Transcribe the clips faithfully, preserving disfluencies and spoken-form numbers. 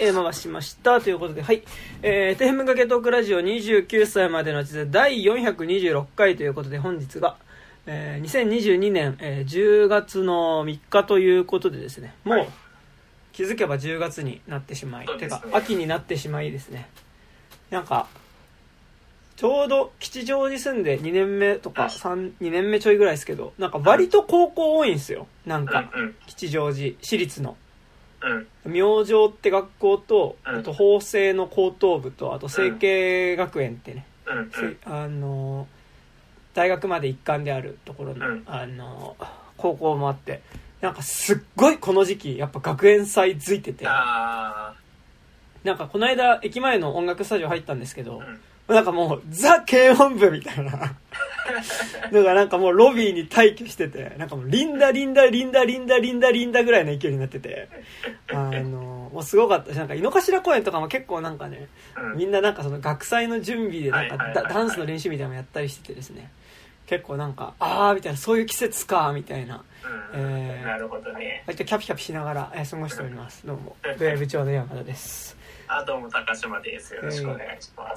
えー、回しましたということで、はい、えー、底辺文化系トークラジオにじゅうきゅうさいまでの地図だいよんひゃくにじゅうろっかいということで、本日が、えー、にせんにじゅうにねん、えー、じゅうがつのみっかということでですね、もう、はい、気づけばじゅうがつになってしまい、ね、てか秋になってしまいですね。なんかちょうど吉祥寺住んでにねんめとかさんにねんめちょいぐらいですけど、なんか割と高校多いんですよ。なんか吉祥寺市立の明星って学校と、あと法政の高等部と、あと成蹊学園ってね、あの大学まで一貫であるところの、あの高校もあって、なんかすっごいこの時期やっぱ学園祭づいてて、なんかこの間駅前の音楽スタジオ入ったんですけど、なんかもうザ軽音部みたいなだからなんかもうロビーに待機してて、なんかもうリンダリンダリンダリンダリンダリンダぐらいの勢いになってて、あのもうすごかったし、なんか井の頭公園とかも結構なんかね、みんななんかその学祭の準備でなんかダンスの練習みたいなのやったりしててですね、結構なんかあーみたいな、そういう季節かみたいな、 えー、なるほどね。 割とキャピキャピしながら、えー、過ごしております。どうも部部長の山田です。 あ、どうも高島です。よろしくお願いします。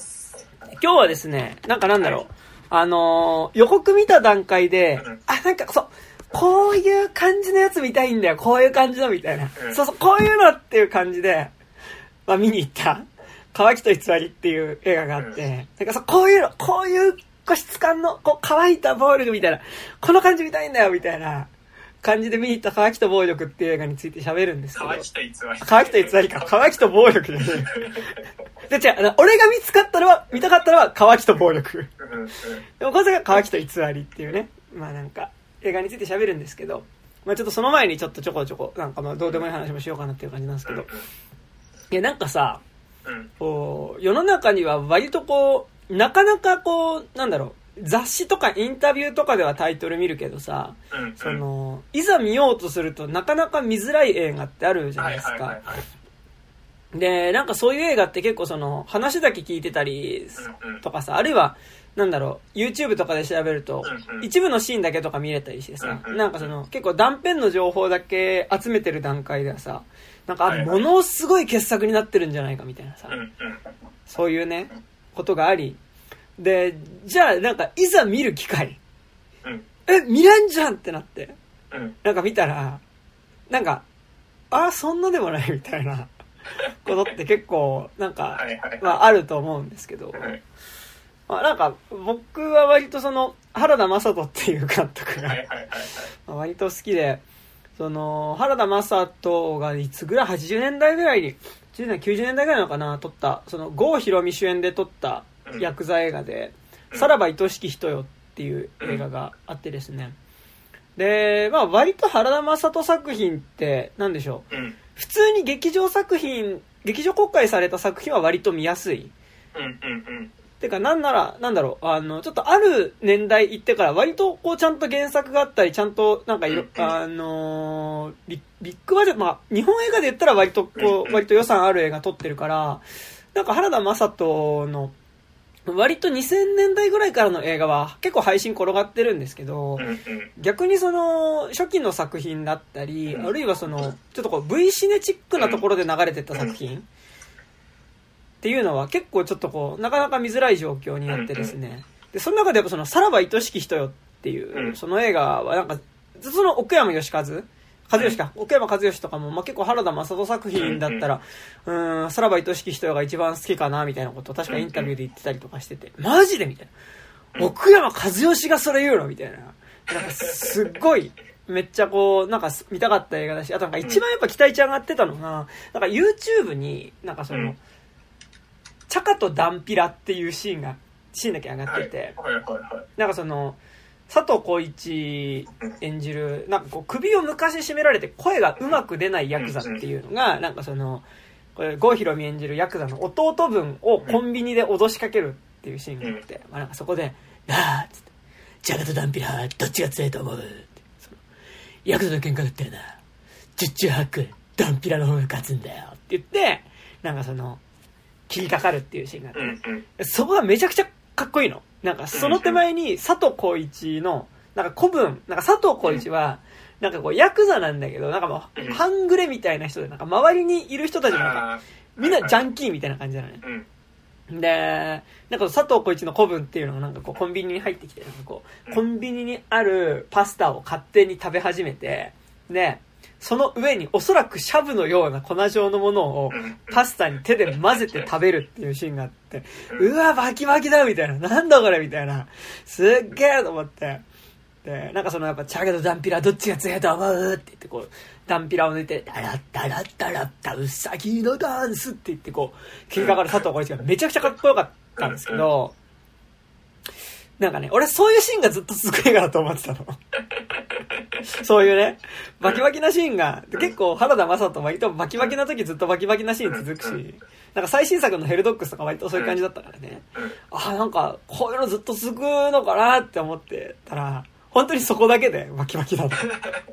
えー、今日はですね、なんかなんだろう、はい、あのー、予告見た段階で、うん、あ、なんかそう、こういう感じのやつ見たいんだよ、こういう感じのみたいな、うん、そうそう、こういうのっていう感じで、まあ見に行った、乾きと偽りっていう映画があって、うん、なんかそう、こういうの、こういう質感の、こう乾いた暴力みたいな、この感じ見たいんだよ、みたいな感じで見に行った乾きと暴力っていう映画について喋るんですけど。 乾きと偽り。 乾きと偽りか。乾きと暴力でね。で、違う、俺が見つかったのは、見たかったのは乾きと暴力。でもこれが乾きと偽りっていうね、まあなんか、映画について喋るんですけど、まあちょっとその前にちょっとちょこちょこ、なんかまあどうでもいい話もしようかなっていう感じなんですけど、いやなんかさ、こう、世の中には割とこう、なかなかこう、なんだろう、雑誌とかインタビューとかではタイトル見るけどさ、うんうん、そのいざ見ようとするとなかなか見づらい映画ってあるじゃないですか、はいはいはいはい、でなんかそういう映画って結構その話だけ聞いてたりとかさ、あるいはなんだろう YouTube とかで調べると一部のシーンだけとか見れたりしてさ、なんかその結構断片の情報だけ集めてる段階ではさ、なんかものすごい傑作になってるんじゃないかみたいなさ、そういうねことがあり、でじゃあなんかいざ見る機会、うん、え見れんじゃんってなって、うん、なんか見たらなんかあそんなでもないみたいなことって結構なんかはいはい、はい、まあ、あると思うんですけど、はい、まあ、なんか僕は割とその原田雅人っていう監督が、はいはいはいはい、割と好きで、その原田雅人がいつぐらいはちじゅうねんだいぐらいにはちじゅうねんきゅうじゅうねんだいぐらいのかな撮ったその郷ひろみ主演で撮ったヤクザ映画で、うん、さらば愛しき人よっていう映画があってですね、で、まあ割と原田雅人作品ってなんでしょう、うん、普通に劇場作品劇場公開された作品は割と見やすい、うんうんうん、てかなんならなんだろう、あのちょっとある年代行ってから割とこうちゃんと原作があったりちゃんとなんかいろ、うんうん、あのー、ビ, ビッグバジェット、まあ日本映画で言ったら割とこう割と予算ある映画撮ってるから、なんか原田雅人の割とにせんねんだいぐらいからの映画は結構配信転がってるんですけど、逆にその初期の作品だったり、あるいはそのちょっとこう V シネチックなところで流れてた作品っていうのは結構ちょっとこうなかなか見づらい状況になってですね、でその中でやっぱそのさらば愛しき人よっていうその映画はなんかずっとその奥山義和和義か奥山和義とかも、まあ、結構原田雅人作品だったらうーんさらば愛しき人が一番好きかなみたいなことを確かインタビューで言ってたりとかしてて、マジでみたいな、奥山和義がそれ言うのみたいな、なんかすっごいめっちゃこうなんか見たかった映画だし、あとなんか一番やっぱ期待値上がってたのがなんか YouTube になんかそのチャカとダンピラっていうシーンがシーンだけ上がってて、なんかその佐藤浩市演じるなんかこう首を昔絞められて声がうまく出ないヤクザっていうのがなんかそのこれ郷ひろみ演じるヤクザの弟分をコンビニで脅しかけるっていうシーンがあって、まあ、なんかそこで「ああ」っつって「ジャガとダンピラどっちが強いと思う?」ってそのヤクザの喧嘩だったらな十中八九ダンピラの方が勝つんだよって言ってなんかその切りかかるっていうシーンがあって、そこがめちゃくちゃかっこいいの。なんかその手前に佐藤浩市のなんか古文なんか佐藤浩市はなんかこうヤクザなんだけどなんかもう半グレみたいな人でなんか周りにいる人たちもなんかみんなジャンキーみたいな感じなのね。で、なんか佐藤浩市の古文っていうのがなんかこうコンビニに入ってきて、なんかこう、コンビニにあるパスタを勝手に食べ始めて、で、その上におそらくシャブのような粉状のものをパスタに手で混ぜて食べるっていうシーンがあって、うわ、バキバキだみたいな、なんだこれみたいな、すっげえと思って、で、なんかそのやっぱチャゲとダンピラどっちが強いと思うって言ってこう、ダンピラを抜いて、ダラッダラッダラッダウサギのダンスって言ってこう、切りかかる佐藤浩市がめちゃくちゃかっこよかったんですけど、なんかね、俺そういうシーンがずっと続く映画だと思ってたの。そういうね、バキバキなシーンが、結構原田雅人割とバキバキな時ずっとバキバキなシーン続くし、なんか最新作のヘルドッグスとか割とそういう感じだったからね、あ、なんかこういうのずっと続くのかなって思ってたら、本当にそこだけでバキバキだった。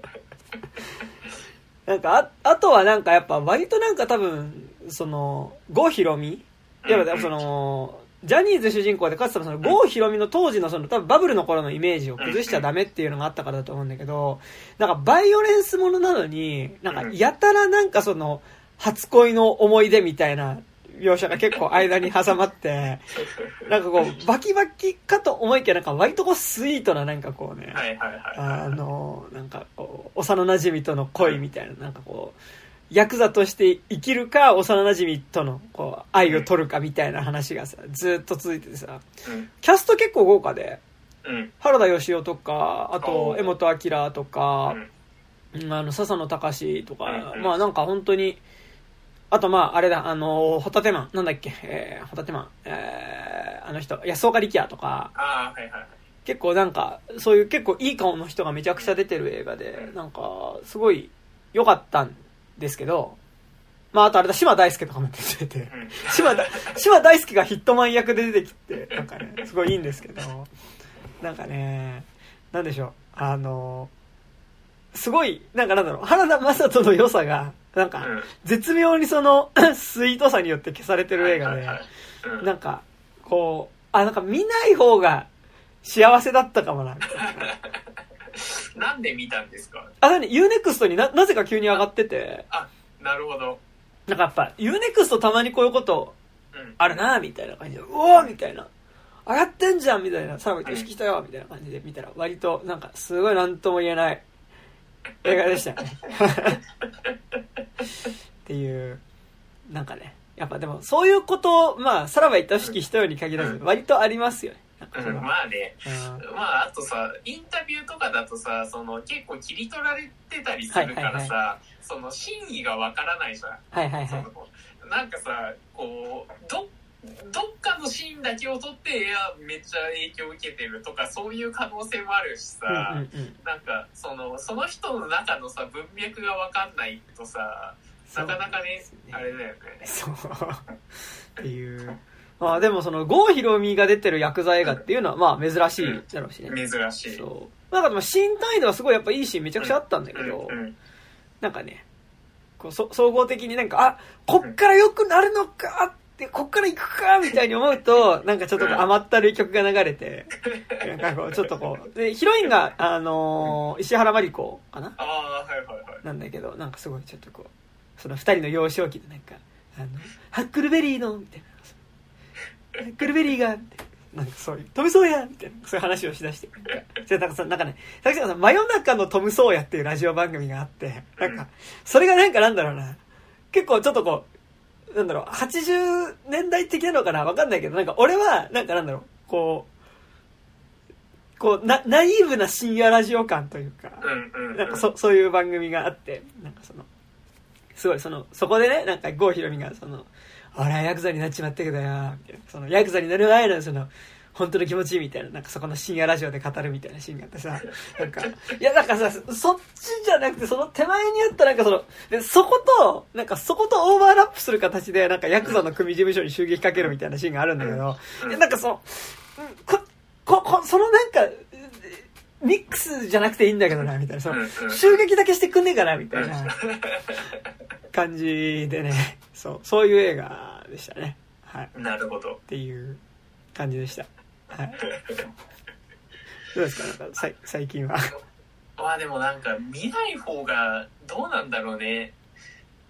なんかあ、あとはなんかやっぱ割となんか多分、その、郷ひろみやっぱその、ジャニーズ主人公でかつてその郷ひろみの当時のその多分バブルの頃のイメージを崩しちゃダメっていうのがあったからだと思うんだけど、なんかバイオレンスものなのに、なんかやたらなんかその、初恋の思い出みたいな描写が結構間に挟まって、なんかこう、バキバキかと思いきやなんか割とこうスイートななんかこうね、あの、なんかこう、幼馴染との恋みたいな、なんかこう、ヤクザとして生きるか幼馴染とのこう愛を取るかみたいな話がさずっと続いててさ、キャスト結構豪華で、原田芳雄とかあと江本明とか、あの笹野隆とか、まあなんか本当に、あとまああれだ、あのホタテマンなんだっけ、えー、ホタテマン、えー、あの人安岡力也とか、結構なんかそういう結構いい顔の人がめちゃくちゃ出てる映画で、なんかすごい良かったんですけど、まああとあれだ、島大輔とかも出てて、島だ島大輔がヒットマン役で出てきて、なんかねすごいいいんですけど、なんかね、なんでしょう、あのすごいなんかなんだろう、原田雅人の良さがなんか絶妙にそのスイートさによって消されてる映画で、なんかこう、あ、なんか見ない方が幸せだったかもな。 なんで見たんですか？ あ、なに ユーネクスト にな、なぜか急に上がってて。 あ、なるほど。 なんかやっぱ ユーネクスト たまにこういうことあるなみたいな感じで、うおーみたいな、上がってんじゃんみたいな、さらば意識したよみたいな感じで見たら、割となんかすごいなんとも言えない映画でしたよね。っていう、なんかね、やっぱでもそういうことを、まあさらば愛しき人よに限らず割とありますよね。 うん、まあね、うん、まああとさ、インタビューとかだとさ、その結構切り取られてたりするからさ、はいはいはい、その真意がわからないじゃん。 はいはいはい。 そのなんかさ、こうどどっかのシーンだけを撮っていやめっちゃ影響を受けてるとかそういう可能性もあるしさ、うんうんうん、なんかそのその人の中のさ文脈がわかんないとさ、なかなか ね, ねあれだよね。 そうっていう。まあでもその郷ひろみが出てるヤクザ映画っていうのはまあ珍しいだろうしね。 うん、珍しい。 そう。なんかでもシーン単位ではすごいやっぱいいシーンめちゃくちゃあったんだけど、うんうん、なんかね、こうそ総合的になんかあこっから良くなるのかってこっから行くかみたいに思うとなんかちょっと甘ったるい曲が流れて、なんかこうちょっとこうでヒロインがあのー、石原まり子かな。 ああはいはいはい。 なんだけどなんかすごいちょっとこうその二人の幼少期でなんかあのハックルベリーのみたいな。グルベリーがなんかそういうトムソーヤみたいなそういう話をしだしてじゃなんかさなんかねさっきさ真夜中のトムソーヤっていうラジオ番組があってなんかそれがなんかなんだろうな結構ちょっとこうなんだろうはちじゅうねんだい的なのかなわかんないけどなんか俺はなんかなんだろうこうこうなナイーブな深夜ラジオ感というかなんか そ, そういう番組があってなんかそのすごいそのそこでねなんか郷ひろみがその俺はヤクザになっちまったけどよみたいなそのヤクザになる前のその本当の気持ちみたいななんかそこの深夜ラジオで語るみたいなシーンがあってさなんかいやなんかさそっちじゃなくてその手前にあったなんかそのでそことなんかそことオーバーラップする形でなんかヤクザの組事務所に襲撃かけるみたいなシーンがあるんだけどなんかそのこここそのなんかミックスじゃなくていいんだけどなみたいなその襲撃だけしてくんねえかなみたいな感じでねそうそういう映画でしたね。はい。 なるほど。 っていう感じでした。はい。どうですかなんかさ最近は。 まあでもなんか見ない方がどうなんだろうね。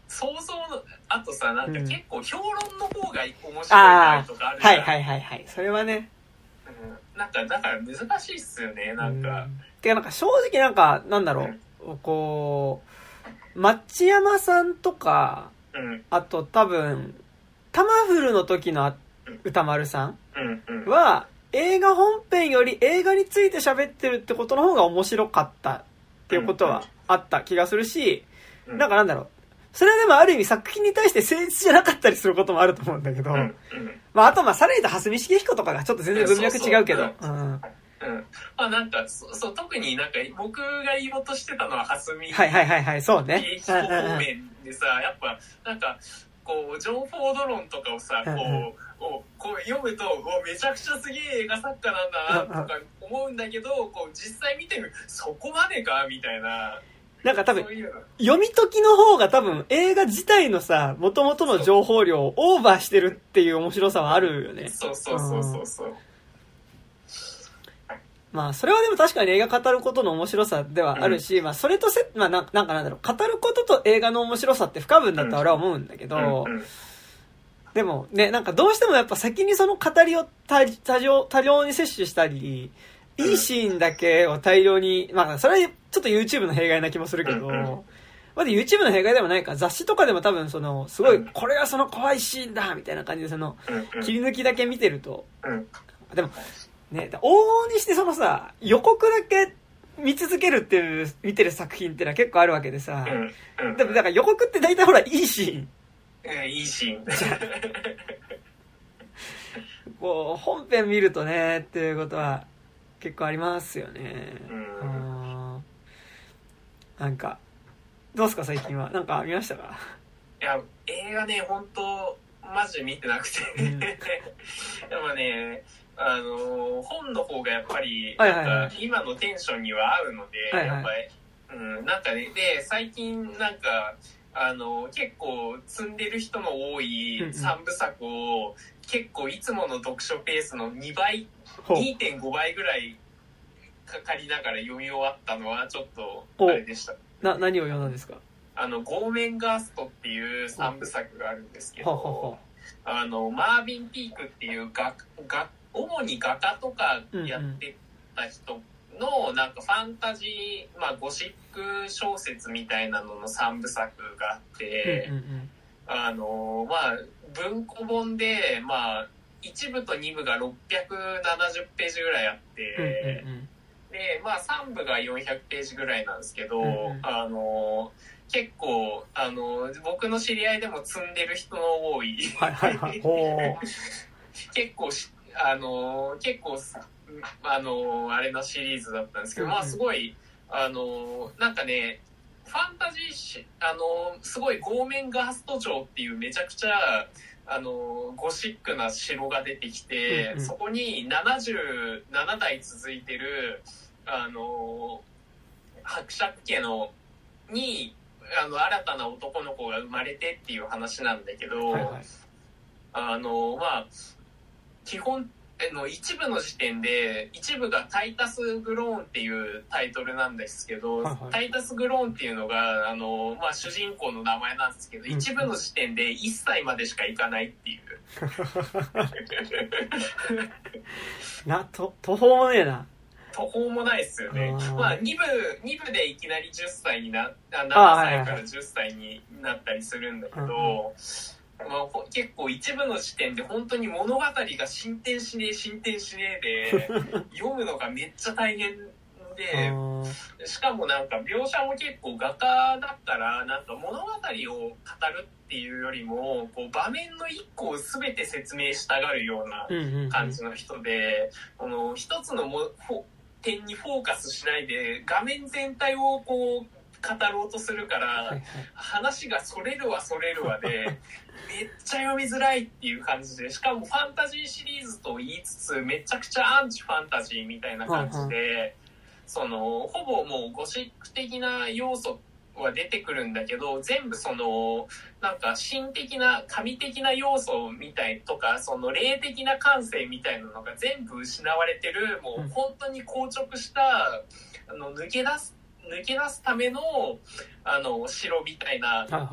想像のあとさなんか結構評論の方が面白いなとかあるじゃん、 うん、はいはいはいはいそれはね、 うん、なんかだから難しいっすよねなんか、うん、 てかなんか正直なんかなんだろう、うん、こう町山さんとか、うん、あと多分タマフルの時の歌丸さんは、うんうん、映画本編より映画について喋ってるってことの方が面白かったっていうことはあった気がするし、うんうん、なんかなんだろうそれはでもある意味作品に対して誠実じゃなかったりすることもあると思うんだけど、うんうん、まああとまあさらに言うと蓮見茂彦とかがちょっと全然文脈違うけど、 うん、まあなんかそそう特になんか僕が言おうとしてたのは蓮見はいはいはいはいそうね彦方面でさやっぱなんかこうジョン・フォード論とかをさこう、うんうん、こう読むとめちゃくちゃすげえ映画作家なんだなとか思うんだけどこう実際見てるそこまでかみたいななんか多分読み解きの方が多分映画自体のさ元々の情報量をオーバーしてるっていう面白さはあるよね。 そうそうそうそうそう、うん、 まあそれはでも確かに映画語ることの面白さではあるし、うん、まあそれとせまあななんかなんだろう語ることと映画の面白さって不可分だと俺は思うんだけど、うんうんうん、でもねなんかどうしてもやっぱ先にその語りを多量多量に摂取したりいいシーンだけを大量にまあそれはちょっと YouTube の弊害な気もするけど、うんうん、まだ YouTube の弊害でもないから雑誌とかでも多分そのすごいこれがその怖いシーンだみたいな感じでその切り抜きだけ見てると、うん、でもね往々にしてそのさ予告だけ見続けるっていう見てる作品ってのは結構あるわけでさ、うんうん、でもだから予告って大体ほらいいシーン、 うん、いいシーンこう本編見るとねっていうことは結構ありますよね。うん、なんかどうすか最近はなんか見ましたか？ いや映画ね本当マジで見てなくて、うん、でもねあの本の方がやっぱりなんか今のテンションには合うので、はいはい、やっぱり、うん、なんかねで最近なんかあの結構積んでる人の多いさんぶさくを結構いつもの読書ペースのにばい にてんご 倍ぐらいかかりながら読み終わったのはちょっとあれでした。 な何を読んだんですか？ あのゴーメンガーストっていうさんぶさくがあるんですけど、あのマービン・ピークっていうがが主に画家とかやってた人のなんかファンタジー、まあ、ゴシック小説みたいなののさんぶさくがあって、うんうんうん、あのまあ文庫本でまあいちぶとにぶがろっぴゃくななじゅっページぐらいあって、うんうんうん、でまあさんぶがよんひゃくページぐらいなんですけど、うんうん、あの結構あの僕の知り合いでも積んでる人の多いはいはい、はい、結構あの結構あのあれのシリーズだったんですけど、うんうん、まあすごいあのなんかねファンタジーあのすごいゴーメンガースト城っていうめちゃくちゃあのゴシックな城が出てきて、うんうん、そこにななじゅうななだい続いてるあの伯爵家のにあの新たな男の子が生まれてっていう話なんだけど、はいはい、あのまあ基本の一部の時点で一部がタイタス・グローンっていうタイトルなんですけど、はいはい、タイタス・グローンっていうのがあの、まあ、主人公の名前なんですけど、うん、一部の時点でいっさいまでしかいかないっていうなと途方もねえな途方もないですよね。あまあにぶにぶでいきなりじゅっさいになななさいからじゅっさいになったりするんだけど、まあ、結構一部の時点で本当に物語が進展しねえ進展しねえで読むのがめっちゃ大変でしかもなんか描写も結構画家だったらなんか物語を語るっていうよりもこう場面の一個を全て説明したがるような感じの人で、この一つのも点にフォーカスしないで画面全体をこう語ろうとするから話がそれるわそれるわでめっちゃ読みづらいっていう感じで、しかもファンタジーシリーズと言いつつめちゃくちゃアンチファンタジーみたいな感じで、そのほぼもうゴシック的な要素は出てくるんだけど、全部そのなんか神的な神的な要素みたいとかその霊的な感性みたいなのが全部失われてる、もう本当に硬直したあの抜け出す抜け出すためのあの城みたいな場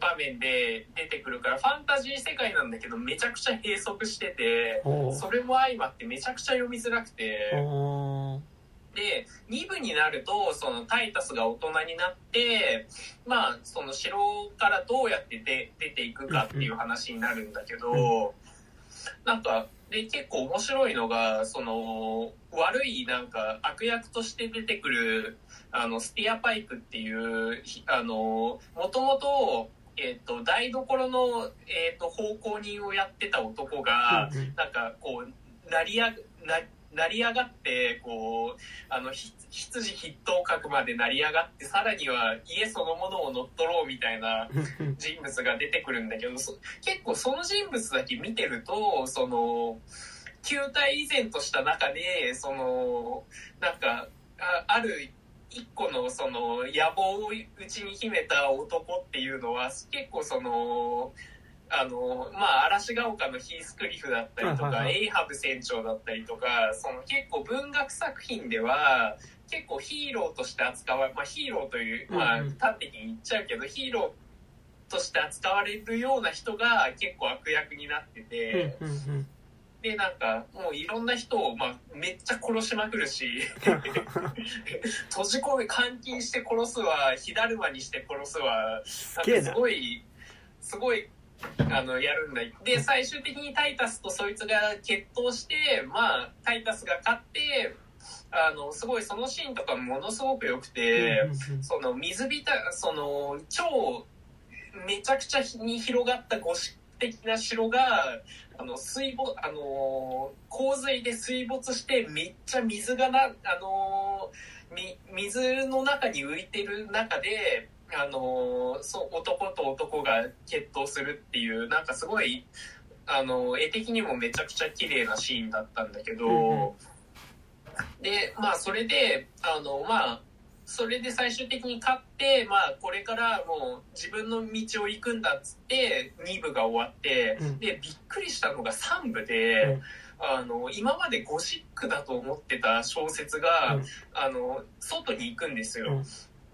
場面で出てくるからファンタジー世界なんだけどめちゃくちゃ閉塞してて、それも相まってめちゃくちゃ読みづらくて、でに部になるとそのタイタスが大人になってまあその城からどうやってで出ていくかっていう話になるんだけど、なんかで結構面白いのがその悪いなんか悪役として出てくるあのスティアパイクっていうあのもともとえー、と台所の、えー、と奉公人をやってた男が、うんうん、なんかこう成り上が成り上がってこうあの羊筆頭格まで成り上がってさらには家そのものを乗っ取ろうみたいな人物が出てくるんだけど結構その人物だけ見てるとその球体依然とした中でそのなんか あ, ある一個のその野望を内に秘めた男っていうのは結構そのあのまあ嵐ヶ丘のヒースクリフだったりとかエイハブ船長だったりとかその結構文学作品では結構ヒーローとして扱われ、まあ、ヒーローという、まあ、端的に言っちゃうけどヒーローとして扱われるような人が結構悪役になってて、でなんかもういろんな人を、まあ、めっちゃ殺しまくるし閉じ込め監禁して殺すわ火だるまにして殺すわなんかすごいすごいあのやるんだ。で最終的にタイタスとそいつが決闘してまあタイタスが勝ってあのすごいそのシーンとかものすごく良くて、その水浸その超めちゃくちゃに広がったゴシック的な城があの水没あの洪水で水没してめっちゃ水がなあのみ水の中に浮いてる中であのそう男と男が決闘するっていうなんかすごいあの絵的にもめちゃくちゃ綺麗なシーンだったんだけど、うんうん、でまあそれであのまあそれで最終的に勝って、まあ、これからもう自分の道を行くんだっつってに部が終わって、うん、でびっくりしたのがさん部で、うん、あの今までゴシックだと思ってた小説が、うん、あの外に行くんですよ、うん、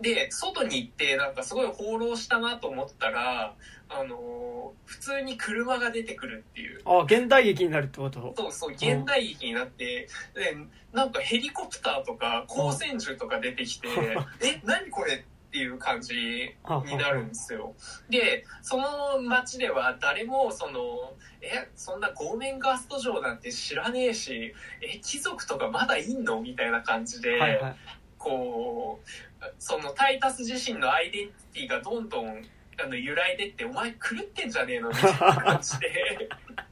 で外に行ってなんかすごい放浪したなと思ったらあの普通に車が出てくるっていう。 あ、現代劇になるってこと？ そうそう、現代劇になって、でなんかヘリコプターとか光線銃とか出てきてえ、何これっていう感じになるんですよ。でその街では誰もそのえそんなゴーメンガースト城なんて知らねえしえ貴族とかまだいんのみたいな感じで、はいはい、こうそのタイタス自身のアイデンティティがどんどんあの由来でってお前狂ってんじゃねえのみたいな感じで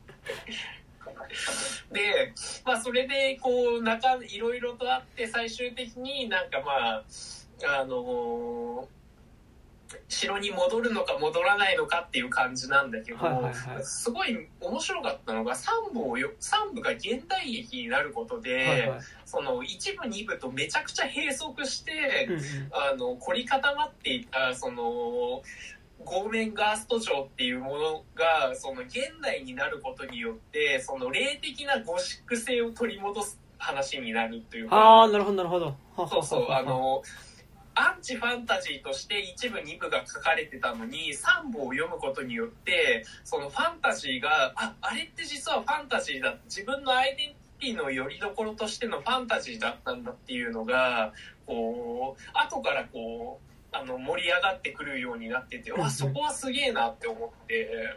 で、まあそれでこう中いろいろとあって最終的になんかまああのー、城に戻るのか戻らないのかっていう感じなんだけど、はいはいはい、すごい面白かったのがさん部をよさん部が現代劇になることで、はいはい、そのいち部に部とめちゃくちゃ閉塞して、うんうん、あの凝り固まっていたそのゴーメンガースト城っていうものがその現代になることによってその霊的なゴシック性を取り戻す話になるというか。 ああ、なるほどなるほど。 そうそう、あのアンチファンタジーとしていち部に部が書かれてたのにさん部を読むことによってそのファンタジーがああれって実はファンタジーだ自分のアイデンティティの拠り所としてのファンタジーだったんだっていうのがこう後からこうあの盛り上がってくるようになってて、うんうん、わそこはすげえなって思って、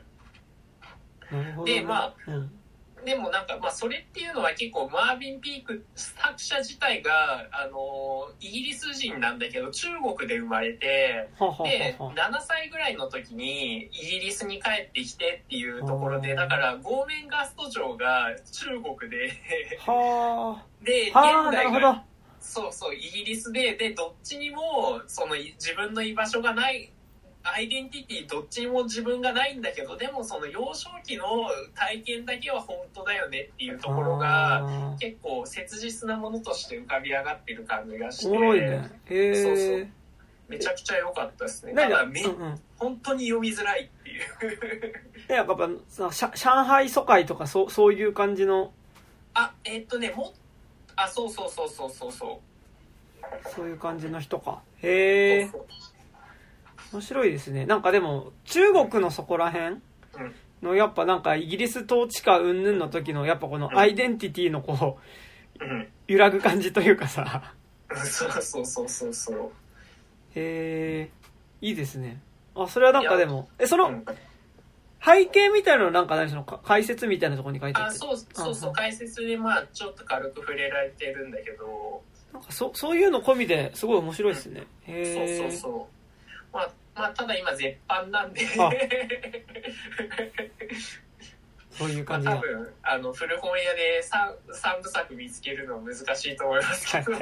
でまあ、うん、でもなんかまあそれっていうのは結構マービン・ピーク作者自体があのイギリス人なんだけど中国で生まれてでななさいぐらいの時にイギリスに帰ってきてっていうところでだからゴーメンガスト城が中国でで現代がそうそうイギリスででどっちにもその自分の居場所がないアイデンティティどっちにも自分がないんだけどでもその幼少期の体験だけは本当だよねっていうところが結構切実なものとして浮かび上がってる感じがしておもろいね。へー、そうそうめちゃくちゃ良かったですね。ただめ、うんうん、本当に読みづらいっていうやっぱさ上海疎開とかそ う, そういう感じのあえー、っとねもあそうそうそうそうそうそうそういう感じの人か。へえ。 面白いですね。なんかでも中国のそこら辺のやっぱなんかイギリス統治下云々の時のやっぱこのアイデンティティのこう揺らぐ感じというかさ。 そうそうそうそうそう。 へえ、いいですね。あ、それはなんかでもえその背景みたいなのなんか何しろ解説みたいなところに書いてあって。 あ、そうそうそう、解説でまあちょっと軽く触れられてるんだけど。なんかそそういうの込みですごい面白いですね。へえ。そうそうそう。まあまあただ今絶版なんでそういう感じが、 まあ、多分あの古本屋で 3, 三部作見つけるのは難しいと思いますけど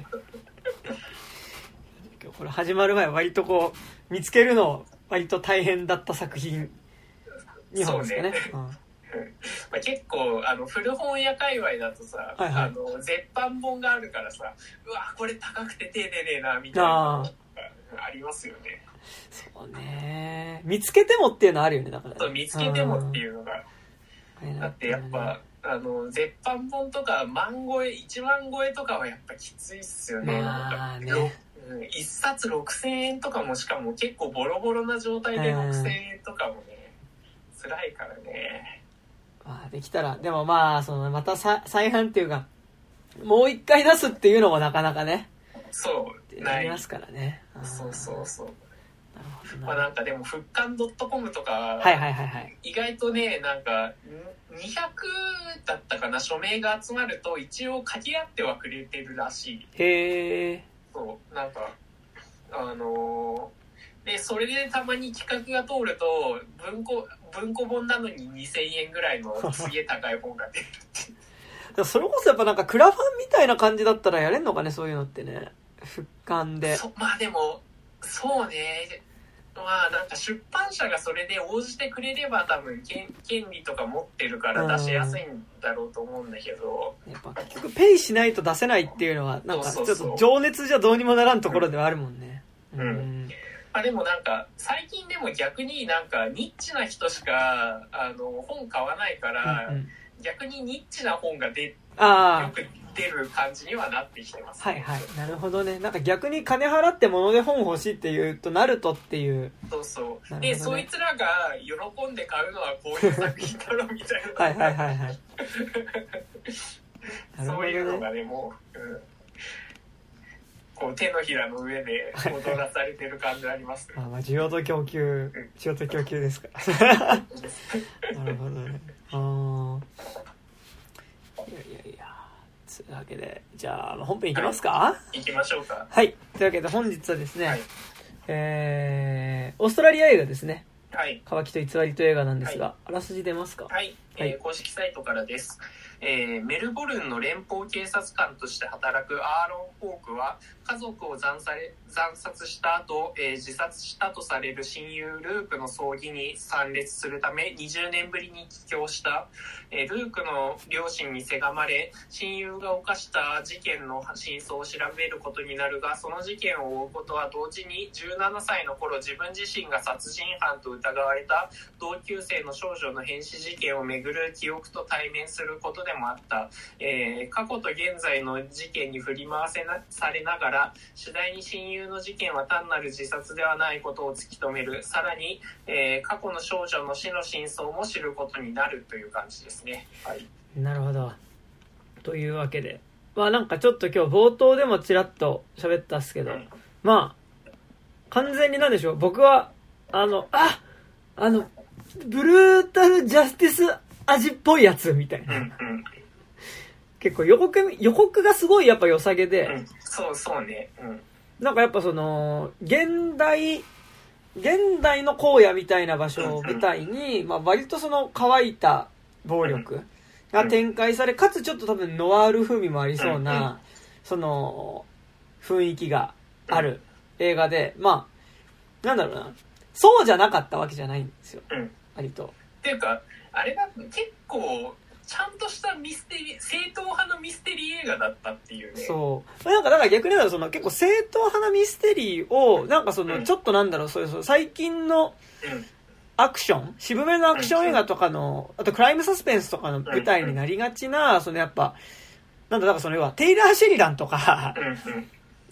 これ始まる前割とこう見つけるの割と大変だった作品にほんですかね。そうね、うんまあ、結構あの古本屋界隈だとさ、はいはい、あの絶版本があるからさ、うわこれ高くて手出ねえなみたいなのがありますよね。 そうね、見つけてもっていうのあるよね。だから、ね、 そう見つけてもっていうのが、だってやっぱあの絶版本とか万超えいちまん超えとかはやっぱきついっすよね。 まあね、 うん、いっさつろくせんえんとかもしかも結構ボロボロな状態でろくせんえんとかもね辛いからね。 まあできたらでもまあそのまた再販っていうかもう一回出すっていうのもなかなかね、 そうなりますからね。 そうそうそう。 なるほどな。 まあなんかでも復刊 .com とか、 はいはいはいはい、 意外とねなんかにひゃくだったかな署名が集まると一応書き合ってはくれてるらしい。 へえ。 そうなんかあのー、でそれでたまに企画が通ると文庫文庫本なのににせんえんぐらいのすげえ高い本が出るってそれこそやっぱなんかクラファンみたいな感じだったらやれんのかね、そういうのってね、復刊で。 そまあでもそうね、まあなんか出版社がそれで応じてくれれば多分権利とか持ってるから出しやすいんだろうと思うんだけど、 やっぱ結局ペイしないと出せないっていうのはなんかちょっと情熱じゃどうにもならんところではあるもんね。 うん、うんうん、まあ、でもなんか最近でも逆になんかニッチな人しかあの本買わないから、うんうん、逆にニッチな本が出あよく出る感じにはなってきてます、 ね、はいはい、なるほどね。なんか逆に金払って物で本欲しいっていうとなるとっていう。 そうそう、ね、でそいつらが喜んで買うのはこういう作品だろみたいなはいはいはいはいそういうのがねもう、うん、こう手のひらの上で踊らされてる感じありますあ、まあ需要と供給、うん、需要と供給ですからなるほどね。あいやいやいや、というわけでじゃあ本編いきますか。はい、行きましょうか。 はい、というわけで本日はですね、 はい、 えー、オーストラリア映画ですね、 はい、 渇きと偽りという映画なんですが、はい、あらすじ出ますか。 はい、えー、公式サイトからです。えー、メルボルンの連邦警察官として働くアーロン・ホークは家族を惨殺した後、えー、自殺したとされる親友ルークの葬儀に参列するためにじゅうねんぶりに帰郷した、えー、ルークの両親にせがまれ親友が犯した事件の真相を調べることになるが、その事件を追うことは同時にじゅうななさいの頃自分自身が殺人犯と疑われた同級生の少女の変死事件をめぐる記憶と対面することでもあった。えー、過去と現在の事件に振り回せなされながら次第に親友の事件は単なる自殺ではないことを突き止める。さらに、えー、過去の少女の死の真相も知ることになるという感じですね。はい、 なるほど。というわけで、まあなんかちょっと今日冒頭でもちらっと喋ったっすけど、うん、まあ完全になんでしょう、僕はあのああのブルータルジャスティス味っぽいやつみたいな、 うんうん、 結構予告予告がすごいやっぱ良さげで、 うん、そうそうね、うん、 なんかやっぱその現代現代の荒野みたいな場所を舞台に、まあ、割とその乾いた暴力が展開され、かつちょっと多分ノワール風味もありそうなその雰囲気がある映画で、まあなんだろうな、そうじゃなかったわけじゃないんですよ、割と。 っていうかあれが結構ちゃんとしたミステリー、正統派のミステリー映画だったっていうね。 そう。なんかだから逆に言うとその結構正統派なミステリーをなんかそのちょっとなんだろう、そういうそう最近のアクション、渋めのアクション映画とかの、あとクライムサスペンスとかの舞台になりがちな、そのやっぱなんだだからその要はテイラー・シェリランとか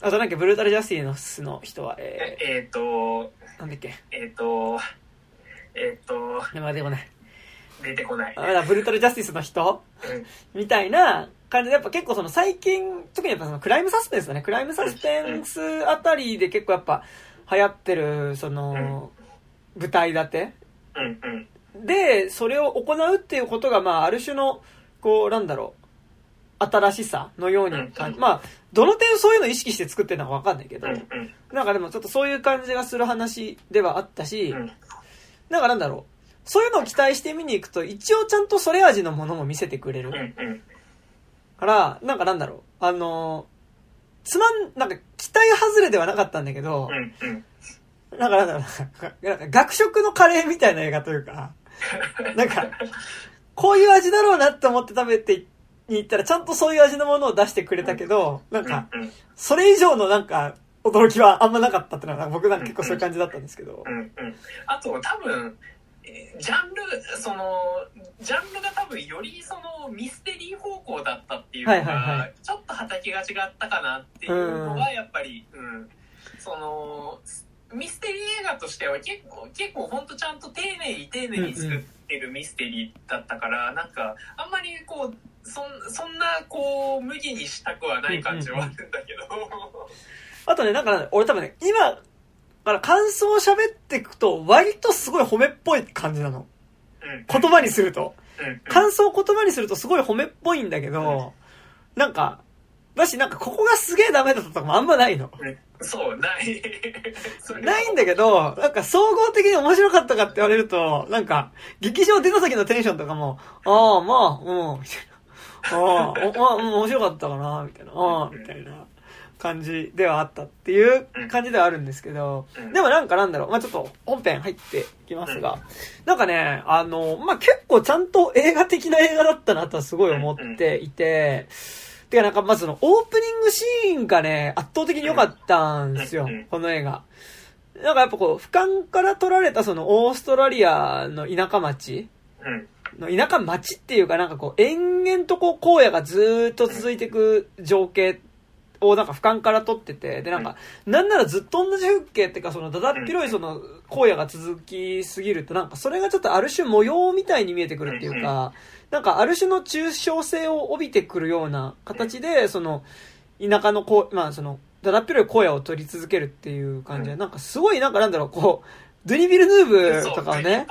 あとなんかブルータルジャスティスの人は、えー、えー、となんだっけえっ、ー、とえっ、ー、と名前出てこない出てこないあブルータルジャスティスの人、うん、みたいな感じでやっぱ結構その最近特にやっぱそのクライムサスペンスだねクライムサスペンスあたりで結構やっぱ流行ってるその舞台立て、 うんうん、 でそれを行うっていうことがまあある種のこうなんだろう新しさのように感じ、まあどの点そういうのを意識して作ってるのか分かんないけど、なんかでもちょっとそういう感じがする話ではあったし、なんかなんだろうそういうのを期待して見に行くと一応ちゃんとそれ味のものも見せてくれるからなんかなんだろうあのつまんなんか期待外れではなかったんだけど、なんかなんだろうなんか学食のカレーみたいな映画というかなんかこういう味だろうなって思って食べてに行ったらちゃんとそういう味のものを出してくれたけど、なんかそれ以上のなんか驚きはあんまなかったっていうのは僕なんか結構そういう感じだったんですけど、 うんうん、あと多分ジャンルそのジャンルが多分よりそのミステリー方向だったっていうのがちょっと畑が違ったかなっていうのがやっぱり、うん、そのミステリー映画としては結構結構本当ちゃんと丁寧に丁寧に作ってるミステリーだったから、なんかあんまりこうそんそんなこう無理にしたくはない感じはあるんだけど、うんうんうん、 あとねなんか俺多分ね今から感想を喋っていくと割とすごい褒めっぽい感じなの、うん、言葉にすると、うんうん、感想を言葉にするとすごい褒めっぽいんだけど、うん、なんかだしなんかここがすげえダメだったとかもあんまないの、 うん、そうないないんだけどなんか総合的に面白かったかって言われるとなんか劇場出た時のテンションとかもああまあうんみたいなああ、あ、面白かったかなみたいな、ああ、みたいな感じではあったっていう感じではあるんですけど、でもなんかなんだろう、まあちょっと本編入っていきますが、なんかね、あの、まあ結構ちゃんと映画的な映画だったなとはすごい思っていて、てかなんかまずそのオープニングシーンがね、圧倒的に良かったんですよ、この映画。なんかやっぱこう、俯瞰から撮られたそのオーストラリアの田舎町、の田舎町っていうかなんかこう延々とこう荒野がずーっと続いていく情景をなんか俯瞰から撮ってて、でなんかなんならずっと同じ風景っていうかそのだだっ広いその荒野が続きすぎるとなんかそれがちょっとある種模様みたいに見えてくるっていうか、なんかある種の抽象性を帯びてくるような形でその田舎のこうまあそのだだっ広い荒野を撮り続けるっていう感じでなんかすごいなんかなんだろうこうドゥニ・ビルヌーブとかをね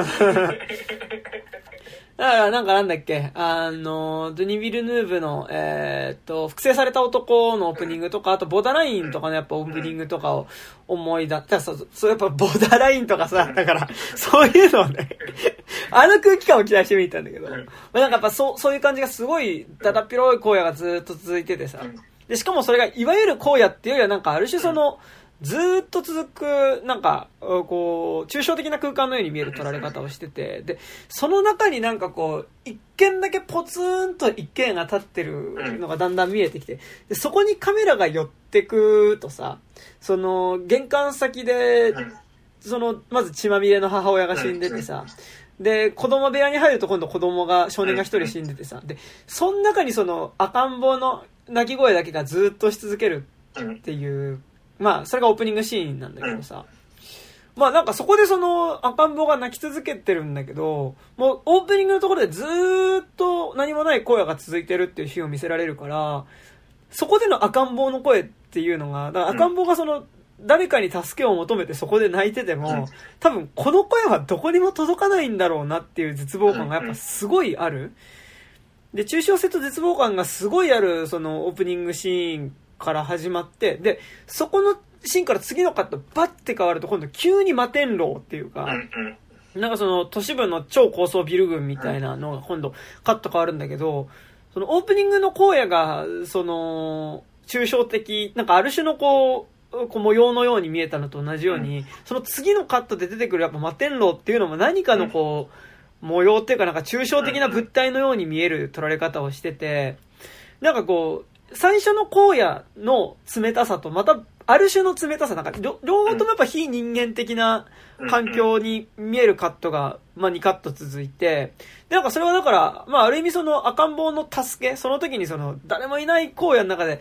だからなんかなんだっけあのドゥニ・ビルヌーブのえー、っと複製された男のオープニングとかあとボーダーラインとかのやっぱオープニングとかを思い出したそうそうやっぱボーダーラインとかさだからそういうのをねあの空気感を期待してみたんだけど、まあ、なんかやっぱそうそういう感じがすごいだだっ広い荒野がずっと続いててさでしかもそれがいわゆる荒野っていうよりはなんかある種そのずーっと続くなんかこう抽象的な空間のように見える撮られ方をしててでその中になんかこう一軒だけポツンと一軒が立ってるのがだんだん見えてきてでそこにカメラが寄ってくとさその玄関先でそのまず血まみれの母親が死んでてさで子供部屋に入ると今度子供が少年が一人死んでてさでその中にその赤ん坊の泣き声だけがずっとし続けるっていうまあそれがオープニングシーンなんだけどさまあなんかそこでその赤ん坊が泣き続けてるんだけどもうオープニングのところでずーっと何もない声が続いてるっていうシーンを見せられるからそこでの赤ん坊の声っていうのがだから赤ん坊がその誰かに助けを求めてそこで泣いてても多分この声はどこにも届かないんだろうなっていう絶望感がやっぱすごいあるで抽象性と絶望感がすごいあるそのオープニングシーンから始まってでそこのシーンから次のカットバッて変わると今度急に摩天楼っていうかなんかその都市部の超高層ビル群みたいなのが今度カット変わるんだけどそのオープニングの荒野がその抽象的なんかある種のこうこう模様のように見えたのと同じようにその次のカットで出てくるやっぱ摩天楼っていうのも何かのこう模様っていうかなんか抽象的な物体のように見える撮られ方をしててなんかこう最初の荒野の冷たさとまたある種の冷たさなんか両方ともやっぱ非人間的な環境に見えるカットが、まあ、にカット続いてでなんかそれはだから、まあ、ある意味その赤ん坊の助けその時にその誰もいない荒野の中で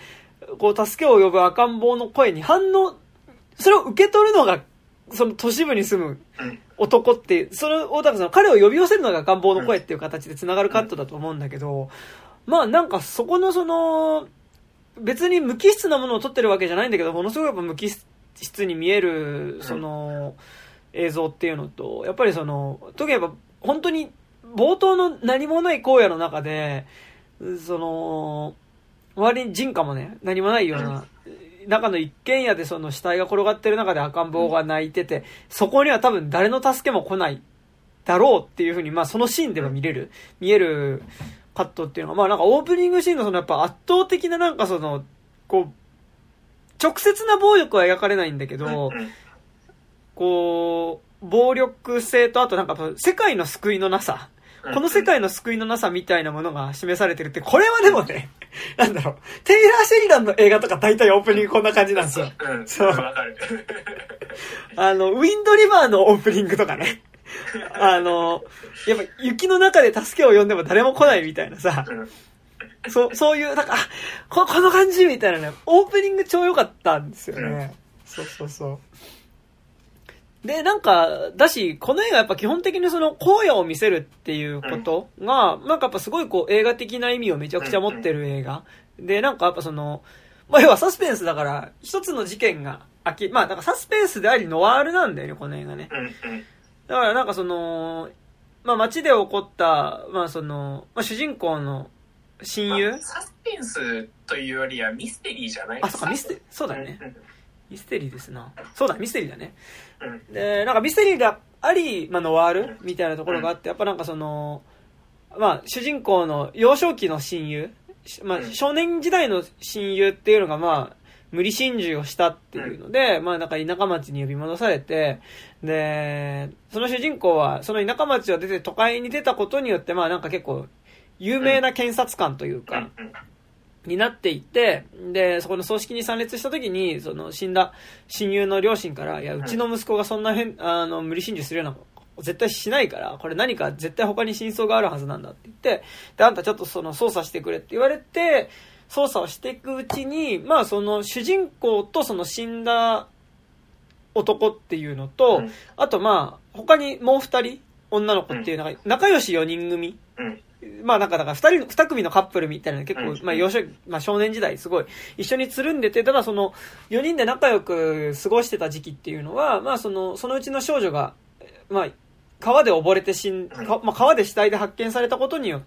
こう助けを呼ぶ赤ん坊の声に反応、それを受け取るのがその都市部に住む男っていう、それをだからその彼を呼び寄せるのが赤ん坊の声っていう形でつながるカットだと思うんだけど、まあなんかそこのその別に無機質なものを撮ってるわけじゃないんだけど、ものすごいやっぱ無機質に見えるその映像っていうのと、やっぱりその特にやっぱ本当に冒頭の何もない荒野の中で、その周りに人家もね何もないような中の一軒家でその死体が転がってる中で赤ん坊が泣いてて、そこには多分誰の助けも来ないだろうっていう風に、まあそのシーンでは見れる見えるカットっていうのが、まあなんかオープニングシーンのそのやっぱ圧倒的ななんかそのこう直接な暴力は描かれないんだけど、こう暴力性とあとなんか世界の救いのなさ、この世界の救いのなさみたいなものが示されてるって、これはでもね、なんだろう、テイラー・シェリダンの映画とか大体オープニングこんな感じなんですよ。 そう。わかる。 あの、ウィンドリバーのオープニングとかね。あの、やっぱ雪の中で助けを呼んでも誰も来ないみたいなさ、そう、そういう、なんか、あ、こ、この感じみたいなね、オープニング超良かったんですよね。そうそうそう。で、なんか、だし、この映画やっぱ基本的にその荒野を見せるっていうことが、なんかやっぱすごいこう映画的な意味をめちゃくちゃ持ってる映画。で、なんかやっぱその、まあ要はサスペンスだから、一つの事件が飽き、まあだからサスペンスでありノワールなんだよね、この映画ね。だからなんかその、まあ街で起こった、まあその、まあ主人公の親友、まあ、 サスペンスというよりはミステリーじゃないですか。あ、そうか、ミステリー、そうだね。ミステリーですな。そうだ、ミステリーだね。で、なんかミステリーであり、まあ、ノワールみたいなところがあって、やっぱなんかその、まあ、主人公の幼少期の親友、まあ、少年時代の親友っていうのが、まあ、無理心中をしたっていうので、まあ、なんか田舎町に呼び戻されて、で、その主人公は、その田舎町を出て都会に出たことによって、まあ、なんか結構、有名な検察官というか、になっていって、で、そこの葬式に参列した時に、その死んだ親友の両親から、いや、うちの息子がそんな変、あの、無理心中するようなこと絶対しないから、これ何か絶対他に真相があるはずなんだって言って、で、あんたちょっとその捜査してくれって言われて、捜査をしていくうちに、まあその主人公とその死んだ男っていうのと、あとまあ、他にもう二人、女の子っていうのが、仲良しよにん組、まあなんかだから二人、二組のカップルみたいな結構、まあ幼少、まあ少年時代すごい一緒につるんでて、ただそのよにんで仲良く過ごしてた時期っていうのは、まあその、そのうちの少女が、まあ川で溺れて死ん、まあ川で死体で発見されたことによって、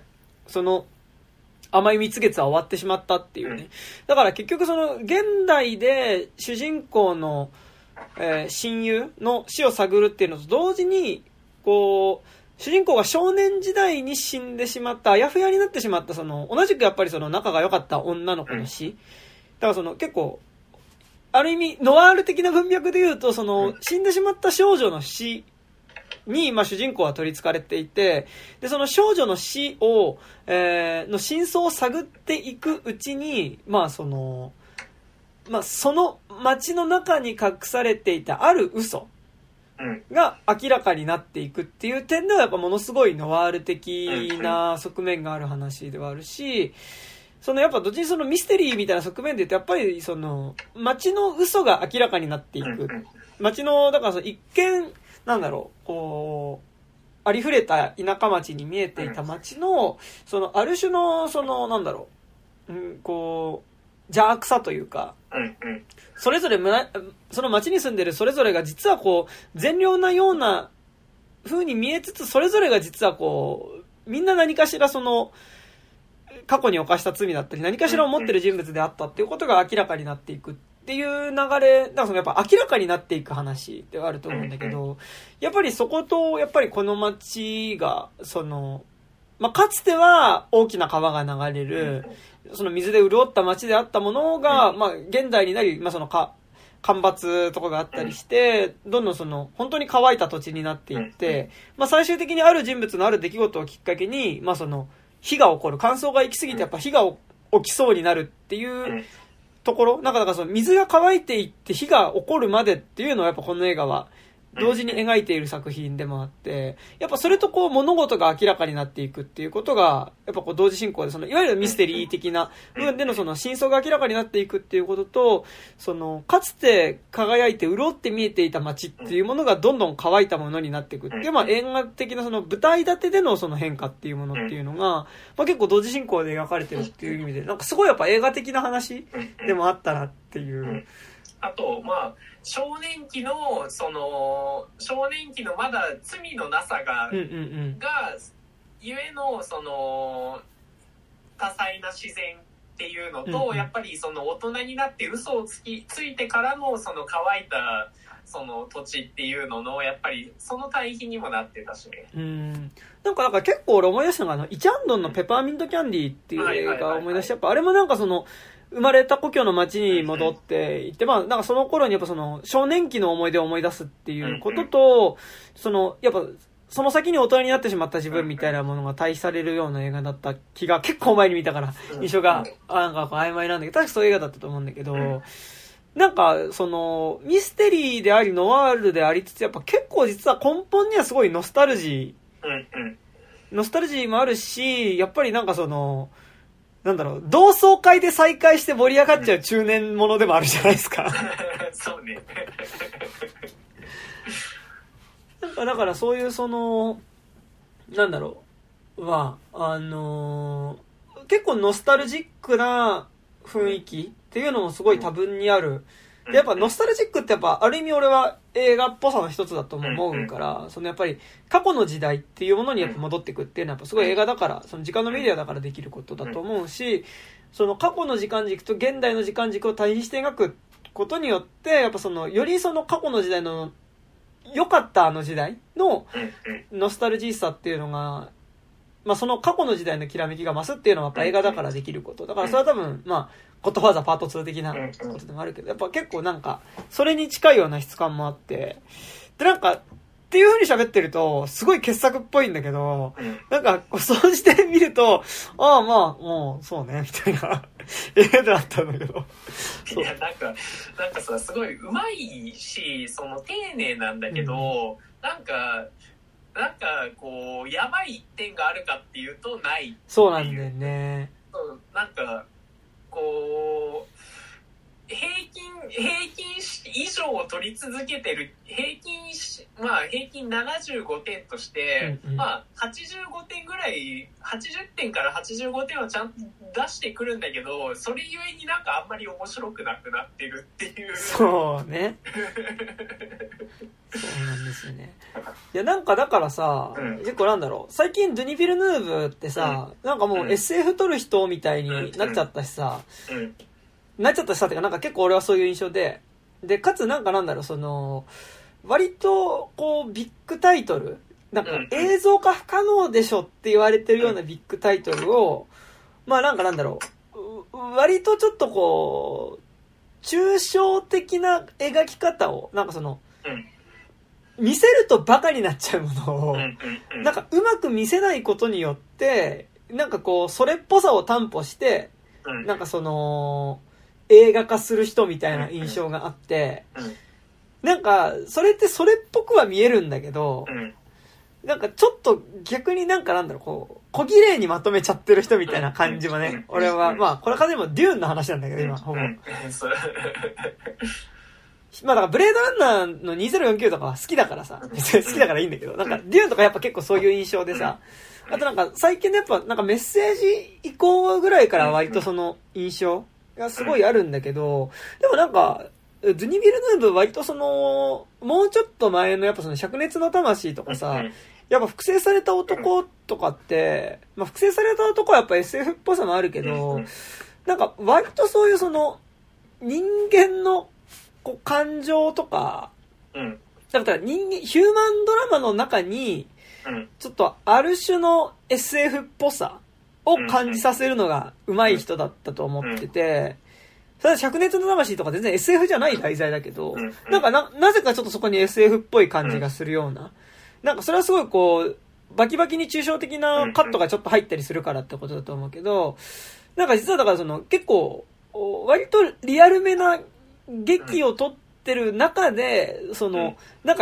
その甘い蜜月は終わってしまったっていうね。だから結局その現代で主人公の、えー、親友の死を探るっていうのと同時に、こう、主人公が少年時代に死んでしまった、あやふやになってしまった、その、同じくやっぱりその仲が良かった女の子の死。だからその結構、ある意味、ノワール的な文脈で言うと、その、死んでしまった少女の死に、まあ主人公は取り憑かれていて、で、その少女の死を、えー、の真相を探っていくうちに、まあその、まあその街の中に隠されていたある嘘が明らかになっていくっていう点ではやっぱものすごいノワール的な側面がある話ではあるし、そのやっぱどっちにそのミステリーみたいな側面で言うとやっぱりその街の嘘が明らかになっていく。街の、だからその一見なんだろう、こう、ありふれた田舎町に見えていた町の、そのある種のそのなんだろう、うん、こう、邪悪さというか、それぞれその町に住んでるそれぞれが実はこう善良なような風に見えつつ、それぞれが実はこうみんな何かしらその過去に犯した罪だったり何かしらを持ってる人物であったっていうことが明らかになっていくっていう流れだから、そのやっぱ明らかになっていく話ではあると思うんだけど、やっぱりそことやっぱりこの町がその、まあ、かつては大きな川が流れるその水で潤った町であったものが、まあ、現代になり、まあ、そのか干ばつとかがあったりして、どんどんその本当に乾いた土地になっていって、まあ、最終的にある人物のある出来事をきっかけに、まあ、その火が起こる、乾燥が行き過ぎてやっぱ火が起きそうになるっていうところ、なんかだからその水が乾いていって火が起こるまでっていうのはやっぱこの映画は同時に描いている作品でもあって、やっぱそれとこう物事が明らかになっていくっていうことが、やっぱこう同時進行で、そのいわゆるミステリー的な部分でのその真相が明らかになっていくっていうことと、そのかつて輝いて潤って見えていた街っていうものがどんどん乾いたものになっていくっていう、まあ映画的なその舞台立てでのその変化っていうものっていうのが、まあ結構同時進行で描かれてるっていう意味で、なんかすごいやっぱ映画的な話でもあったなっていう。 あと、まあ、少年期の、その、少年期のまだ罪のなさが、うんうんうん、が、ゆえの、その、多彩な自然っていうのと、うんうん、やっぱりその大人になって嘘をつき、ついてからのその乾いた、その土地っていうのの、やっぱりその対比にもなってたしね。 うん。なんか、なんか結構俺思い出したのが、あの、イチャンドンのペパーミントキャンディーっていう映画を思い出して、やっぱあれもなんかその、生まれた故郷の町に戻っていって、まあ、なんかその頃にやっぱその、少年期の思い出を思い出すっていうことと、その、やっぱ、その先に大人になってしまった自分みたいなものが対比されるような映画だった気が、結構前に見たから、印象が、なんか曖昧なんだけど、確かそういう映画だったと思うんだけど、なんか、その、ミステリーであり、ノワールでありつつ、やっぱ結構実は根本にはすごいノスタルジー、ノスタルジーもあるし、やっぱりなんかその、なんだろう、同窓会で再会して盛り上がっちゃう中年ものでもあるじゃないですか。 そうね。 なんかだからそういうその、なんだろう、は、あのー、結構ノスタルジックな雰囲気っていうのもすごい多分にある。でやっぱノスタルジックってやっぱある意味俺は映画っぽさの一つだと思うから、そのやっぱり過去の時代っていうものにやっぱ戻ってくっていうのはやっぱすごい映画だから、その時間のメディアだからできることだと思うし、その過去の時間軸と現代の時間軸を対比して描くことによって、やっぱそのよりその過去の時代の良かったあの時代のノスタルジーさっていうのが、まあその過去の時代のきらめきが増すっていうのはやっぱ映画だからできること。だからそれは多分、まあ、ゴッドファーザーパートツー的なことでもあるけど、やっぱ結構なんか、それに近いような質感もあって、でなんか、っていう風に喋ってると、すごい傑作っぽいんだけど、なんか、そうして見ると、ああまあ、もう、そうね、みたいな映画だったんだけど。 いや、なんか、なんかさ、すごい上手いし、その丁寧なんだけど、うん、なんか、なんか、こう、やばい一点があるかっていうと、ないっていう。 そうなんだよね。 そう、なんか、こう、平均、平均以上を取り続けてる、平均、まあ平均ななじゅうごてんとして、うんうん、まあはちじゅうごてんぐらい、はちじゅってんからはちじゅうごてんはちゃんと出してくるんだけど、それゆえになんかあんまり面白くなくなってるっていう。 そうね。そうなんですよね。いやなんかだからさ、うん、結構なんだろう、最近ドゥニ・ヴィルヌーブってさ、うん、なんかもう エスエフ 撮る人みたいになっちゃったしさ、うんうんなっちゃったしさってか、なんか結構俺はそういう印象で、で、かつなんかなんだろう、その、割と、こう、ビッグタイトル、なんか映像化不可能でしょって言われてるようなビッグタイトルを、まあなんかなんだろう、割とちょっとこう、抽象的な描き方を、なんかその、見せるとバカになっちゃうものを、なんかうまく見せないことによって、なんかこう、それっぽさを担保して、なんかその、映画化する人みたいな印象があって、なんか、それってそれっぽくは見えるんだけど、なんかちょっと逆になんかなんだろう、こう、小綺麗にまとめちゃってる人みたいな感じもね、俺は、まあ、これからでもデューンの話なんだけど、今、ほぼ。まあだからブレードランナーのにせんよんじゅうきゅうとかは好きだからさ、好きだからいいんだけど、なんかデューンとかやっぱ結構そういう印象でさ、あとなんか最近のやっぱなんかメッセージ以降ぐらいから割とその印象がすごいあるんだけど、でもなんか、ドゥニ・ヴィルヌーブ割とその、もうちょっと前のやっぱその灼熱の魂とかさ、やっぱ複製された男とかって、まあ複製された男はやっぱ エスエフ っぽさもあるけど、なんか割とそういうその、人間のこう感情とか、だから人間、ヒューマンドラマの中に、ちょっとある種の エスエフ っぽさを感じさせるのが上手い人だったと思ってて、それは灼熱の魂とか全然 エスエフ じゃない題材だけど、なんかな、なぜかちょっとそこに エスエフ っぽい感じがするような、なんかそれはすごいこう、バキバキに抽象的なカットがちょっと入ったりするからってことだと思うけど、なんか実はだからその結構、割とリアルめな劇を撮ってる中で、その、なんか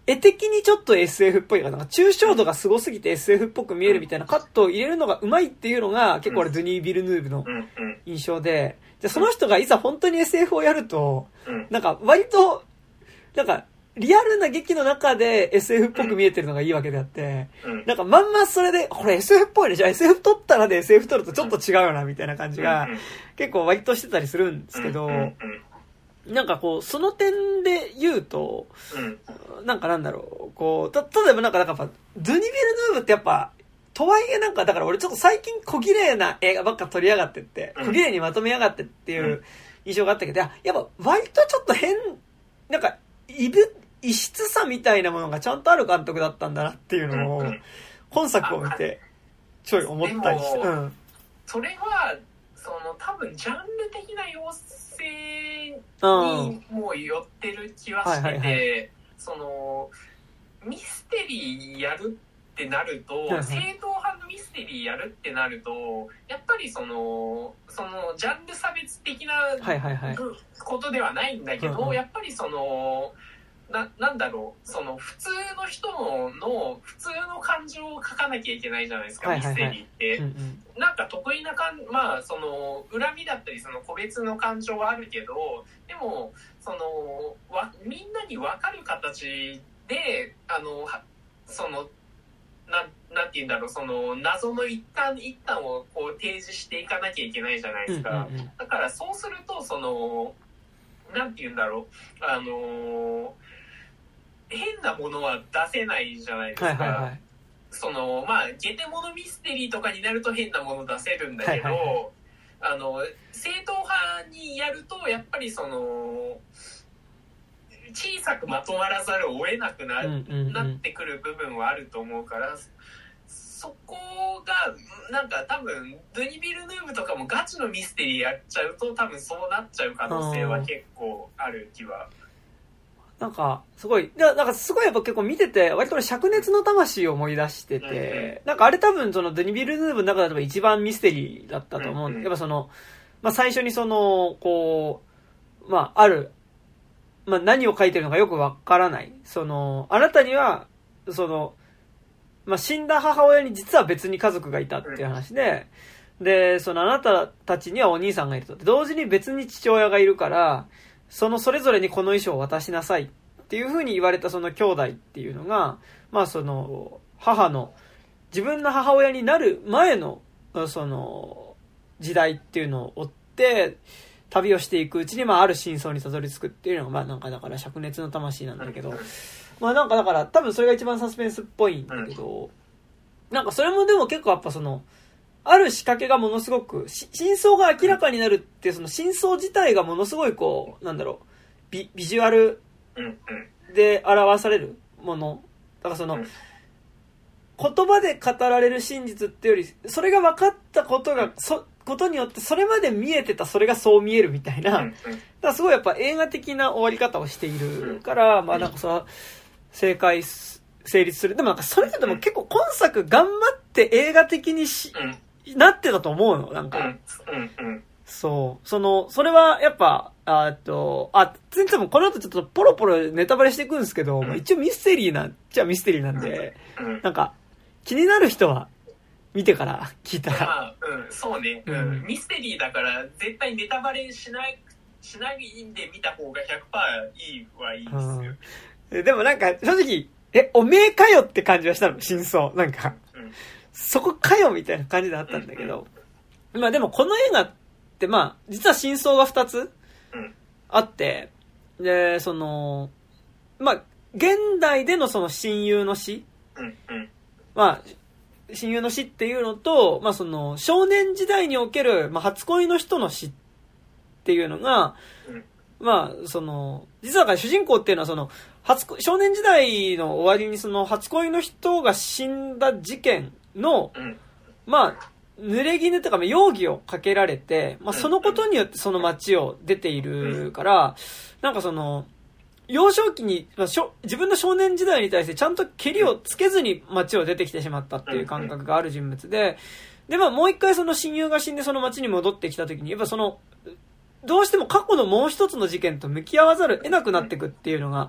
絵的にちょっと エスエフ っぽいかな、抽象度がすごすぎて エスエフ っぽく見えるみたいなカットを入れるのがうまいっていうのが結構俺ドゥニー・ビルヌーブの印象で、じゃその人がいざ本当に エスエフ をやると、なんか割と、なんかリアルな劇の中で エスエフ っぽく見えてるのがいいわけであって、なんかまんまそれで、これ エスエフ っぽいね、じゃあ エスエフ 撮ったらで エスエフ 撮るとちょっと違うよなみたいな感じが結構割としてたりするんですけど、なんかこう、その点で言うと、うん、なんかなんだろう、こう、た、例えばなんか、なんかやっぱ、ドゥニ・ビルヌーブってやっぱ、とはいえなんか、だから俺ちょっと最近小綺麗な映画ばっか撮りやがってって、小綺麗にまとめやがってっていう印象があったけど、やっぱ割とちょっと変、なんか、異ぶ、異質さみたいなものがちゃんとある監督だったんだなっていうのを、本作を見て、ちょい思ったりして、うん。 それは、その多分ジャンル的な要請にもう寄ってる気はしてて、はいはいはい、そのミステリーやるってなると、はいはい、正統派のミステリーやるってなるとやっぱりそのそのジャンル差別的なことではないんだけど、はいはいはい、やっぱりそのな, なんだろうその普通の人の普通の感情を書かなきゃいけないじゃないですか、はいはいはい、ミステリーって、うんうん、なんか得意なかんまあその恨みだったりその個別の感情はあるけどでもそのわみんなに分かる形であのそのななんて言うんだろうその謎の一端一端をこう提示していかなきゃいけないじゃないですか、うんうんうん、だからそうするとそのなんて言うんだろうあの変なものは出せないじゃないですか、はいはいはい、そのまあゲテモノミステリーとかになると変なもの出せるんだけど、はいはいはい、あの正統派にやるとやっぱりその小さくまとまらざるを得なく な,、うんうんうん、なってくる部分はあると思うからそこがなんか多分ドゥニ・ビルヌーブとかもガチのミステリーやっちゃうと多分そうなっちゃう可能性は結構ある気は。 なんか、すごい、なんかすごいやっぱ結構見てて、割と灼熱の魂を思い出してて、うんうん、なんかあれ多分そのドゥニ・ビルヌーブの中では一番ミステリーだったと思う。うんうん、やっぱその、まあ最初にその、こう、まあある、まあ何を書いてるのかよくわからない。その、あなたには、その、まあ死んだ母親に実は別に家族がいたっていう話で、で、そのあなたたちにはお兄さんがいると。同時に別に父親がいるから、そのそれぞれにこの衣装を渡しなさいっていう風に言われたその兄弟っていうのが、まあその母の自分の母親になる前のその時代っていうのを追って旅をしていくうちにまあある真相にたどり着くっていうのがまあなんかだから灼熱の魂なんだけど、まあなんかだから多分それが一番サスペンスっぽいんだけど、なんかそれもでも結構やっぱそのある仕掛けがものすごく真相が明らかになるっていうその真相自体がものすごいこうなんだろう ビ, ビジュアルで表されるものだからその言葉で語られる真実っていうよりそれが分かったことがそことによってそれまで見えてたそれがそう見えるみたいなだからすごいやっぱ映画的な終わり方をしているからまあなんかさ正解成立するでもなんかそれでも結構今作頑張って映画的にしなってたと思うのなんか、うんうんうん、そうそのそれはやっぱあっとあ全然もこの後ちょっとポロポロネタバレしていくんですけど、うん、一応ミステリーなじゃあミステリーなんで、うん、なんか気になる人は見てから聞いたら、まあうん、そうね、うん、ミステリーだから絶対ネタバレしないしないで見た方が ひゃくパーセント いいはいいですよ、 うん、でもなんか正直えおめえかよって感じはしたの真相なんか、うんそこかよみたいな感じであったんだけど、まあでもこの映画ってまあ実は真相がふたつあって、でそのまあ現代でのその親友の死、まあ親友の死っていうのと、まあその少年時代におけるまあ初恋の人の死っていうのが、まあその実は主人公っていうのはその初少年時代の終わりにその初恋の人が死んだ事件の、うん、まあ濡れ衣とか容疑をかけられて、まあ、そのことによってその街を出ているから、なんかその幼少期に、まあ、しょ自分の少年時代に対してちゃんとケリをつけずに街を出てきてしまったっていう感覚がある人物で、でまあもう一回その親友が死んでその街に戻ってきた時にやっぱそのどうしても過去のもう一つの事件と向き合わざるを得なくなっていくっていうのが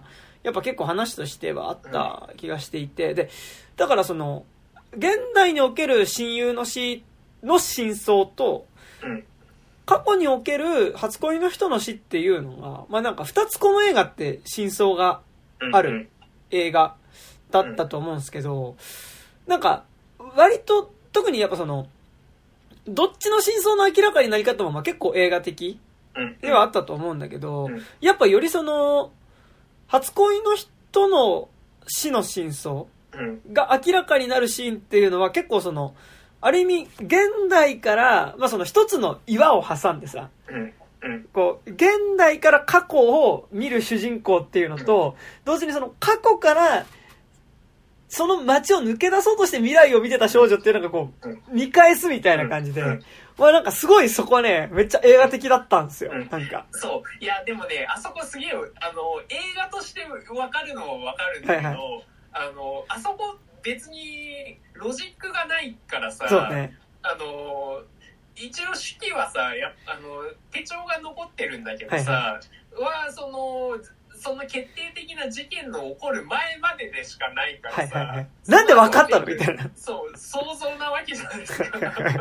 やっぱ結構話としてはあった気がしていて、で、だからその、現代における親友の死の真相と、過去における初恋の人の死っていうのが、まあなんか二つこの映画って真相がある映画だったと思うんですけど、なんか、割と、特にやっぱその、どっちの真相の明らかになり方もまあ結構映画的ではあったと思うんだけど、やっぱよりその、初恋の人の死の真相が明らかになるシーンっていうのは結構その、ある意味、現代から、まあその一つの岩を挟んでさ、こう、現代から過去を見る主人公っていうのと、同時にその過去から、その街を抜け出そうとして未来を見てた少女っていうのがこう、見返すみたいな感じで、まあなんかすごいそこはね、めっちゃ映画的だったんですよ、なんか。 そう。いや、でもね、あそこすげえ、あの、映画としてわかるのはわかるんだけど、はいはい、あの、あそこ別にロジックがないからさ、 そうね。 あの、一応手記はさ、やあの、手帳が残ってるんだけどさ、はいはい、は、その、その決定的な事件の起こる前まででしかないからさ、はいはいはい、 なんで分かったのみたいな。 そう、想像なわけじゃないですか。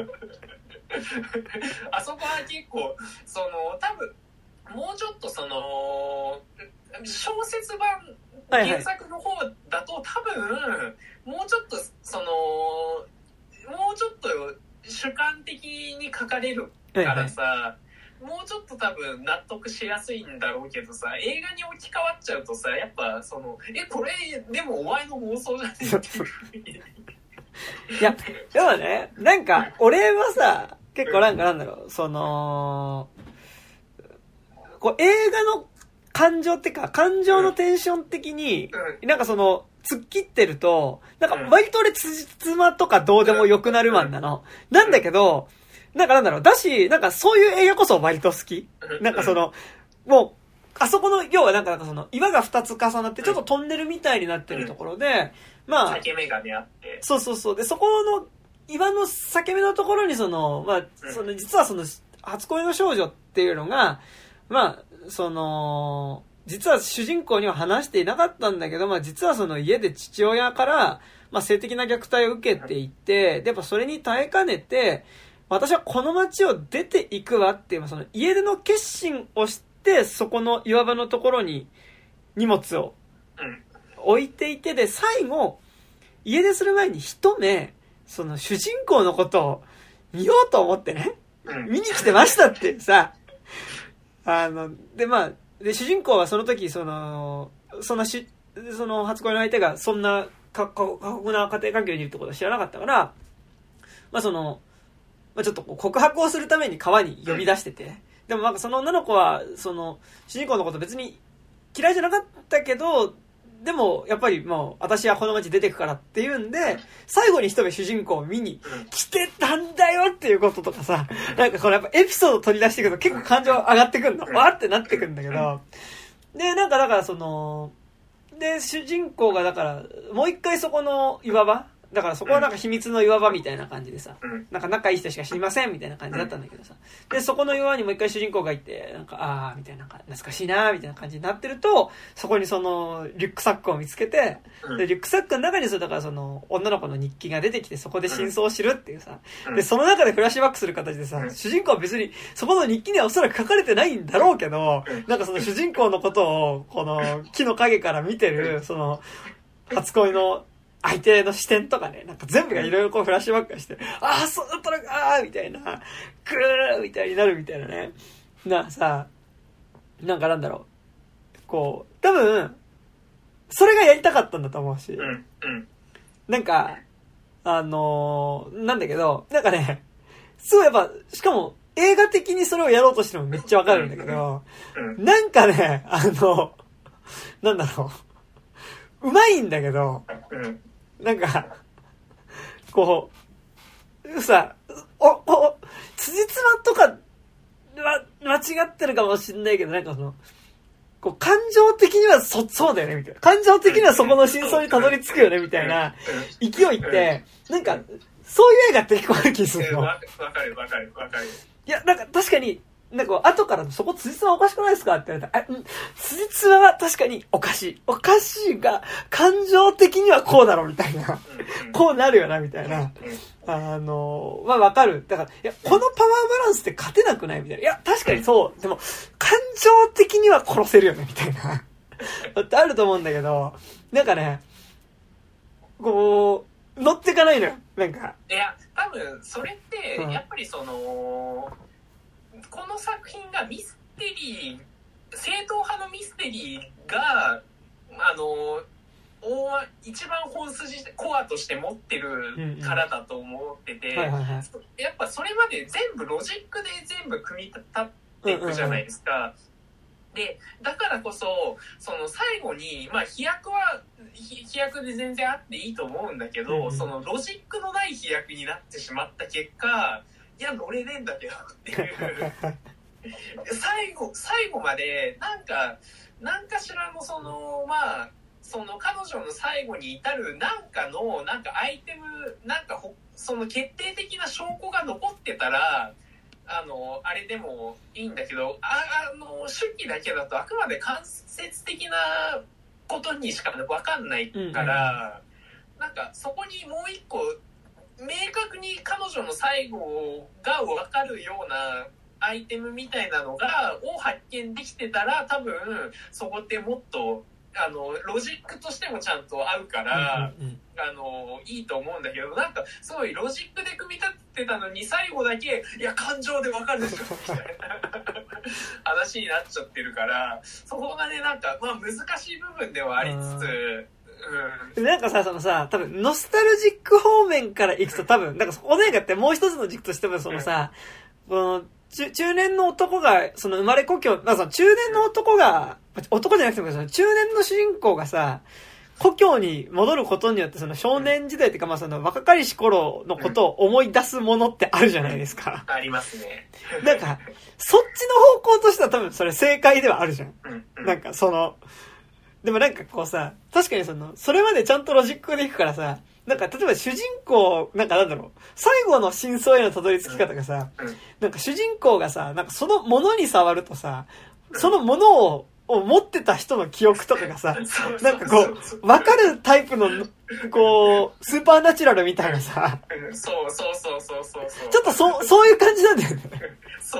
あそこは結構、その、多分、もうちょっとその、小説版、原作の方だと多分、もうちょっと、その、もうちょっと主観的に書かれるからさ、はいはい、もうちょっと多分納得しやすいんだろうけどさ、映画に置き換わっちゃうとさ、やっぱその、え、これでもお前の妄想じゃねえっていうふうに。 いや、でもね、なんか、俺はさ、結構なんかなんだろう、その、こう映画の感情ってか、感情のテンション的に、なんかその、突っ切ってると、なんか割と俺つじつまとかどうでもよくなるマンなの。なんだけど、なんかなんだろう、だし、なんかそういう映画こそ割と好き。なんかその、もう、あそこの、要はなんかその、岩が二つ重なってちょっとトンネルみたいになってるところで、まあ、 裂け目がねあって。 そうそうそう。で、そこの、岩の裂け目のところにその、まあ、その、実はその、初恋の少女っていうのが、まあ、その、実は主人公には話していなかったんだけど、まあ実はその家で父親から、まあ性的な虐待を受けていて、で、やっぱそれに耐えかねて、私はこの街を出ていくわっていう、その家出の決心をして、そこの岩場のところに荷物を置いていて、で、最後、家出する前に一目、その主人公のことを見ようと思ってね、見に来てましたってさ、あの、で、まあ、で、主人公はその時、その、そんなし、その初恋の相手がそんな過酷な家庭環境にいるってことを知らなかったから、まあその、まあちょっと告白をするために川に呼び出してて、でもなんかその女の子は、その、主人公のこと別に嫌いじゃなかったけど、でも、やっぱりもう、私はこの街出てくからっていうんで、最後に一目主人公を見に来てたんだよっていうこととかさ、なんかこれやっぱエピソード取り出していくと結構感情上がってくるの。わーってなってくるんだけど、で、なんかだからその、で、主人公がだから、もう一回そこの岩場だからそこはなんか秘密の岩場みたいな感じでさ、なんか仲いい人しか知りませんみたいな感じだったんだけどさ、で、そこの岩にもう一回主人公がいて、なんか、あーみたいな、懐かしいなーみたいな感じになってると、そこにその、リュックサックを見つけて、で、リュックサックの中にその、だからその、女の子の日記が出てきて、そこで真相を知るっていうさ、で、その中でフラッシュバックする形でさ、主人公は別に、そこの日記にはおそらく書かれてないんだろうけど、なんかその主人公のことを、この、木の影から見てる、その、初恋の、相手の視点とかね、なんか全部がいろいろこうフラッシュバックして、ああ、そうだったのかーみたいな、グーみたいになるみたいなね。なさ、なんかなんだろう。こう、多分、それがやりたかったんだと思うし、 うんうん、 なんか、あのー、なんだけど、なんかね、すごいやっぱ、しかも映画的にそれをやろうとしてるのめっちゃわかるんだけど、なんかね、あの、なんだろう、うまいんだけど、なんか、こう、さ、お、お、辻褄とかは間違ってるかもしんないけど、なんかその、こう、感情的にはそ、そうだよね、みたいな。感情的にはそこの真相にたどり着くよね、みたいな勢いって、なんか、そういう映画って結構ある気するの。 わかるわかるわかる。 いや、なんか確かに、 なんか後からそこ辻褄おかしくないですかって言われたら、うん、辻褄は確かにおかしい。おかしいが、感情的にはこうだろうみたいな。こうなるよなみたいな。あの、まあわかる。だから、いや、このパワーバランスって勝てなくないみたいな。いや、確かにそう。でも、感情的には殺せるよねみたいな。ってあると思うんだけど、なんかね、こう、乗ってかないのよ。なんか。 いや、多分、それって、やっぱりその、うんこの作品がミステリー正統派のミステリーがあの一番本筋コアとして持ってるからだと思ってて、やっぱそれまで全部ロジックで全部組み立っていくじゃないですか、うんうんうん、でだからこそその最後に、まあ、飛躍は飛躍で全然あっていいと思うんだけど、うんうん、そのロジックのない飛躍になってしまった結果いや乗れねえんだけどっていう最後最後までなんか何かしらのそのまあその彼女の最後に至るなんかのなんかアイテムなんかほその決定的な証拠が残ってたらあのあれでもいいんだけど あ, あの手記だけだとあくまで間接的なことにしか分かんないから、うんうん、なんかそこにもう一個明確に彼女の最後が分かるようなアイテムみたいなのがを発見できてたら多分そこってもっとあのロジックとしてもちゃんと合うから、うんうんうん、あのいいと思うんだけどなんかすごいロジックで組み立てたのに最後だけいや感情で分かるでしょみたいな話になっちゃってるからそこがねなんか、まあ、難しい部分ではありつつうん、なんかさ、そのさ、多分ノスタルジック方面から行くと多分、なんかおねがってもう一つの軸としてもそのさ、この中、中年の男が、その生まれ故郷、まあその中年の男が、男じゃなくてもその中年の主人公がさ、故郷に戻ることによってその少年時代っていうかまあその若かりし頃のことを思い出すものってあるじゃないですか。 ありますね。 なんか、そっちの方向としては多分それ正解ではあるじゃん。なんかその、でもなんかこうさ、確かにその、それまでちゃんとロジックでいくからさ、なんか例えば主人公、なんかなんだろう、最後の真相へのたどり着き方がさ、なんか主人公がさ、なんかそのものに触るとさ、そのものを、を持ってた人の記憶とかがさ、なんかこう、わかるタイプの、こう、スーパーナチュラルみたいなさ、 そうそうそうそうそうそう。 ちょっとそう、そういう感じなんだよね。 そう。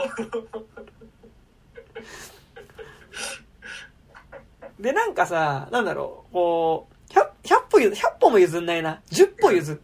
で、なんかさ、なんだろう、こう、ひゃく歩譲、ひゃっぽも譲んないな。じゅっぽ譲って、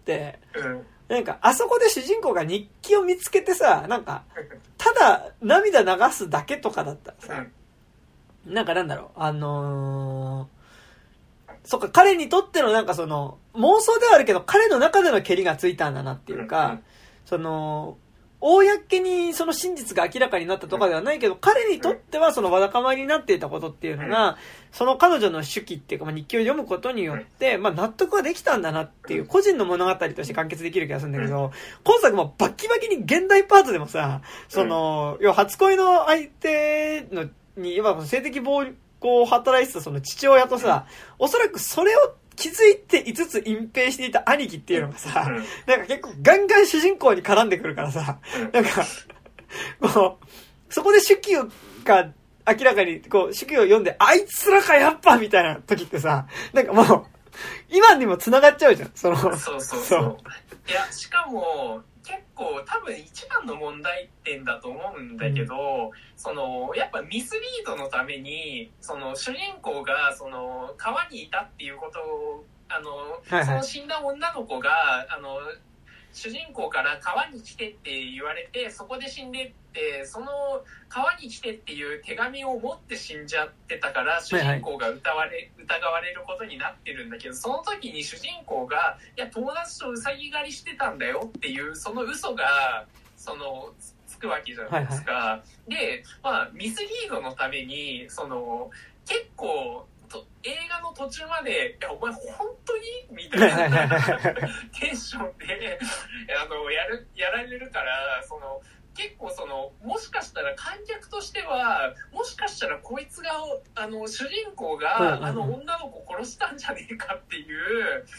うん、なんか、あそこで主人公が日記を見つけてさ、なんか、ただ涙流すだけとかだったらさ、うん、なんかなんだろう、あのー、そっか、彼にとってのなんかその、妄想ではあるけど、彼の中でのケリがついたんだなっていうか、うん、その、公にその真実が明らかになったとかではないけど、彼にとってはそのわだかまりになっていたことっていうのが、その彼女の手記っていうか、まあ、日記を読むことによって、まあ、納得ができたんだなっていう個人の物語として完結できる気がするんだけど、今作もバッキバキに現代パートでもさ、その、要は初恋の相手のに、いわば性的暴行を働いてたその父親とさ、おそらくそれを気づいていつつ隠蔽していた兄貴っていうのがさ、なんか結構ガンガン主人公に絡んでくるからさ、なんか、こう、そこで手記が明らかに、こう、手記を読んで、あいつらかやっぱみたいな時ってさ、なんかもう、今にも繋がっちゃうじゃん、その。 そうそうそう。そういや、しかも、結構多分一番の問題点だと思うんだけど、うん、そのやっぱミスリードのためにその主人公がその川にいたっていうことをあの、はいはい、その死んだ女の子があの主人公から川に来てって言われてそこで死んでってその川に来てっていう手紙を持って死んじゃってたから主人公が疑われ、はいはい、疑われることになってるんだけどその時に主人公がいや友達とうさぎ狩りしてたんだよっていうその嘘がそのつくわけじゃないですか、はいはい、で、まあ、ミスリードのためにその結構と映画の途中までいやお前本当にみたいなテンションであのやるやられるからその結構そのもしかしたら観客としてはもしかしたらこいつがあの主人公があの女の子殺したんじゃねえかっていうっ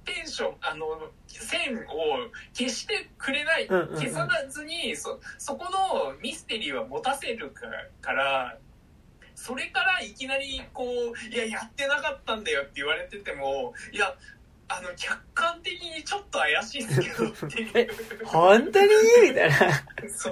テンション、あの、線を消してくれない、 うんうんうん、 消さずに、そ、そこのミステリーは持たせるから、それからいきなりこう、いや、やってなかったんだよって言われてても、いや、あの、客観的にちょっと怪しいですけどっていう。 え、本当にみたいな。 そう。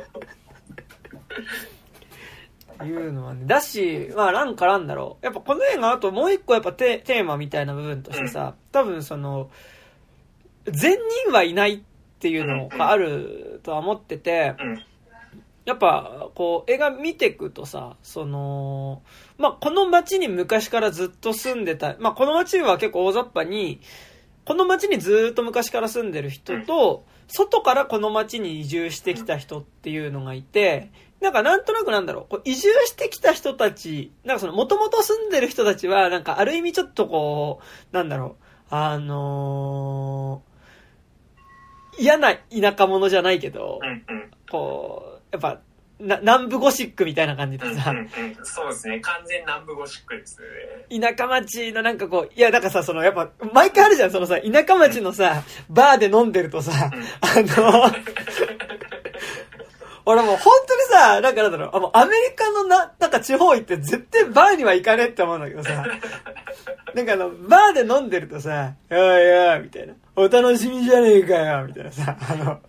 いうのはね。だし、まあなんかなんだろう。やっぱこの映画あともう一個やっぱテテーマみたいな部分としてさ、多分その、善人はいないっていうのがあるとは思ってて、やっぱこう映画見ていくとさ、その、まあこの街に昔からずっと住んでた、まあこの街は結構大雑把に、この街にずっと昔から住んでる人と、外からこの街に移住してきた人っていうのがいて、なんかなんとなくなんだろう、こう移住してきた人たち、なんかその元々住んでる人たちは、なんかある意味ちょっとこう、なんだろう、あのー、嫌な田舎者じゃないけど、こう、やっぱ、な南部ゴシックみたいな感じでさ、うんうんうん、 そうですね、完全南部ゴシックですね。 田舎町のなんかこう、いやなんかさ、そのやっぱ毎回あるじゃん、そのさ、田舎町のさ、バーで飲んでるとさ、あの俺もう本当にさ、なんかなんだろう、あのアメリカのな、なんか地方行って絶対バーには行かねえって思うんだけどさ、なんかあの、バーで飲んでるとさ、おいおいみたいな、お楽しみじゃねえかよみたいなさ、あの、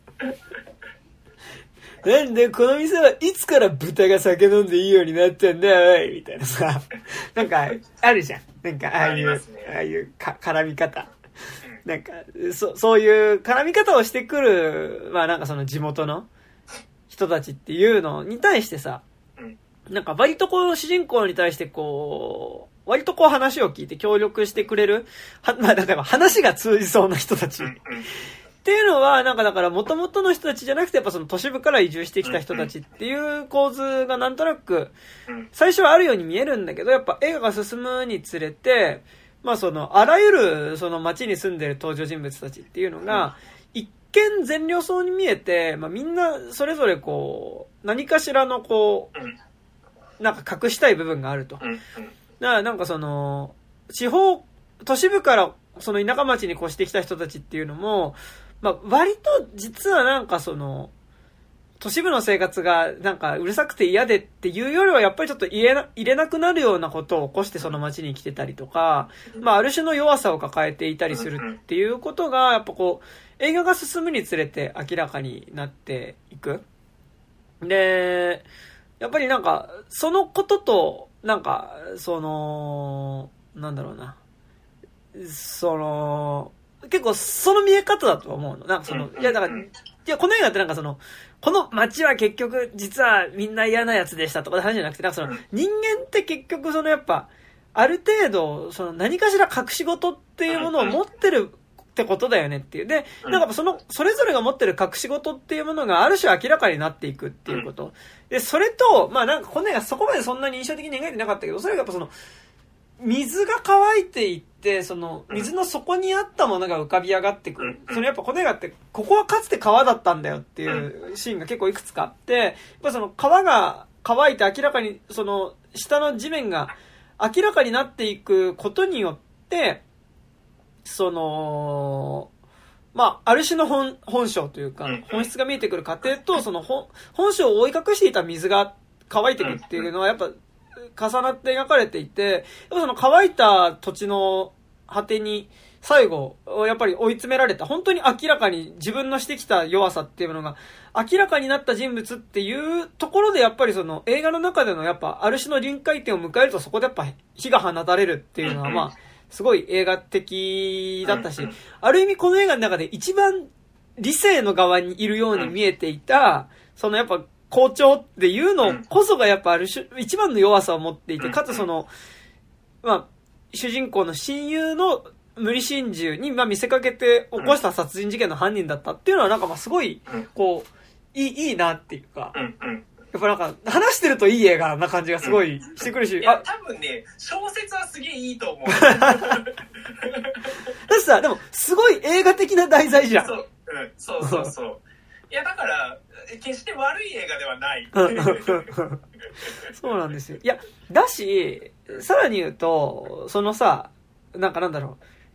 なんでこの店はいつから豚が酒飲んでいいようになったんだよみたいなさ、なんかあるじゃん、なんかああいう、ね、ああいうか絡み方、なんかそそういう絡み方をしてくる、まあなんかその地元の人たちっていうのに対してさ、なんか割とこう主人公に対してこう割とこう話を聞いて協力してくれる、はまあだから話が通じそうな人たち。っていうのは、なんかだから元々の人たちじゃなくて、やっぱその都市部から移住してきた人たちっていう構図がなんとなく、最初はあるように見えるんだけど、やっぱ映画が進むにつれて、まあその、あらゆるその街に住んでる登場人物たちっていうのが、一見善良そうに見えて、まあみんなそれぞれこう、何かしらのこう、なんか隠したい部分があると。だからなんかその、地方、都市部からその田舎町に越してきた人たちっていうのも、まあ、割と実はなんかその都市部の生活がなんかうるさくて嫌でっていうよりはやっぱりちょっと入れな、入れなくなるようなことを起こしてその街に来てたりとか、まあある種の弱さを抱えていたりするっていうことがやっぱこう映画が進むにつれて明らかになっていく。で、やっぱりなんかそのこととなんかそのなんだろうな、その結構その見え方だと思うの。なんかその、いやだから、いやこの映画ってなんかその、この街は結局実はみんな嫌なやつでしたとかの話じゃなくて、なんかその人間って結局そのやっぱ、ある程度その何かしら隠し事っていうものを持ってるってことだよねっていう。で、なんかその、それぞれが持ってる隠し事っていうものがある種明らかになっていくっていうこと。で、それと、まあなんかこの映画そこまでそんなに印象的に描いてなかったけど、それがやっぱその、水が乾いていって、その水の底にあったものが浮かび上がってくる。そのやっぱこの映画って、ここはかつて川だったんだよっていうシーンが結構いくつかあって、やっぱその川が乾いて明らかに、その下の地面が明らかになっていくことによって、その、まあ、ある種の本、本性というか、本質が見えてくる過程と、その本、本性を覆い隠していた水が乾いてくるっていうのはやっぱ、重なって描かれていて、その乾いた土地の果てに最後やっぱり追い詰められた、本当に明らかに自分のしてきた弱さっていうのが明らかになった人物っていうところで、やっぱりその映画の中でのやっぱある種の臨界点を迎えると、そこでやっぱ火が放たれるっていうのはまあすごい映画的だったし、ある意味この映画の中で一番理性の側にいるように見えていた、そのやっぱ校長っていうのこそがやっぱある種一番の弱さを持っていて、かつそのまあ主人公の親友の無理心中にまあ見せかけて起こした殺人事件の犯人だったっていうのはなんかまあすごいこういいいいなっていうか、やっぱなんか話してるといい映画な感じがすごいしてくるし、 いや多分ね小説はすげえいいと思う。 だってさ、でもすごい映画的な題材じゃん。 そう、うん、そうそうそう。いやだから決して悪い映画ではない。 そうなんですよ。いやだしさらに言うと、そのさ、なんかなんだろう、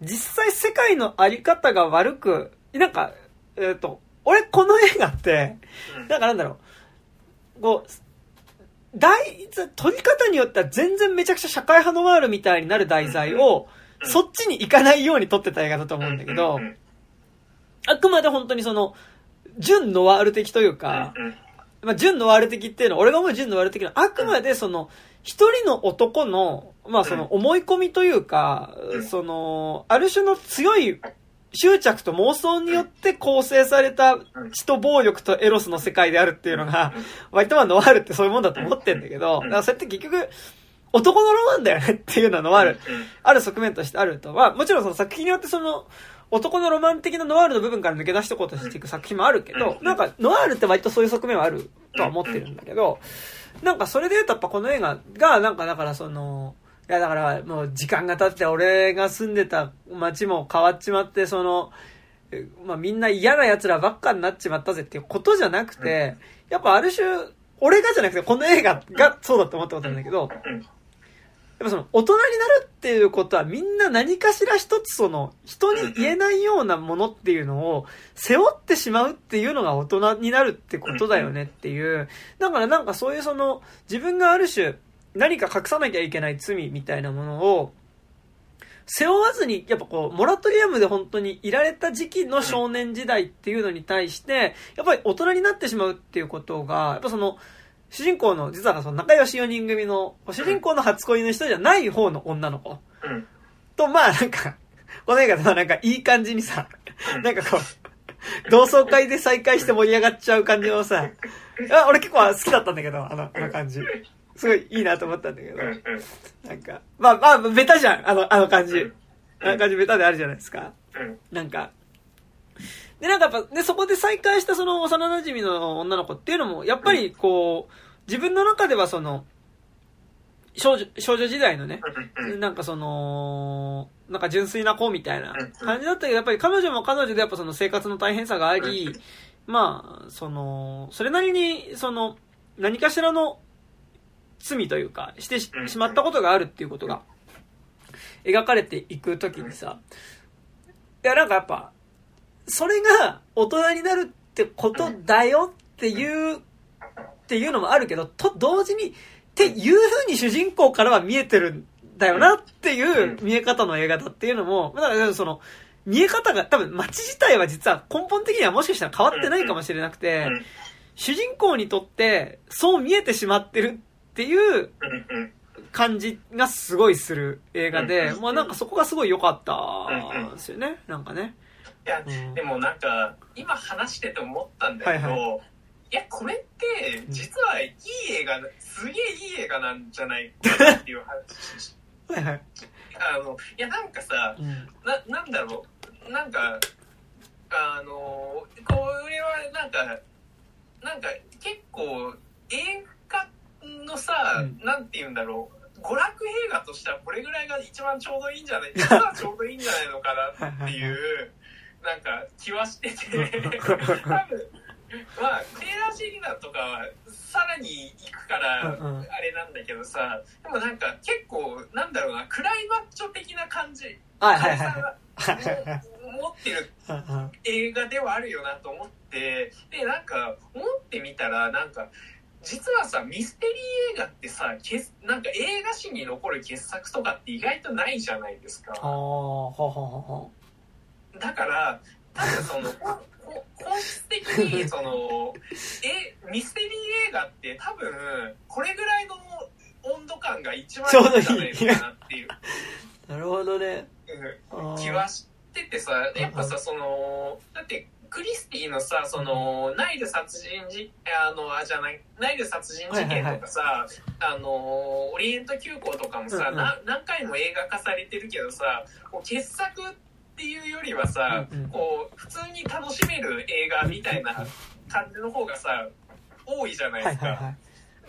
実際世界のあり方が悪く、なんか、えっと、俺この映画って、なんかなんだろう、こう、題、取り方によっては全然めちゃくちゃ社会派ノワールみたいになる題材を、そっちに行かないように撮ってた映画だと思うんだけど、あくまで本当にその、純ノワール的というか、まあ、純ノワール的っていうのは、俺が思う純ノワール的な、あくまでその、一人の男の、まあその思い込みというか、その、ある種の強い執着と妄想によって構成された血と暴力とエロスの世界であるっていうのが、割とまあノワールってそういうもんだと思ってんだけど、だからそれって結局、男のロマンだよねっていうのはノワール、ある側面としてあるとは、もちろんその作品によってその、男のロマン的なノワールの部分から抜け出していこうとしていく作品もあるけど、なんかノワールって割とそういう側面はあるとは思ってるんだけど、なんかそれで言うとやっぱこの映画がなんかだからその、いやだからもう時間が経って俺が住んでた街も変わっちまって、その、まあみんな嫌な奴らばっかになっちまったぜっていうことじゃなくて、やっぱある種、俺がじゃなくてこの映画がそうだと思ったことなんだけど、やっぱその大人になるっていうことはみんな何かしら一つその人に言えないようなものっていうのを背負ってしまうっていうのが大人になるってことだよねっていう。だからなんかそういうその自分がある種何か隠さなきゃいけない罪みたいなものを背負わずにやっぱこうモラトリアムで本当にいられた時期の少年時代っていうのに対してやっぱり大人になってしまうっていうことがやっぱその主人公の、実はその仲良しよにん組の、主人公の初恋の人じゃない方の女の子。うん、と、まあなんか、この映画ではなんかいい感じにさ、なんかこう、同窓会で再会して盛り上がっちゃう感じのさ、あ俺結構好きだったんだけど、あの、あの感じ。すごいいいなと思ったんだけど、なんか、まあまあ、ベタじゃん、あの、あの感じ。あの感じベタであるじゃないですか。なんか、で、なんかやっぱ、で、そこで再会したその幼馴染の女の子っていうのも、やっぱりこう、自分の中ではその、少女、少女時代のね、なんかその、なんか純粋な子みたいな感じだったけど、やっぱり彼女も彼女でやっぱその生活の大変さがあり、まあ、その、それなりに、その、何かしらの罪というか、して し, しまったことがあるっていうことが、描かれていくときにさ、いやなんかやっぱ、それが大人になるってことだよっていう、っていうのもあるけど、と同時に、っていう風に主人公からは見えてるんだよなっていう見え方の映画だっていうのも、だからその、見え方が多分街自体は実は根本的にはもしかしたら変わってないかもしれなくて、主人公にとってそう見えてしまってるっていう感じがすごいする映画で、まあなんかそこがすごい良かったんですよね、なんかね。 いや、うん、でもなんか今話してて思ったんだけど、はいはい、いやこれって実はいい映画、すげえいい映画なんじゃないかなっていう話はいはい、あのいやなんかさ、うん、な, なんだろうなんかあのこれはなんかなんか結構映画のさ、うん、なんて言うんだろう娯楽映画としてはこれぐらいが一番ちょうどいいんじゃない実はちょうどいいんじゃないのかなっていうなんか気はしてて多分まあテイラー・シェリナとかはさらに行くからあれなんだけどさ、でもなんか結構なんだろうなクライマッチョ的な感じはいはいはい持ってる映画ではあるよなと思ってでなんか思ってみたらなんか実はさミステリー映画ってさなんか映画史に残る傑作とかって意外とないじゃないですか。あほほほだから多分その本質的にそのえミステリー映画って多分これぐらいの温度感が一番いいんじゃないのかなっていうなるほどね、 うん、気はしててさやっぱさそのだってクリスティのさそのナイル殺人事あのあじゃないナイル殺人事件とかさ、はいはいはい、あのオリエント急行とかもさ、うんうん、な何回も映画化されてるけどさこう傑作っていうよりはさ、うんうん、こう普通に楽しめる映画みたいな感じの方がさ多いじゃないですか、はいはいはい、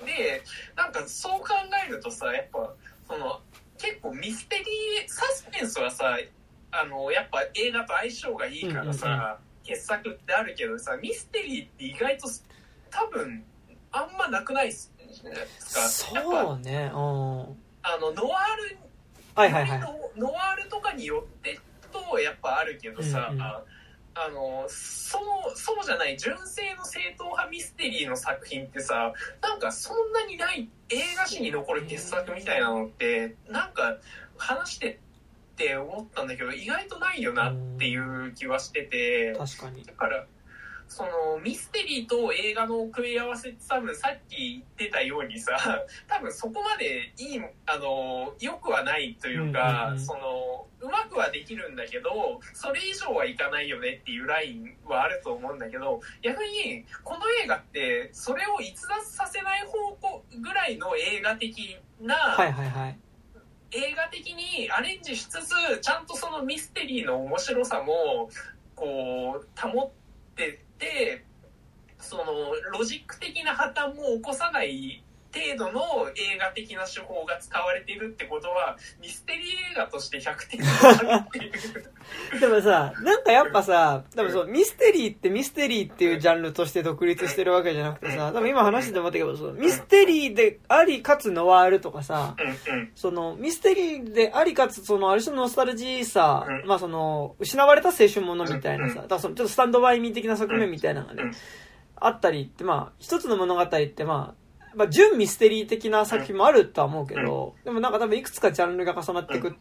でなんかそう考えるとさやっぱその結構ミステリーサスペンスはさあのやっぱ映画と相性がいいからさ、うんうんうん、傑作ってあるけどさミステリーって意外と多分あんまなくないですか。 そうね、うん、 あのノワール、 はいはいはい、 ノワールとかによってっことやっぱあるけどさ、 うんうん、 あのそうそうじゃない純正の正統派ミステリーの作品ってさ、なんかそんなにない映画史に残る傑作みたいなのってなんか話してって思ったんだけど意外とないよなっていう気はしてて、 確かに。 だからそのミステリーと映画の組み合わせって多分さっき言ってたようにさ、多分そこまでいいあの良くはないというか、うんうんうん、そのうまくはできるんだけどそれ以上はいかないよねっていうラインはあると思うんだけど、逆にこの映画ってそれを逸脱させない方向ぐらいの映画的な、 はいはいはい、 映画的にアレンジしつつちゃんとそのミステリーの面白さもこう保ってでそのロジック的な破綻も起こさない程度の映画的な手法が使われているってことはミステリー映画としてひゃくてんっていうでもさ、なんかやっぱさ、多分そうミステリーってミステリーっていうジャンルとして独立してるわけじゃなくてさ、多分今話してて思ったけど、そのミステリーでありかつノワールとかさ、そのミステリーでありかつそのある種のノスタルジーさ、まあその失われた青春ものみたいなさ、だからそのちょっとスタンドバイミー的な側面みたいなのがね、あったりって、まあ一つの物語ってまあまあ、純ミステリー的な作品もあるとは思うけど、でもなんか多分いくつかジャンルが重なっていくって、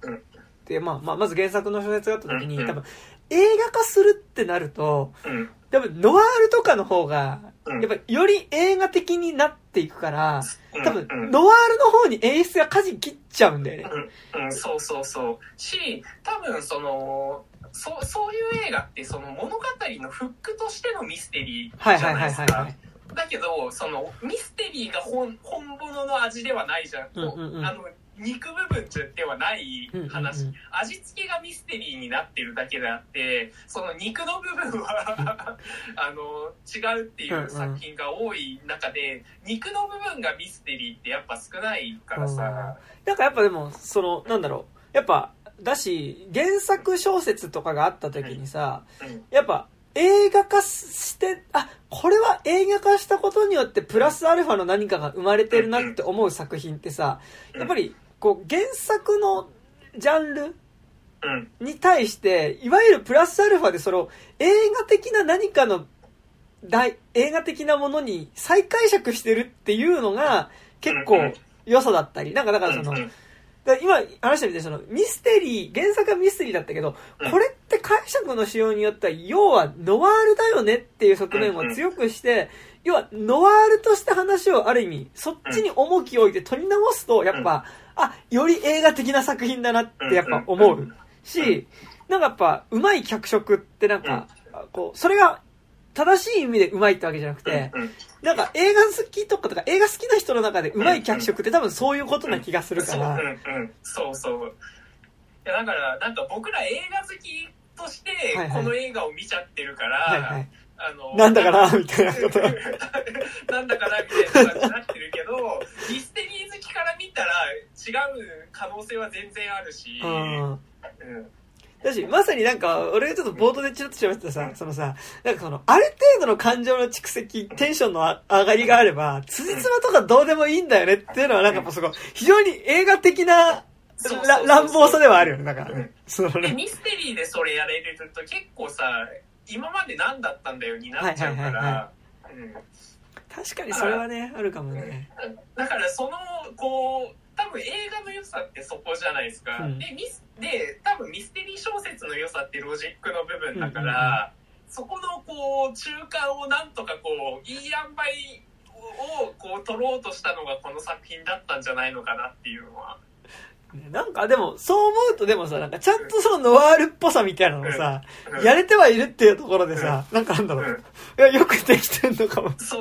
まあ、まあ、まず原作の小説があった時に、多分映画化するってなると、多分ノワールとかの方が、やっぱりより映画的になっていくから、多分ノワールの方に演出が舵切っちゃうんだよね。 うんうん、そうそうそう。し、多分その、そ, そういう映画ってその物語のフックとしてのミステリーじゃないですか。はいはいはいはいはい。だけどそのミステリーが 本, 本物の味ではないじゃん、うんうんうん、あの肉部分ではない話、うんうんうん、味付けがミステリーになってるだけであってその肉の部分はあの違うっていう作品が多い中で、うんうん、肉の部分がミステリーってやっぱ少ないからさ、うん、 なんかやっぱでもそのなんだろうやっぱだし原作小説とかがあった時にさ、うんうん、やっぱ映画化して、あ、これは映画化したことによってプラスアルファの何かが生まれてるなって思う作品ってさ、やっぱりこう原作のジャンルに対していわゆるプラスアルファでその映画的な何かの大映画的なものに再解釈してるっていうのが結構良さだったり、なんかだからそのだ今話してみてそのミステリー原作はミステリーだったけどこれって解釈の仕様によっては要はノワールだよねっていう側面を強くして要はノワールとして話をある意味そっちに重きを置いて取り直すとやっぱあより映画的な作品だなってやっぱ思うしなんかやっぱ上手い脚色ってなんかこうそれが正しい意味で上手いってわけじゃなくて、うんうん、なんか映画好きとかとか映画好きな人の中で上手い脚色って多分そういうことな気がするから。 うんうんうん、そうそう。いやだからなんか僕ら映画好きとしてこの映画を見ちゃってるから、はいはい、あのなんだかなみたいなことなんだかなみたいな感じになってるけど、ミステリー好きから見たら違う可能性は全然あるし。うん。うんだし、まさになんか、俺がちょっと冒頭でちょっと喋ってたさ、そのさ、なんかその、ある程度の感情の蓄積、テンションの上がりがあれば、つじつまとかどうでもいいんだよねっていうのはなんかやっぱすごい、非常に映画的な乱暴さではあるよね、だから、ね。そのね。 ミステリーでそれやれると結構さ、今まで何だったんだよになっちゃうから、 確かにそれはね、あるかもね。 だからその、こう、多分映画の良さってそこじゃないですか、うん、でミスで多分ミステリー小説の良さってロジックの部分だから、うんうんうん、そこのこう中間をなんとかこういい塩梅をこう取ろうとしたのがこの作品だったんじゃないのかなっていうのはなんかでもそう思うとでもさなんかちゃんとそのノワールっぽさみたいなのをさ、うん、やれてはいるっていうところでさ、うん、なんかなんだろう、うん、いやよくできてんのかもそう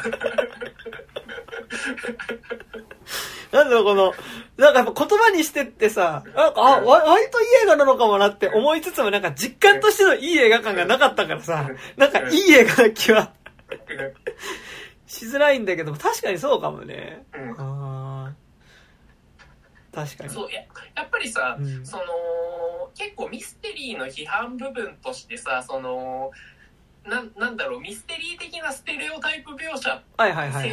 なんだろうこのなんかやっぱ言葉にしてってさなんかあ割といい映画なのかもなって思いつつもなんか実感としてのいい映画感がなかったからさなんかいい映画な気はしづらいんだけど確かにそうかもね、うんあ確かにそう や, やっぱりさ、うん、その結構ミステリーの批判部分としてさそのな, なんだろうミステリー的なステレオタイプ描写、 はいはいはいはい、 ど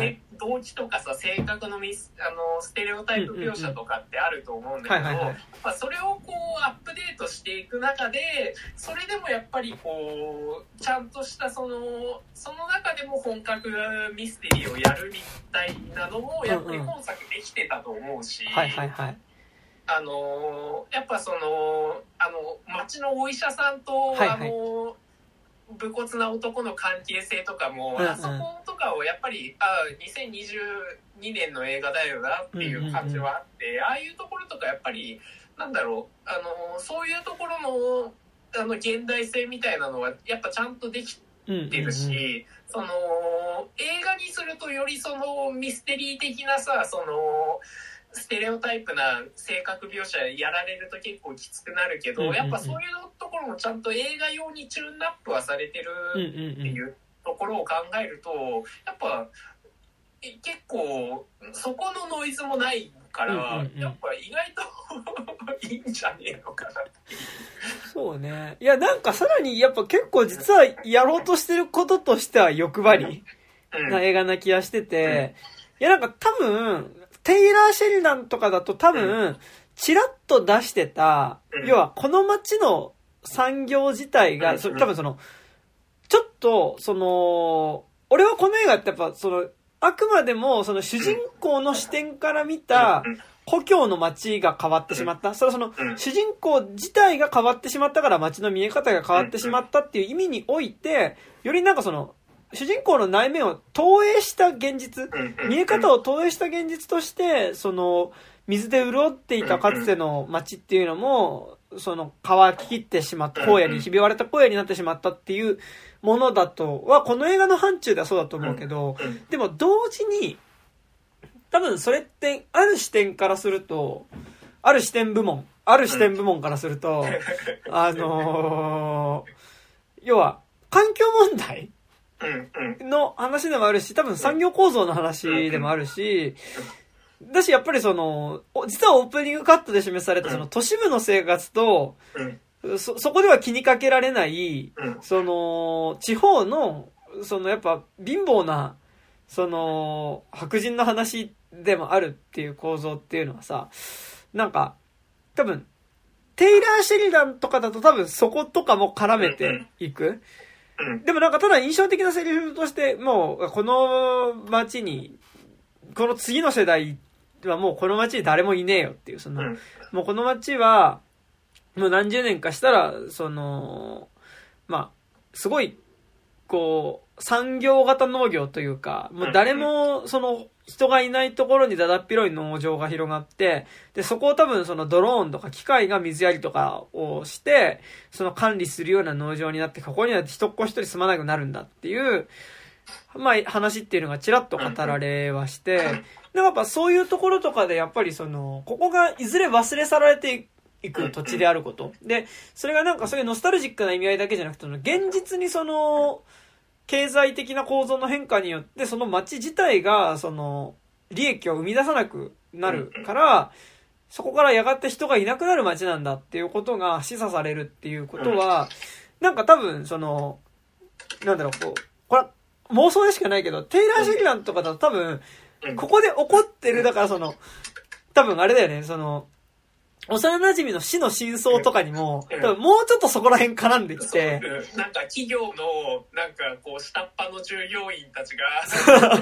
動機とかさ性格のミスあのステレオタイプ描写とかってあると思うんだけど、まあ、それをこうアップデートしていく中でそれでもやっぱりこうちゃんとしたそのその中でも本格ミステリーをやるみたいなのもやっぱり本作できてたと思うし、 うんうん、はいはいはい、 あのやっぱそのあの町のお医者さんと、はいはい、あの武骨な男の関係性とかも、うんうん、あそことかをやっぱりあにせんにじゅうにねんの映画だよなっていう感じはあって、うんうんうん、ああいうところとかやっぱりなんだろうあのそういうところのあの現代性みたいなのはやっぱちゃんとできてるし、うんうんうん、その映画にするとよりそのミステリー的なさそのステレオタイプな性格描写やられると結構きつくなるけど、うんうんうん、やっぱそういうところもちゃんと映画用にチューンナップはされてるっていうところを考えるとやっぱ結構そこのノイズもないから、うんうんうん、やっぱ意外といいんじゃねえのかなってそうね。いやなんかさらにやっぱ結構実はやろうとしてることとしては欲張りな映画な気がしてて、いやなんか多分テイラー・シェリダンとかだと多分チラッと出してた、要はこの街の産業自体が多分そのちょっとその俺はこの映画ってやっぱそのあくまでもその主人公の視点から見た故郷の街が変わってしまった。それはその主人公自体が変わってしまったから街の見え方が変わってしまったっていう意味において、よりなんかその主人公の内面を投影した現実、見え方を投影した現実として、その水で潤っていたかつての街っていうのも、その乾ききってしまった、荒野に、ひび割れた荒野になってしまったっていうものだとは、この映画の範疇ではそうだと思うけど、でも同時に、多分それってある視点からすると、ある視点部門、ある視点部門からすると、あのー、要は環境問題の話でもあるし、多分産業構造の話でもあるし、だしやっぱりその実はオープニングカットで示されたその都市部の生活と、そそこでは気にかけられないその地方のそのやっぱ貧乏なその白人の話でもあるっていう構造っていうのはさ、なんか多分テイラー・シェリダンとかだと多分そことかも絡めていく。でもなんかただ印象的なセリフとしてもうこの街にこの次の世代はもうこの街に誰もいねえよっていうそのもうこの街はもう何十年かしたらそのまあすごいこう産業型農業というかもう誰もその人がいないところにだだっ広い農場が広がって、でそこを多分そのドローンとか機械が水やりとかをしてその管理するような農場になって、ここには人っ子一人住まなくなるんだっていうまあ話っていうのがちらっと語られはして、でもやっぱそういうところとかでやっぱりそのここがいずれ忘れ去られていく土地であることで、それがなんかそういうノスタルジックな意味合いだけじゃなくて、現実にその経済的な構造の変化によってその街自体がその利益を生み出さなくなるから、そこからやがて人がいなくなる街なんだっていうことが示唆されるっていうことは、なんか多分そのなんだろうこうこれ妄想でしかないけど、テイラー・シェリダンとかだと多分ここで起こってる、だからその多分あれだよね、その幼馴染の死の真相とかにも、多分もうちょっとそこら辺絡んできて、 なんか企業のなんかこう下っ端の従業員たちが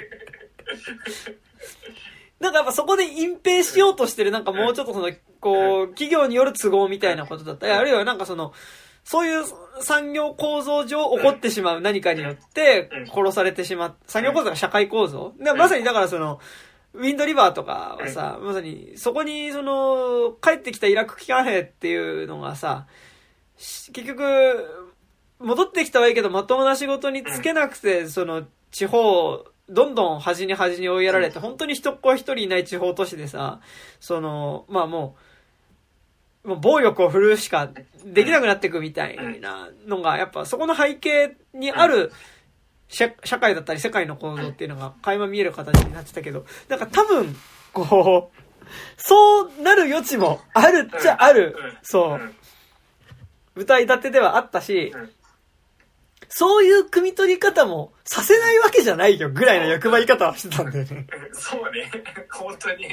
なんかやっぱそこで隠蔽しようとしてる、なんかもうちょっとそのこう企業による都合みたいなことだったり、あるいはなんかそのそういう産業構造上起こってしまう何かによって殺されてしまう産業構造が社会構造で、まさにだからそのウィンドリバーとかはさ、まさにそこにその帰ってきたイラク機関兵っていうのがさ、結局戻ってきたはいいけどまともな仕事に就けなくて、その地方どんどん端に端に追いやられて、本当に人っ子一人いない地方都市でさ、そのまあもうもう暴力を振るうしかできなくなっていくみたいなのがやっぱそこの背景にある社会だったり世界の構造っていうのが垣間見える形になってたけど、なんか多分こうそうなる余地もあるっちゃある、そう舞台立てではあったし、 そういう汲み取り方もさせないわけじゃないよぐらいの欲張り方はしてたんだよね。 そうね、本当に。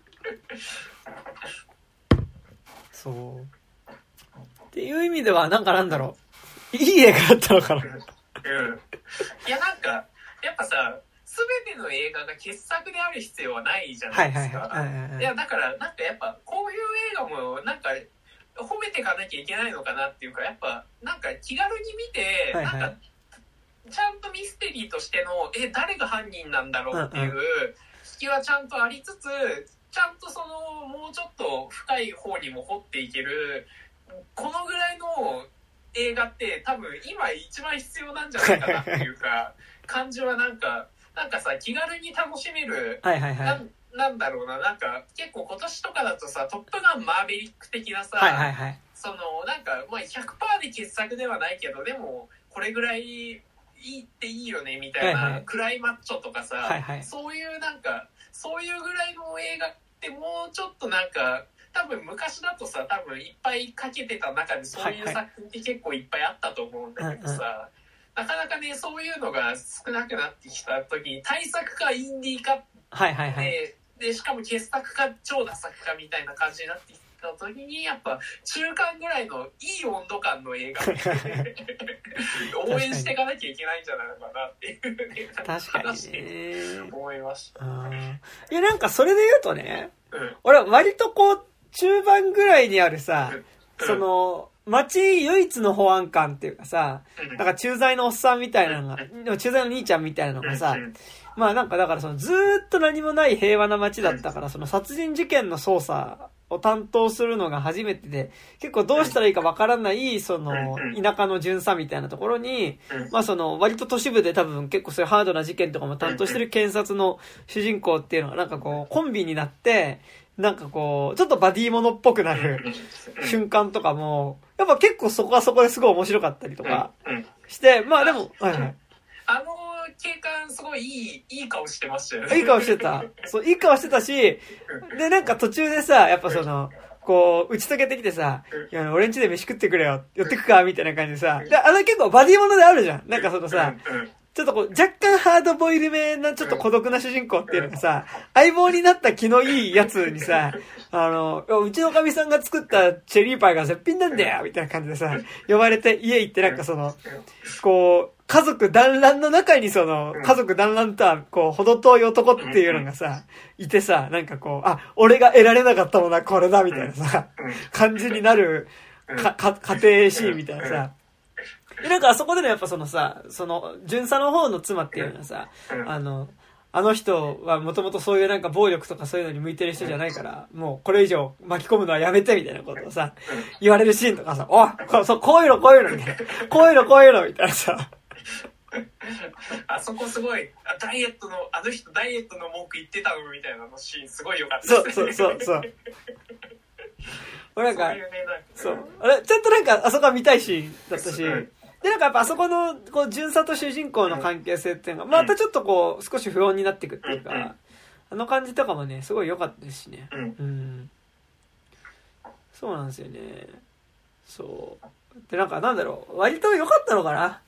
そう。っていう意味では、なんかなんだろう。いい映画だったのかな。うん。 いや、なんか、やっぱさ、すべての映画が傑作である必要はないじゃないですか。はいはいはいはいはい。いや、だから、なんかやっぱ、こういう映画も、なんか、褒めていかなきゃいけないのかなっていうか、やっぱ、なんか気軽に見て、はいはい、なんか、ちゃんとミステリーとしての、え、誰が犯人なんだろうっていう、引きはちゃんとありつつ、ちゃんとその、もうちょっと深い方にも掘っていける、このぐらいの映画って多分今一番必要なんじゃないかなっていうか感じはなんかなんかさ気軽に楽しめる、はいはいはい、な, なんだろうななんか結構今年とかだとさトップガンマーヴェリック的なさ、はいはいはい、そのなんかまあ ひゃくパーセント で傑作ではないけどでもこれぐらいいいっていいよねみたいな、はいはい、クライマッチョとかさ、はいはい、そういうなんかそういうぐらいの映画ってもうちょっとなんか多分昔だとさ多分いっぱいかけてた中でそういう作品って結構いっぱいあったと思うんだけどさ、はいはい、なかなかねそういうのが少なくなってきた時に大作かインディーか、はいはいはい、で, でしかも傑作か超ダ作かみたいな感じになってきた時にやっぱ中間ぐらいのいい温度感の映画応援していかなきゃいけないんじゃないのかなっていうね確かにね思いました。 あいやなんかそれで言うとね、うん、俺は割とこう中盤ぐらいにあるさ、うん、その町唯一の保安官っていうかさ、うん、なんか駐在のおっさんみたいなのが、うん、駐在の兄ちゃんみたいなのがさ、うん、まあなんかだからそのずーっと何もない平和な町だったからその殺人事件の捜査を担当するのが初めてで結構どうしたらいいかわからないその田舎の巡査みたいなところにまあその割と都市部で多分結構そういうハードな事件とかも担当してる検察の主人公っていうのがなんかこうコンビになってなんかこうちょっとバディモノっぽくなる瞬間とかもやっぱ結構そこはそこですごい面白かったりとかしてまあでもはいはいあの警官すごいいいいい顔してましたよね。 いい顔してた。そういい顔してたし、でなんか途中でさやっぱそのこう打ち解けてきてさ、いや俺ん家で飯食ってくれよ、寄ってくかみたいな感じでさ、であの結構バディものであるじゃん。なんかそのさ。ちょっとこう、若干ハードボイルめなちょっと孤独な主人公っていうのがさ、相棒になった気のいいやつにさ、あの、うちのかみさんが作ったチェリーパイが絶品なんだよみたいな感じでさ、呼ばれて家行ってなんかその、こう、家族団らんの中にその、家族団らんとはこう、程遠い男っていうのがさ、いてさ、なんかこう、あ、俺が得られなかったものはこれだみたいなさ、感じになる、か、か、家庭シーンみたいなさ、でなんかあそこでのやっぱそのさその巡査の方の妻っていうのはさあのあの人はもともとそういうなんか暴力とかそういうのに向いてる人じゃないからもうこれ以上巻き込むのはやめてみたいなことをさ言われるシーンとかさおこそうこういうのこういうのみたいなこういうのこういうのみたいなさあそこすごいダイエットのあの人ダイエットの文句言ってたのみたいなのシーンすごい良かったですね。 そうそうそうそう俺なんかそうあれちゃんとなんかあそこは見たいシーンだったしでなんかやっぱあそこのこう巡査と主人公の関係性っていうのがまたちょっとこう少し不穏になっていくっていうかあの感じとかもねすごい良かったですしね。うんそうなんですよね。そうでなんかなんだろう割と良かったのかな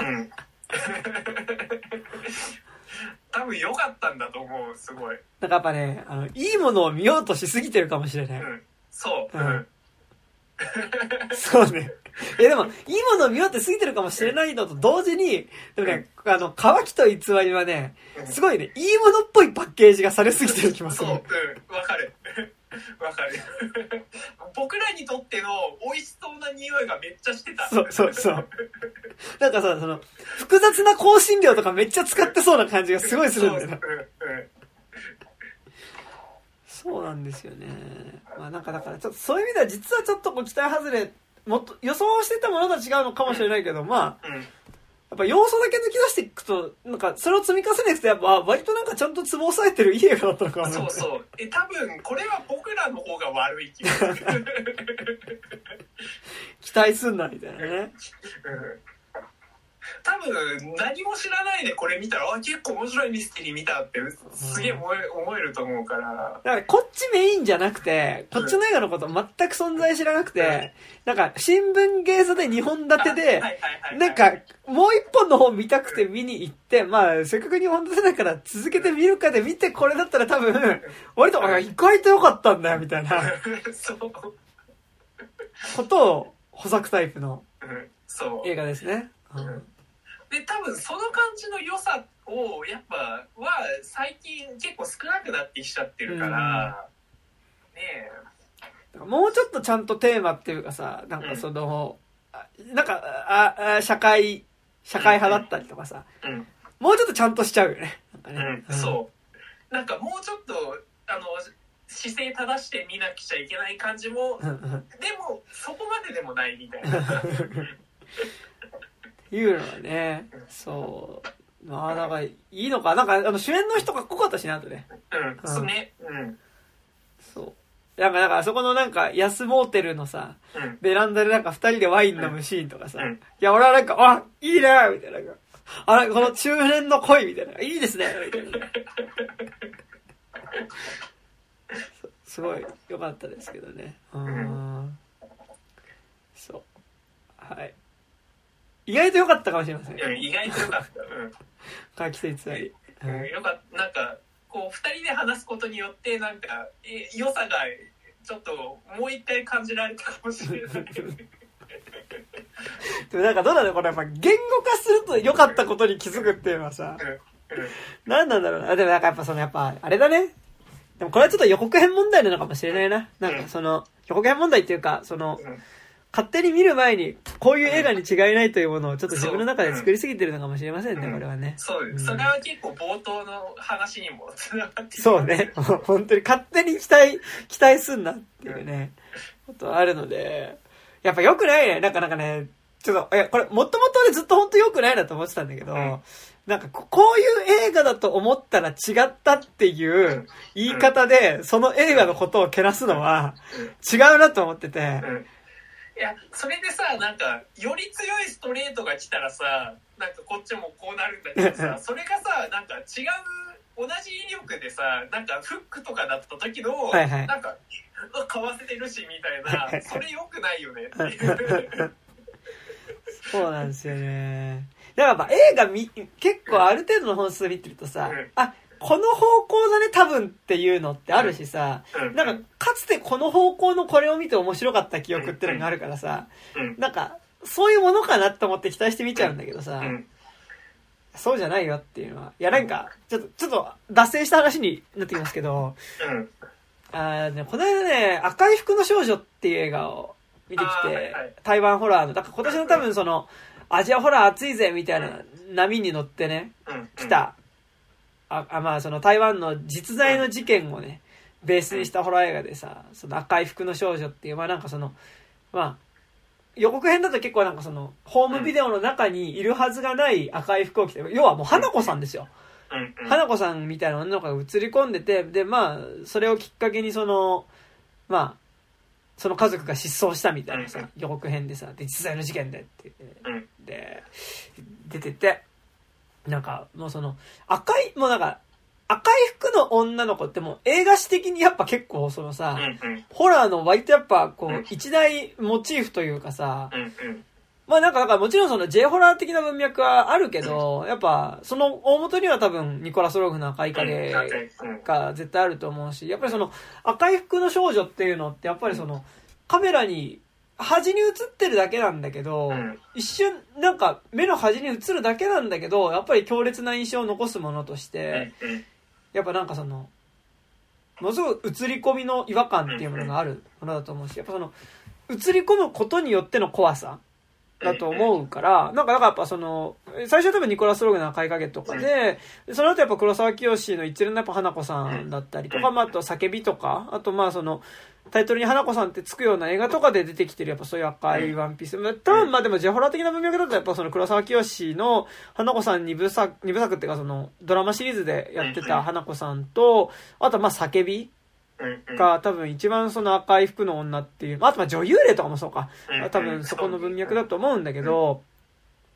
多分良かったんだと思うすごい。 なんかやっぱねあのいいものを見ようとしすぎてるかもしれない。うん、 そう。うんそうね。えでもいいものを見ようって過ぎてるかもしれないのと同時にでもねあの乾きと偽りはねすごいねいいものっぽいパッケージがされすぎてる気もする。 そううんわかるわかる僕らにとっての美味しそうな匂いがめっちゃしてた。 そうそうそうなんかさその複雑な香辛料とかめっちゃ使ってそうな感じがすごいするんだよな。そうなんですよね。まあなんかだからちょっとそういう意味では実はちょっとこう期待外れもっと予想してたものとは違うのかもしれないけどまあ、うん、やっぱ要素だけ抜き出していくとなんかそれを積み重ねていくとやっぱ割となんかちゃんとツボ押さえてるいい映画だったのかな。 そうそうえ多分これは僕らの方が悪い気がする期待すんなみたいなね多分何も知らないでこれ見たらあ結構面白いミステリー見たってすげえ思え、思えると思うから。 だからこっちメインじゃなくてこっちの映画のこと全く存在知らなくて、うん、なんか新聞芸座でにほん立てでなんかもう一本の本見たくて見に行って、まあせっかくにほん立てだから続けて見るかで見てこれだったら多分割とあ意外と良かったんだよみたいなことをほざくタイプの映画ですね。うん、 で多分その感じの良さをやっぱは最近結構少なくなってきちゃってるから、うん、ねえもうちょっとちゃんとテーマっていうかさなんかその、うん、なんかああ社会社会派だったりとかさ、うん、もうちょっとちゃんとしちゃうよね。なんかね、 うん、そうなんかもうちょっとあの姿勢正して見なくちゃいけない感じもでもそこまででもないみたいないうのはね、そうまあだからいいのかなんかあの主演の人かっこよかったしなとね。 うん、そうね。うん。 そうなんかなんかあそこのなんか安モーテルのさ、うん、ベランダでなんか二人でワイン飲むシーンとかさ、うん、いや俺はなんかあいいねみたいなあれこの中年の恋みたいないいですねみたいなすごい良かったですけどね。うん。そうはい意外と良かったかもしれません。 いや意外と良かった。うん。 川北偽り。 うん、よかったなんかこう二人で話すことによってなんかえ良さがちょっともう一回感じられたかもしれない。 でもなんかどうなのこれやっぱ言語化すると良かったことに気づくっていうのはさ、うんうん、何なんだろうな。でもなんかやっぱそのやっぱあれだね。でもこれはちょっと予告編問題なのかもしれないな。なんかその予告編問題っていうかその。うん勝手に見る前にこういう映画に違いないというものをちょっと自分の中で作りすぎてるのかもしれませんね、うん、これはね。 そう、うん、それは結構冒頭の話にもつながってる。 そうね本当に勝手に期待期待すんなっていうね、うん、ことあるのでやっぱ良くないね。なんかなんかねちょっといやこれもともとでずっと本当良くないなと思ってたんだけど、うん、なんかこういう映画だと思ったら違ったっていう言い方でその映画のことをけなすのは違うなと思ってて、うんいやそれでさなんかより強いストレートが来たらさなんかこっちもこうなるんだけどさそれがさなんか違う同じ威力でさなんかフックとかだった時の、はいはい、なんか買わせてるしみたいなそれ良くないよねっていうそうなんですよね。だからやっぱ映画み結構ある程度の本数見てるとさ、うん、あこの方向だね多分っていうのってあるしさ、うん、なんかかつてこの方向のこれを見て面白かった記憶ってのがあるからさ、うん、なんかそういうものかなと思って期待して見ちゃうんだけどさ、うん、そうじゃないよっていうのはいやなんかちょっとちょっと脱線した話になってきますけど、うん、あねこの間ね赤い服の少女っていう映画を見てきて、はいはい、台湾ホラーのだから今年の多分そのアジアホラー熱いぜみたいな波に乗ってね来たああまあその台湾の実在の事件をねベースにしたホラー映画でさその赤い服の少女っていうまあなんかそのまあ予告編だと結構なんかそのホームビデオの中にいるはずがない赤い服を着て要はもう花子さんですよ。花子さんみたいな女の子が映り込んでてでまあそれをきっかけにそのまあその家族が失踪したみたいなさ予告編でさで実在の事件でってで出ててなんかもうその赤いもうなんか赤い服の女の子ってもう映画史的にやっぱ結構そのさ、うんうん、ホラーの割とやっぱこう一大モチーフというかさ、うんうん、まあなんかだからもちろんその J ホラー的な文脈はあるけどやっぱその大元には多分ニコラス・ローフの赤い影が絶対あると思うしやっぱりその赤い服の少女っていうのってやっぱりそのカメラに端に映ってるだけなんだけど、うん、一瞬なんか目の端に映るだけなんだけどやっぱり強烈な印象を残すものとして、うん、やっぱなんかそのものすごく映り込みの違和感っていうものがあるものだと思うしやっぱその映り込むことによっての怖さだと思うから、なんかだからやっぱその最初は多分ニコラス・ローグの赤い影とかで、その後やっぱ黒沢清の一連のやっぱ花子さんだったりとか、まああと叫びとか、あとまあそのタイトルに花子さんってつくような映画とかで出てきてるやっぱそういう赤いワンピース、多分まあでもジェホラー的な文脈だとやっぱその黒沢清の花子さん二部作二部作っていうかそのドラマシリーズでやってた花子さんと、あとまあ叫びが多分一番その赤い服の女っていう、あとまあ女優霊とかもそうか、多分そこの文脈だと思うんだけど、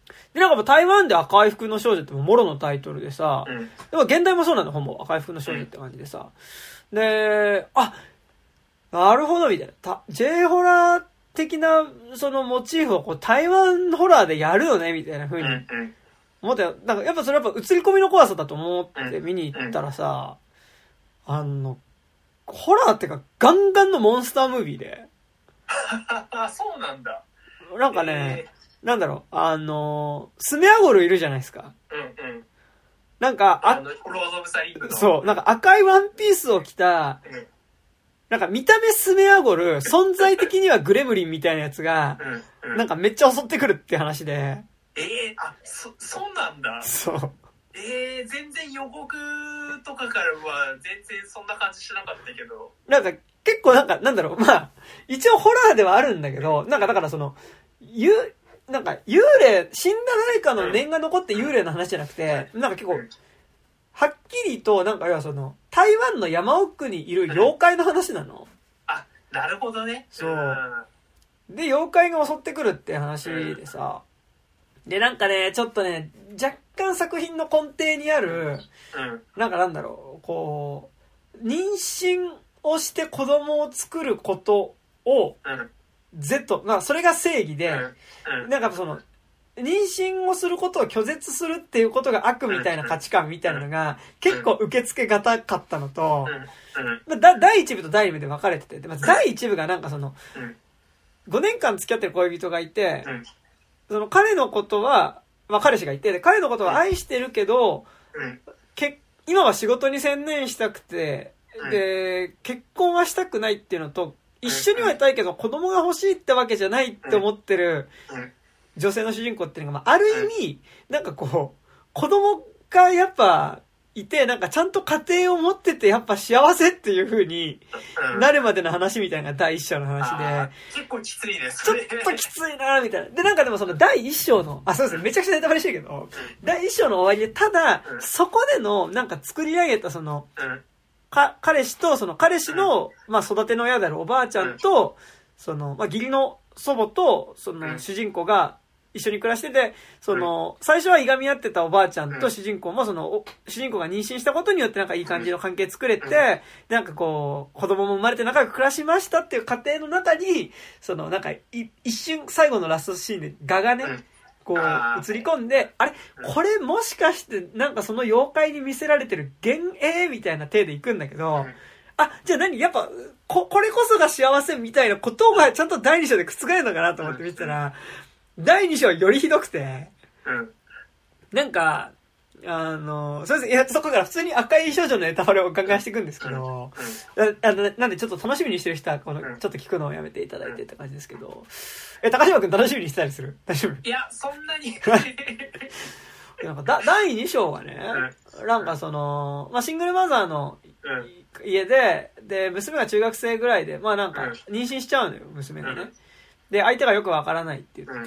で、なんかもう台湾で赤い服の少女ってもろのタイトルでさ、 うん、 でも現代もそうなんだ、ほぼ赤い服の少女って感じでさ。で、あ、なるほど、みたいな。た J ホラー的な、そのモチーフをこう台湾ホラーでやるよね、みたいな風に思ったよ。なんかやっぱそれやっぱ映り込みの怖さだと思って見に行ったらさ、あの、ホラーってかガンガンのモンスタームービーで。 そうなんだ。 なんかね、えー、なんだろう、あの、スメアゴルいるじゃないですか。 うんうん。 なんか、 あの、ロード・オブ・ザ・リングの。 そう、なんか赤いワンピースを着た、うん、なんか見た目スメアゴル、存在的にはグレムリンみたいなやつが、うんうん、なんかめっちゃ襲ってくるって話で。 ええー、あ、そ、そうなんだ。 そう。 ええー、全然予告とかからは全然そんな感じしなかったけど。 なんか結構なんか、なんだろう、まあ、一応ホラーではあるんだけど、なんかだからその、ゆ、なんか幽霊、死んだ誰かの念が残って幽霊の話じゃなくて、なんか結構、はっきりと、なんか要はその、台湾の山奥にいる妖怪の話なの。 あ、なるほどね。 そう。で、妖怪が襲ってくるって話でさ、で、なんかね、ちょっとね、若干作品の根底にある、なんかなんだろう、こう、妊娠をして子供を作ることを、Z、まあそれが正義で、なんかその、妊娠をすることを拒絶するっていうことが悪みたいな価値観みたいなのが結構受け付けがたかったのと、だ第一部と第二部で分かれてて、でまず第一部がなんかその、ごねんかん付き合ってる恋人がいて、その彼のことは、まあ彼氏がいて、で彼のことは愛してるけど、け今は仕事に専念したくて、で、結婚はしたくないっていうのと、一緒にはいたいけど子供が欲しいってわけじゃないって思ってる女性の主人公っていうのが、まあ、ある意味、なんかこう、子供がやっぱいて、なんかちゃんと家庭を持っててやっぱ幸せっていう風になるまでの話みたいなのが第一章の話で。 結構きついです。 ちょっときついなみたいな。で、なんかでもその第一章の、あ、そうですね、めちゃくちゃネタバレしてるけど、第一章の終わりで、ただ、そこでのなんか作り上げたその、か、彼氏と、その彼氏の、まあ育ての親であるおばあちゃんと、その、まあ義理の祖母と、その主人公が一緒に暮らしてて、その、最初はいがみ合ってたおばあちゃんと主人公も、その、主人公が妊娠したことによってなんかいい感じの関係作れて、なんかこう、子供も生まれて仲良く暮らしましたっていう過程の中に、その、なんか、一瞬最後のラストシーンで画がね、こう、映り込んで、あれこれもしかして、なんかその妖怪に見せられてる幻影みたいな体で行くんだけど、あ、じゃあ何やっぱ、こ、これこそが幸せみたいなことがちゃんとだいに章で覆るのかなと思って見てたら、だいに章はよりひどくて、なんか、あの、そうです。いや、そこから普通に赤い少女のネタバレをガンガンしていくんですけど、あのなんでちょっと楽しみにしてる人は、この、ちょっと聞くのをやめていただいてって感じですけど、え、高島くん楽しみにしてたりする？大丈夫？ いや、そんなに。 なんかだだいに章がね、なんかその、まあ、シングルマザーの家で、で、娘が中学生ぐらいで、まあなんか、妊娠しちゃうのよ、娘がね。で、相手がよくわからないって言って、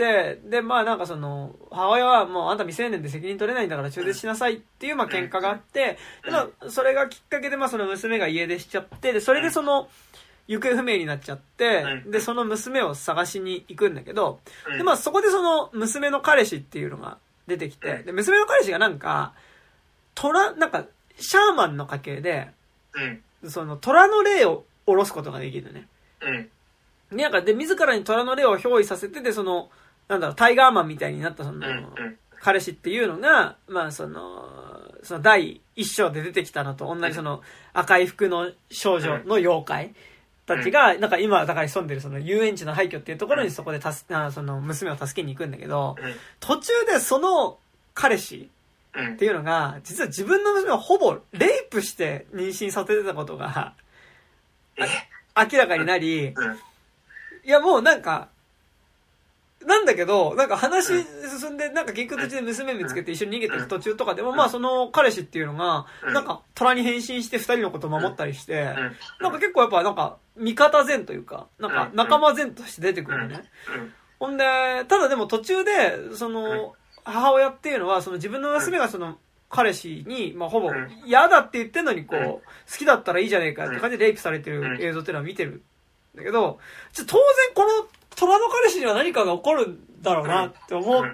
で、まあなんかその、母親はもうあんた未成年で責任取れないんだから中絶しなさいっていう、まあ喧嘩があって、で、まあ、それがきっかけで、まあその娘が家出しちゃって、で、それでその、行方不明になっちゃって、で、その娘を探しに行くんだけど、で、まあそこでその娘の彼氏っていうのが出てきて、で、娘の彼氏がなんか、虎、なんか、シャーマンの家系で、その、虎の霊を下ろすことができるのね。で、なんか、で、自らに虎の霊を憑依させて、で、その、なんだろう、タイガーマンみたいになった、その、彼氏っていうのが、まあ、その、その第一章で出てきたのと同じ、その、赤い服の少女の妖怪たちが、なんか今、だから潜んでる、その、遊園地の廃墟っていうところにそこでたす、あその、娘を助けに行くんだけど、途中でその、彼氏っていうのが、実は自分の娘をほぼ、レイプして妊娠させてたことが、明らかになり、いやもうなんか、なんだけど、なんか話進んで、なんか結局途中で娘見つけて一緒に逃げていく途中とかでも、まあその彼氏っていうのが、なんか虎に変身して二人のことを守ったりして、なんか結構やっぱなんか味方前というか、なんか仲間前として出てくるのね。ほんで、ただでも途中で、その、母親っていうのは、その自分の娘がその彼氏に、まあほぼ嫌だって言ってんのにこう、好きだったらいいじゃねえかって感じでレイプされてる映像っていうのは見てる。だけど、ちょ当然この虎の彼氏には何かが起こるんだろうなって思っ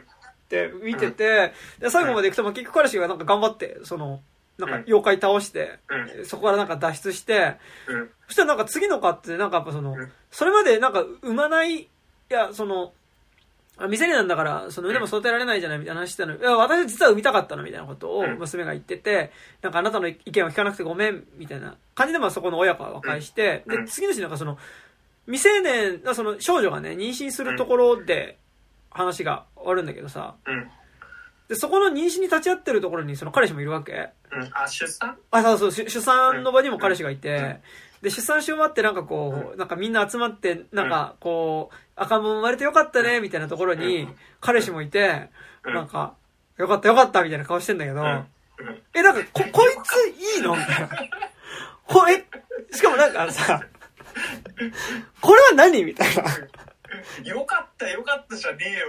って見てて、で最後まで行くと、まあ、結局彼氏がなんか頑張ってそのなんか妖怪倒して、そこからなんか脱出して、そしたらなんか次のカットでなんかやっぱそのそれまでなんか産まない、いやその未成年なんだからその腕も育てられないじゃないみたいな話してたの。いや私は実は産みたかったのみたいなことを娘が言ってて、なんかあなたの意見を聞かなくてごめんみたいな感じで、まあそこの親子は和解して、で次の日なんかその未成年その少女がね妊娠するところで話が終わるんだけどさ、でそこの妊娠に立ち会ってるところにその彼氏もいるわけ。 あ、出産？ あ、そうそう、出産の場にも彼氏がいて、で出産し終わってなんかこうなんかみんな集まってなんかこう赤ん坊生まれてよかったねみたいなところに彼氏もいて、なんかよかったよかったみたいな顔してんだけど、えなんか こ, こいついいのみたいな。こえしかもなんかさ、これは何みたいな。 よかったよかったじゃねえよ。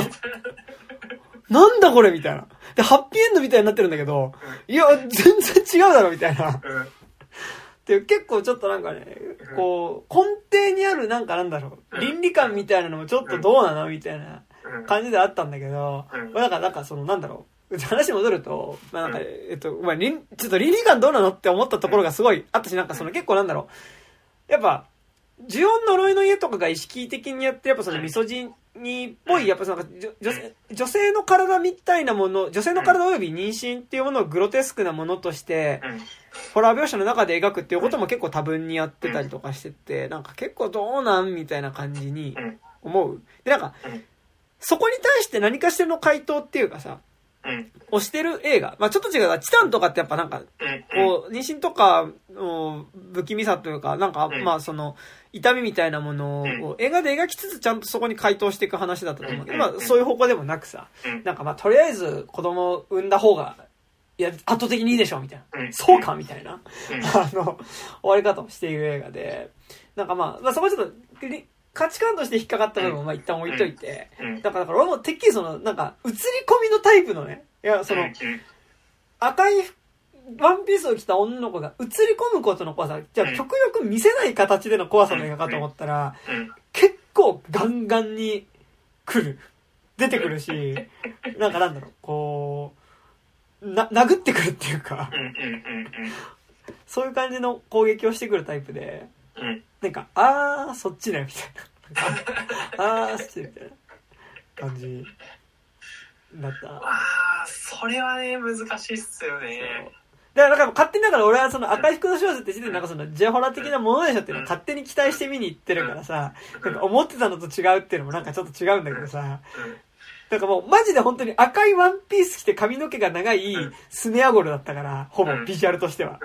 なんだこれみたいな。でハッピーエンドみたいになってるんだけど、いや全然違うだろみたいな。で結構ちょっとなんかね、こう根底にあるなんかなんだろう倫理観みたいなのもちょっとどうなのみたいな感じであったんだけど、なんかなんかそのなんだろう話戻ると、まあなんかえっとまあちょっと倫理観どうなのって思ったところがすごいあったし、なんかその結構なんだろうやっぱ呪怨呪いの家とかが意識的にやってやっぱそのミソジニっぽいやっぱその女性女性の体みたいなもの、女性の体および妊娠っていうものをグロテスクなものとしてホラー描写の中で描くっていうことも結構多分にやってたりとかしてて、なんか結構どうなんみたいな感じに思う。でなんかそこに対して何かしらの回答っていうかさ、推してる映画、まあちょっと違う、チタンとかってやっぱなんかこう妊娠とかの不気味さというかなんかまあその痛みみたいなものを映画で描きつつちゃんとそこに回答していく話だったと思うけど、まあそういう方向でもなくさ、なんかまあとりあえず子供を産んだ方がいや圧倒的にいいでしょみたいな、そうかみたいなあの終わり方をしている映画で、なんかまあ、まあそこちょっと価値観として引っかかった部分をまあ一旦置いといて、だからだから俺もてっきりそのなんか映り込みのタイプのね、いやその赤いワンピースを着た女の子が映り込むことの怖さ、じゃあ極力見せない形での怖さの映画かと思ったら、結構ガンガンに来る出てくるし、なんかなんだろうこうな殴ってくるっていうかそういう感じの攻撃をしてくるタイプで、なんかあーそっちねみたいなあーそっちねみたいな感じだった。 ああそれはね難しいっすよね。 だから勝手にだから俺はその赤い服の少女って時点でなんかそのジェホラ的なものでしょっていうのを勝手に期待して見に行ってるからさ、なんか思ってたのと違うっていうのもなんかちょっと違うんだけどさ、なんかもうマジで本当に赤いワンピース着て髪の毛が長いスネアゴルだったから、ほぼビジュアルとしては。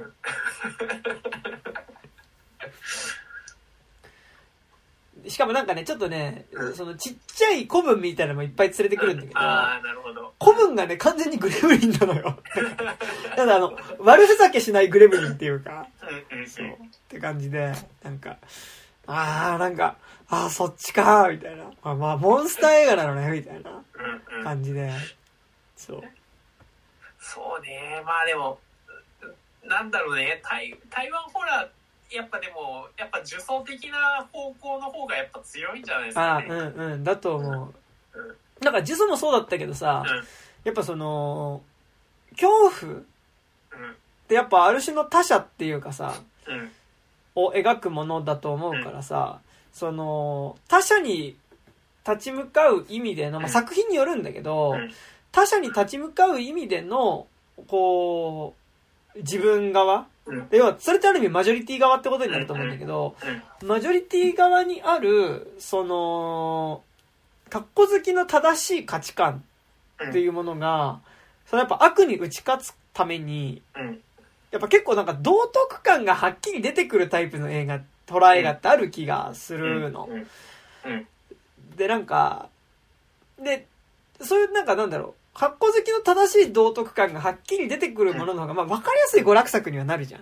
しかもなんかねちょっとね、そのちっちゃい子分みたいなのもいっぱい連れてくるんだけど、 あーなるほど。 子分がね完全にグレムリンなのよ。ただあの悪ふざけしないグレムリンっていうか、そうって感じでなんかあーなんかあーそっちかーみたいな、まあ、まあモンスター映画なのねみたいな感じで、そうそうね。まあでもなんだろうね、台台湾ホラーやっぱでもやっぱ呪詛的な方向の方がやっぱ強いんじゃないですかね。 あうんうんだと思う、うん、なんか呪詛もそうだったけどさ、うん、やっぱその恐怖ってやっぱある種の他者っていうかさ、うん、を描くものだと思うからさ、うん、その他者に立ち向かう意味での、まあ、作品によるんだけど、うん、他者に立ち向かう意味でのこう自分側要はそれってある意味マジョリティ側ってことになると思うんだけど、マジョリティ側にあるそのカッコ好きの正しい価値観っていうものがそのやっぱ悪に打ち勝つためにやっぱ結構なんか道徳感がはっきり出てくるタイプの映画ホラー映画ってある気がするので、なんかでそういうなんかなんだろうカッコ好きの正しい道徳感がはっきり出てくるものの方が、まあ、分かりやすい娯楽作にはなるじゃん。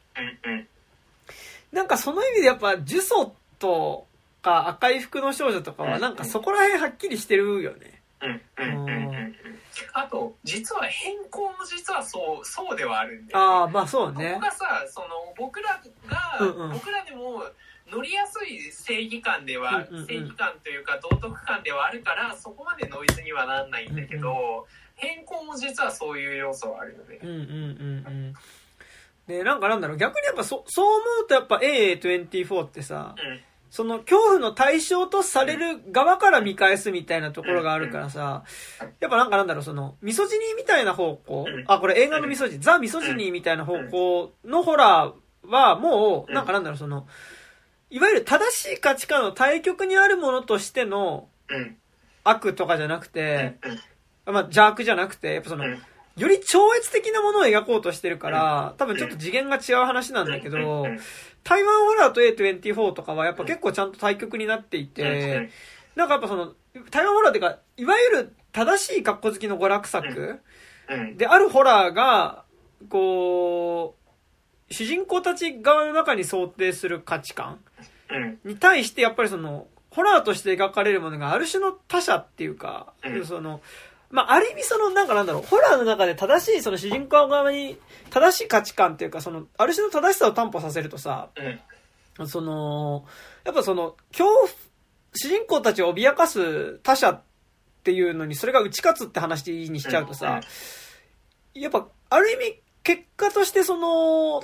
なんかその意味でやっぱ呪詛とか赤い服の少女とかはなんかそこら辺はっきりしてるよね。 あと実は変更も実はそうそうではあるんで、ね、 ああまあそうね。 ここがさその僕らが、うんうん、僕らでも乗りやすい正義感では、うんうんうん、正義感というか道徳感ではあるからそこまでノイズにはなんないんだけど、うんうん、変更も実はそういう要素はあるよね。 うんうんうんうんでなんかなんだろう逆にやっぱそそう思うとやっぱ エーエーにじゅうよん ってさ、うん、その恐怖の対象とされる側から見返すみたいなところがあるからさ、やっぱなんかなんだろうそのミソジニーみたいな方向、あこれ映画のミソジニー、ザ・ミソジニーみたいな方向のホラーはもうなんかなんだろうそのいわゆる正しい価値観の対極にあるものとしての悪とかじゃなくて、まあ邪悪じゃなくてやっぱそのより超越的なものを描こうとしてるから、多分ちょっと次元が違う話なんだけど、台湾ホラーと エーにじゅうよん とかはやっぱ結構ちゃんと対極になっていて、なんかやっぱその、台湾ホラーっていうか、いわゆる正しい格好好きの娯楽作であるホラーが、こう、主人公たち側の中に想定する価値観に対してやっぱりその、ホラーとして描かれるものがある種の他者っていうか、その、まあ、ある意味その、なんかなんだろう、ホラーの中で正しい、その主人公側に正しい価値観っていうか、その、ある種の正しさを担保させるとさ、うん、その、やっぱその、恐怖、主人公たちを脅かす他者っていうのに、それが打ち勝つって話にしちゃうとさ、やっぱ、ある意味、結果としてその、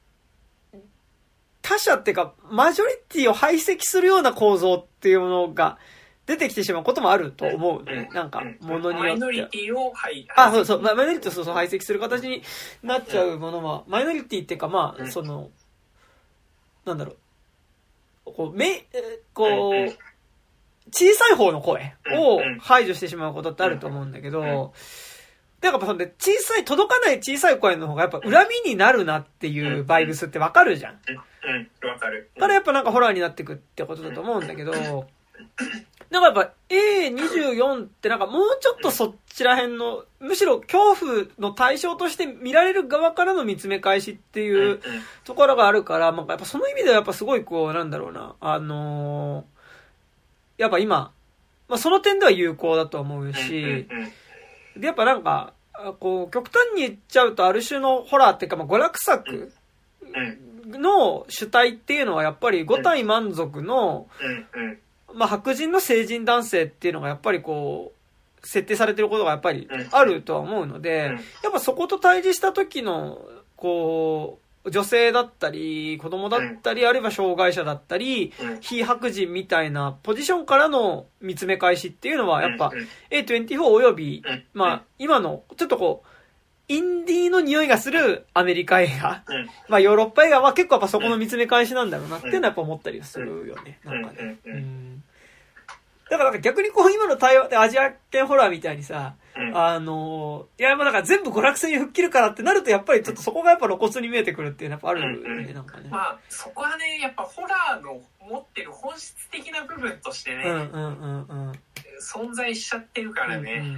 他者っていうか、マジョリティを排斥するような構造っていうものが、出てきてしまうこともあると思うね。なんか、ものによって。マイノリティを排あ、そうそう。マイノリティをそうそう排斥する形になっちゃうものは、マイノリティっていうか、まあ、その、なんだろう。こう、め、こう、小さい方の声を排除してしまうことってあると思うんだけど、だからそんで、小さい、届かない小さい声の方がやっぱ恨みになるなっていうバイブスってわかるじゃん。 うん、わかる。 だからやっぱなんかホラーになってくってことだと思うんだけど、なんかやっぱ エーにじゅうよん ってなんかもうちょっとそっちら辺の、むしろ恐怖の対象として見られる側からの見つめ返しっていうところがあるから、なんかやっぱその意味ではやっぱすごいこう、なんだろうな、あのー、やっぱ今、まあその点では有効だと思うし、でやっぱなんか、こう、極端に言っちゃうとある種のホラーっていうか、まあ娯楽作の主体っていうのはやっぱり五体満足の、まあ、白人の成人男性っていうのがやっぱりこう設定されてることがやっぱりあるとは思うので、やっぱそこと対峙した時のこう女性だったり子供だったりあるいは障害者だったり非白人みたいなポジションからの見つめ返しっていうのはやっぱ エーにじゅうよん およびまあ今のちょっとこうインディーの匂いがするアメリカ映画、まあヨーロッパ映画は結構やっぱそこの見つめ返しなんだろうなっていうのはやっぱ思ったりするよね。なんかね。うん。だからなんか逆にこう今の台湾でアジア系ホラーみたいにさ、あのいやまあなんか全部娯楽性に吹っ切るからってなるとやっぱりちょっとそこがやっぱ露骨に見えてくるっていうのはやっぱあるよね、なんかね。 まあそこはねやっぱホラーの持ってる本質的な部分としてね、うんうんうんうん、存在しちゃってるからね。うんうん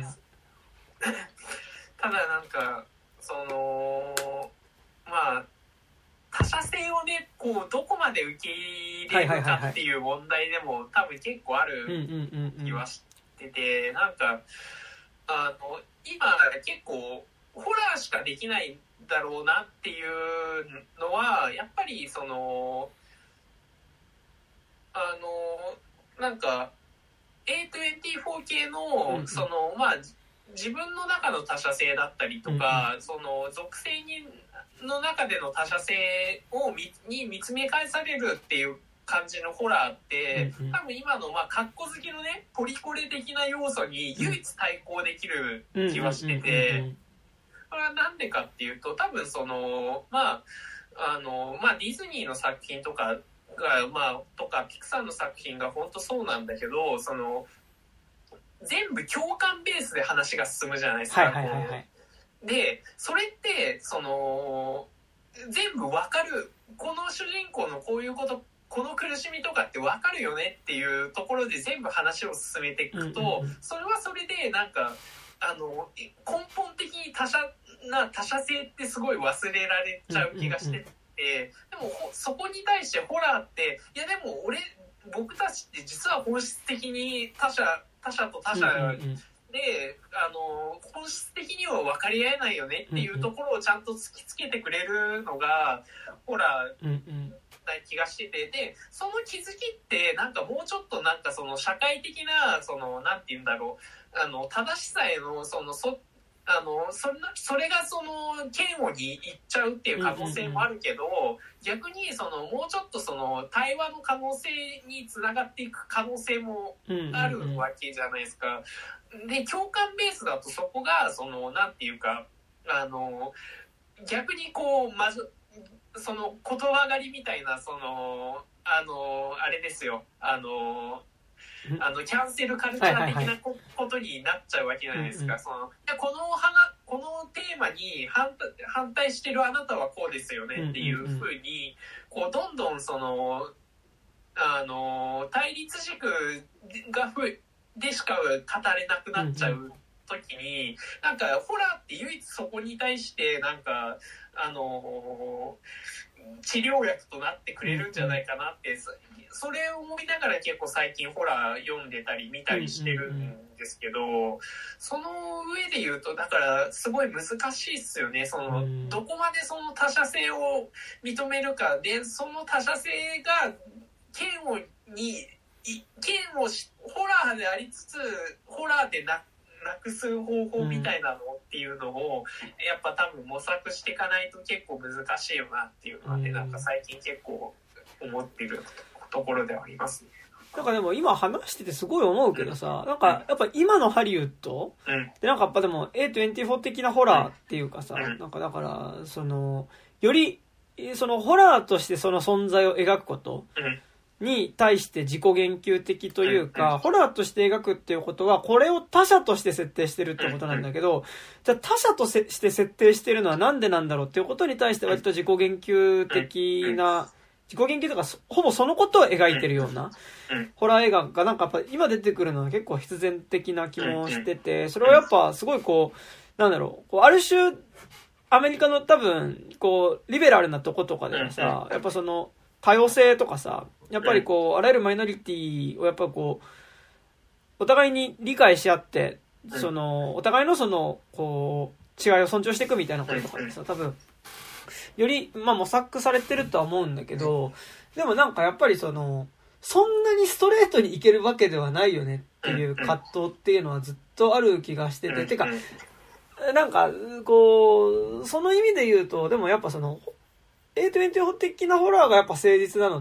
ただなんかそのまあ他者性をねこうどこまで受け入れるかっていう問題でも多分結構ある気はしてて、なんかあの今結構ホラーしかできないんだろうなっていうのはやっぱりそのあのなんか エーにじゅうよん 系のそのまあ自分の中の他者性だったりとか、うん、その属性にの中での他者性をみに見つめ返されるっていう感じのホラーって、うん、多分今のまあカッコ好きのねポリコレ的な要素に唯一対抗できる気はしてて、これはなんでかっていうと多分そのまああのまあディズニーの作品とかがまあとかピクサーの作品が本当そうなんだけど、その全部共感ベースで話が進むじゃないですか。はいはいはいはい、でそれってその全部わかる、この主人公のこういうことこの苦しみとかってわかるよねっていうところで全部話を進めていくと、うんうんうん、それはそれでなんかあの根本的に他者な他者性ってすごい忘れられちゃう気がしてて、うんうんうん、でもそこに対してホラーっていやでも俺僕たちって実は本質的に他者他者と他者で、うんうんうん、あの本質的には分かり合えないよねっていうところをちゃんと突きつけてくれるのがホラー気がしてて、でその気づきってなんかもうちょっとなんかその社会的なそのなんて言うんだろう、あの正しさへのそのそあのそれそれがその嫌悪にいっちゃうっていう可能性もあるけど、うんうんうん、逆にそのもうちょっとその対話の可能性につながっていく可能性もあるわけじゃないですか。で共感ベースだとそこがそのなんていうかあの逆にこうまずその言葉狩りみたいなそのあのあれですよあのあのキャンセルカルチャー的なことになっちゃうわけじゃないですか。そのでこの花このテーマに反対、反対してるあなたはこうですよねっていうふうにこうどんどんそのあの対立軸がふでしか語れなくなっちゃう時に、なんかホラーって唯一そこに対してなんかあの治療薬となってくれるんじゃないかなって、それを思いながら結構最近ホラー読んでたり見たりしてるんですけど、その上で言うとだからすごい難しいっすよね。そのどこまでその他者性を認めるかで、その他者性が嫌悪に嫌悪しホラーでありつつホラーでななくす方法みたいなのっていうのをやっぱ多分模索していかないと結構難しいよなっていうのはね、なんか最近結構思ってるところではありますね。 なんかでも今話しててすごい思うけどさ、なんかやっぱ今のハリウッドでなんかやっぱでも エーにじゅうよん 的なホラーっていうかさ、なんかだからそのよりそのホラーとしてその存在を描くことに対して自己言及的というか、ホラーとして描くっていうことはこれを他者として設定してるってことなんだけど、じゃあ他者として設定してるのはなんでなんだろうっていうことに対して割と自己言及的な自己言及とかほぼそのことを描いてるようなホラー映画がなんかやっぱ今出てくるのは結構必然的な気もしてて、それはやっぱすごいこうなんだろう、こうある種アメリカの多分こうリベラルなとことかではさ、やっぱその多様性とかさ、やっぱりこうあらゆるマイノリティをやっぱこうお互いに理解し合って、そのお互いのそのこう違いを尊重していくみたいなこととかってさ、多分よりまあ模索されてるとは思うんだけど、でもなんかやっぱりそのそんなにストレートにいけるわけではないよねっていう葛藤っていうのはずっとある気がしてて、てかなんかこうその意味で言うと、でもやっぱそのエーにじゅうよん 的なホラーがやっぱ誠実なのって、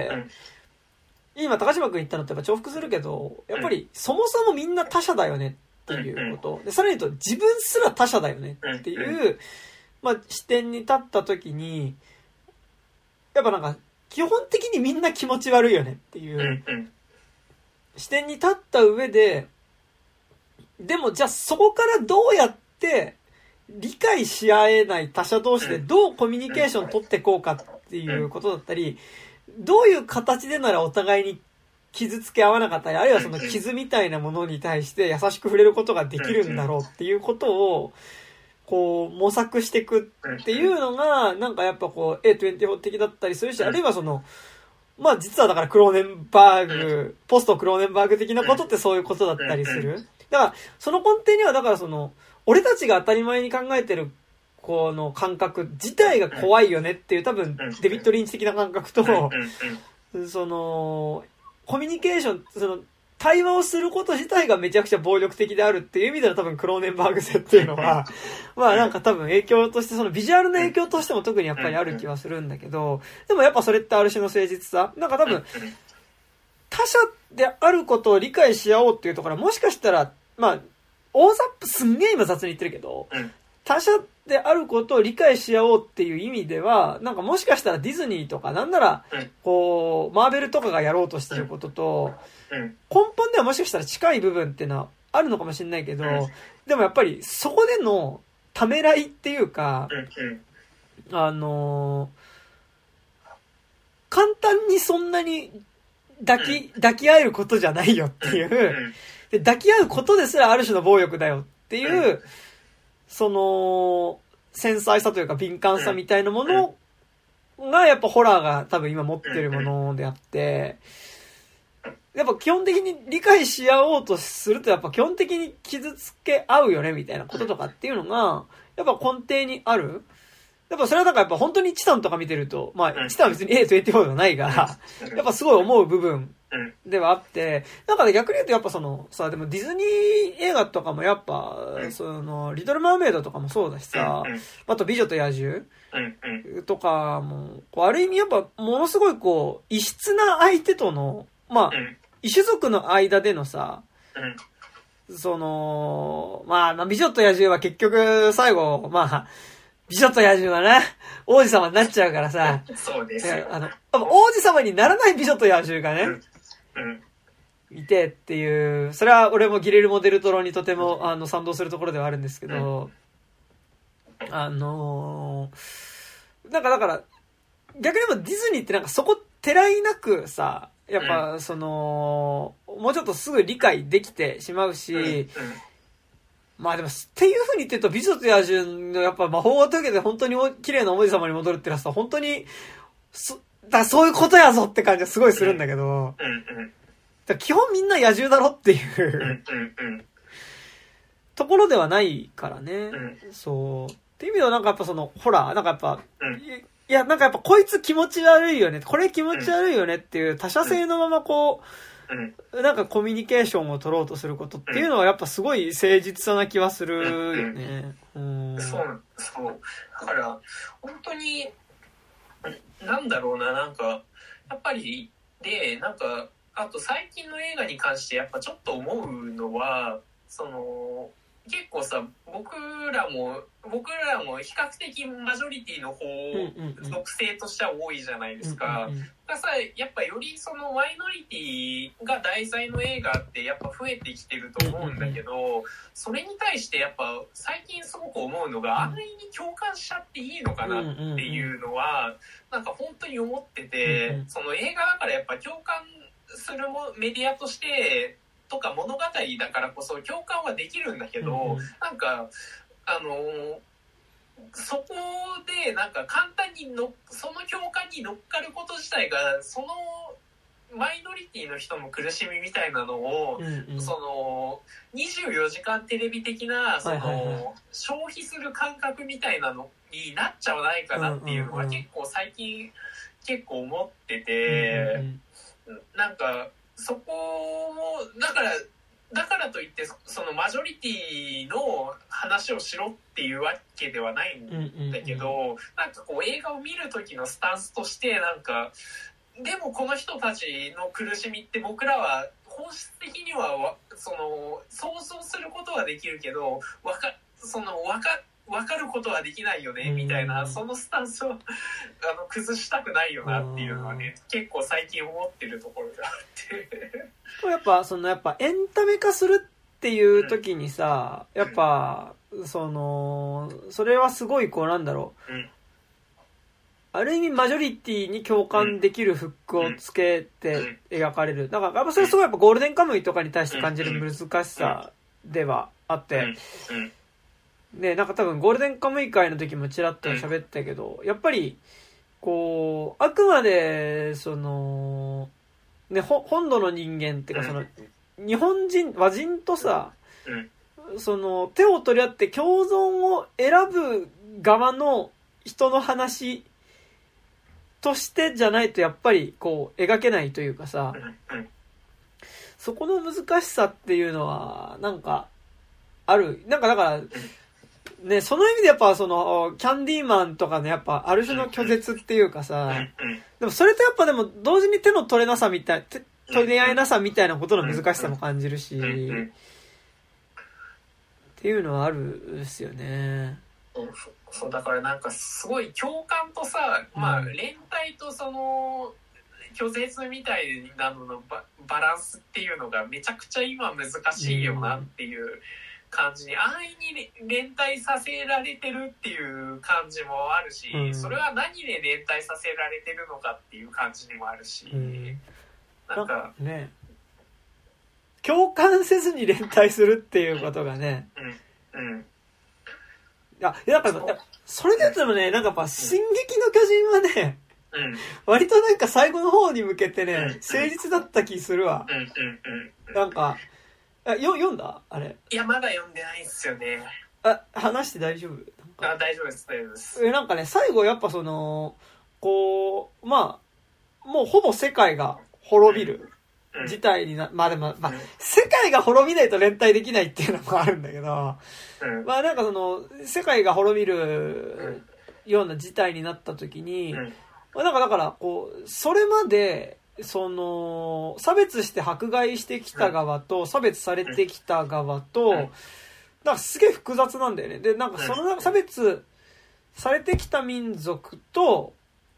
うん、今高島君言ったのってやっぱ重複するけど、やっぱりそもそもみんな他者だよねっていうことで、さらに言うと自分すら他者だよねっていう、まあ、視点に立った時にやっぱなんか基本的にみんな気持ち悪いよねっていう視点に立った上で、でもじゃあそこからどうやって理解し合えない他者同士でどうコミュニケーション取っていこうかっていうことだったり、どういう形でならお互いに傷つけ合わなかったり、あるいはその傷みたいなものに対して優しく触れることができるんだろうっていうことをこう模索していくっていうのがなんかやっぱこう エーにじゅうよん 的だったりするし、あるいはそのまあ実はだからクローネンバーグ、ポストクローネンバーグ的なことってそういうことだったりする。だからその根底にはだからその俺たちが当たり前に考えてるこの感覚自体が怖いよねっていう多分デビッド・リンチ的な感覚と、そのコミュニケーション、その対話をすること自体がめちゃくちゃ暴力的であるっていう意味では多分クローネンバーグ性っていうのはまあなんか多分影響としてそのビジュアルの影響としても特にやっぱりある気はするんだけど、でもやっぱそれってある種の誠実さ、なんか多分他者であることを理解し合おうっていうところはもしかしたらまあ大雑把すんげえ今雑に言ってるけど、他者であることを理解し合おうっていう意味ではなんかもしかしたらディズニーとかなんならこうマーベルとかがやろうとしてることと根本ではもしかしたら近い部分っていうのはあるのかもしれないけど、でもやっぱりそこでのためらいっていうか、あの簡単にそんなに抱き抱き合えることじゃないよっていうで抱き合うことですらある種の暴力だよっていうその繊細さというか敏感さみたいなものがやっぱホラーが多分今持ってるものであって、やっぱ基本的に理解し合おうとするとやっぱ基本的に傷つけ合うよねみたいなこととかっていうのがやっぱ根底にあるやっぱそれはなんかやっぱ本当にチタンとか見てると、まあ、チタンは別に エーにじゅうよん ではないが、やっぱすごい思う部分ではあって、なんかね、逆に言うとやっぱその、さ、でもディズニー映画とかもやっぱ、その、リトル・マーメイドとかもそうだしさ、あと美女と野獣とかも、こうある意味やっぱものすごいこう、異質な相手との、まあ、異種族の間でのさ、その、まあ、まあ、美女と野獣は結局最後、まあ、美女と野獣はね、王子様になっちゃうからさ。 そうですよ。 あの、王子様にならない美女と野獣がね、 うんうん、 いてっていう、それは俺もギレルモ・デルトロにとてもあの賛同するところではあるんですけど、うん、あのー、なんかだから、逆に言えばディズニーってなんかそこてらいなくさ、やっぱその、もうちょっとすぐ理解できてしまうし、うんうんまあでも、っていう風に言ってると、美女と野獣のやっぱ魔法を解けて本当に綺麗な王子様に戻るってのはさ、本当に、そ、だそういうことやぞって感じがすごいするんだけど、うんうん、だ基本みんな野獣だろっていうところではないからね。うん、そう。っていう意味ではなんかやっぱその、ほら、なんかやっぱ、うん、いや、なんかやっぱこいつ気持ち悪いよね、これ気持ち悪いよねっていう他者性のままこう、うん、なんかコミュニケーションを取ろうとすることっていうのはやっぱすごい誠実さな気はするよね。 うんうん、そう、そう。だから、本当に、なんだろうな、なんか、やっぱり、で、なんか、あと最近の映画に関してやっぱちょっと思うのは、その、結構さ、僕らも、僕らも比較的マジョリティの方、属性としては多いじゃないですか。だからさ、やっぱよりそのマイノリティが題材の映画ってやっぱ増えてきてると思うんだけど、それに対してやっぱ最近すごく思うのが、ある意味共感しちゃっていいのかなっていうのは、なんか本当に思ってて、その映画だからやっぱ共感するメディアとして、とか物語だからこそ共感はできるんだけど、うんうん、なんかあのそこでなんか簡単にのその共感に乗っかること自体がそのマイノリティの人の苦しみみたいなのを、うんうん、そのにじゅうよじかんテレビ的なその、はいはいはい、消費する感覚みたいなのになっちゃわないかなっていうのは結構最近結構思ってて、うんうんうん、なんかそこもだからだからといってそのマジョリティの話をしろっていうわけではないんだけど、うんうんうん、なんかこう映画を見る時のスタンスとしてなんかでもこの人たちの苦しみって僕らは本質的にはその想像することはできるけどわかそのわか分かることはできないよねみたいな、そのスタンスをあの崩したくないよなっていうのはね結構最近思ってるところがあってやっぱそのやっぱエンタメ化するっていう時にさ、うん、やっぱそのそれはすごいこうなんだろう、うん、ある意味マジョリティに共感できるフックをつけて描かれる。だからやっぱそれすごいやっぱゴールデンカムイとかに対して感じる難しさではあって、でなんか多分ゴールデンカムイ会の時もちらっと喋ったけど、やっぱりこうあくまでそのね本土の人間っていうかその日本人和人とさ、その手を取り合って共存を選ぶ側の人の話としてじゃないとやっぱりこう描けないというかさ、そこの難しさっていうのはなんかある。なんかだからね、その意味でやっぱそのキャンディーマンとかねやっぱある種の拒絶っていうかさ、でもそれとやっぱでも同時に手の取れなさみたい取り合えなさみたいなことの難しさも感じるしっていうのはあるんですよね。 そうだからなんかすごい共感とさ、まあ連帯とその拒絶みたいなのの バ, バランスっていうのがめちゃくちゃ今難しいよなっていう感じに安易に連帯させられてるっていう感じもあるし、うん、それは何で連帯させられてるのかっていう感じにもあるし、うん、なんかね共感せずに連帯するっていうことがね、うんうん、いやだからそれで言ってもねなんかやっぱ進撃の巨人はね、うん、割となんか最後の方に向けてね、うん、誠実だった気するわ、うんうんうん、なんかよ読んだあれいやまだ読んでないんすよね。 あ話して大丈夫？ か。 あ、大丈夫です、大丈夫です。 え、なんかね、最後やっぱその、こう、まあ、もうほぼ世界が滅びる事態にな、まあでも、まあ、世界が滅びないと連帯できないっていうのもあるんだけど、まあなんかその、世界が滅びるような事態になった時に、まあなんかだから、こう、それまで、その、差別して迫害してきた側と、差別されてきた側と、なんかすげえ複雑なんだよね。で、なんかその差別されてきた民族と、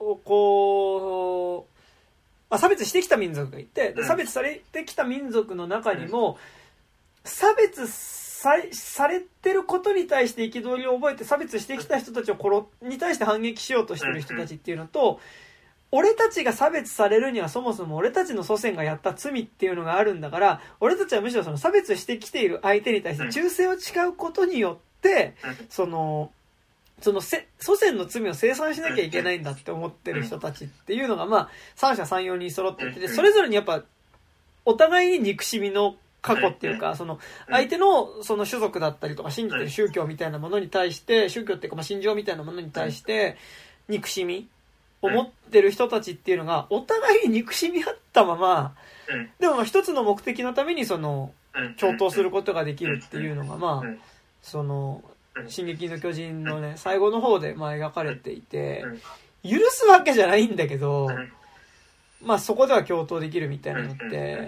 こう、あ、差別してきた民族がいて、で差別されてきた民族の中にも、差別さ、されてることに対して憤りを覚えて差別してきた人たちを殺、に対して反撃しようとしてる人たちっていうのと、俺たちが差別されるにはそもそも俺たちの祖先がやった罪っていうのがあるんだから、俺たちはむしろその差別してきている相手に対して忠誠を誓うことによって、その、そのせ祖先の罪を清算しなきゃいけないんだって思ってる人たちっていうのがまあ三者三様に揃ってて、それぞれにやっぱお互いに憎しみの過去っていうか、その相手のその種族だったりとか信じてる宗教みたいなものに対して、宗教っていうかまあ信条みたいなものに対して憎しみを持ってる人たちっていうのがお互いに憎しみ合ったまま、でもまあ一つの目的のためにその共闘することができるっていうのがまあその進撃の巨人のね最後の方でまあ描かれていて、許すわけじゃないんだけど、まあそこでは共闘できるみたいなのって、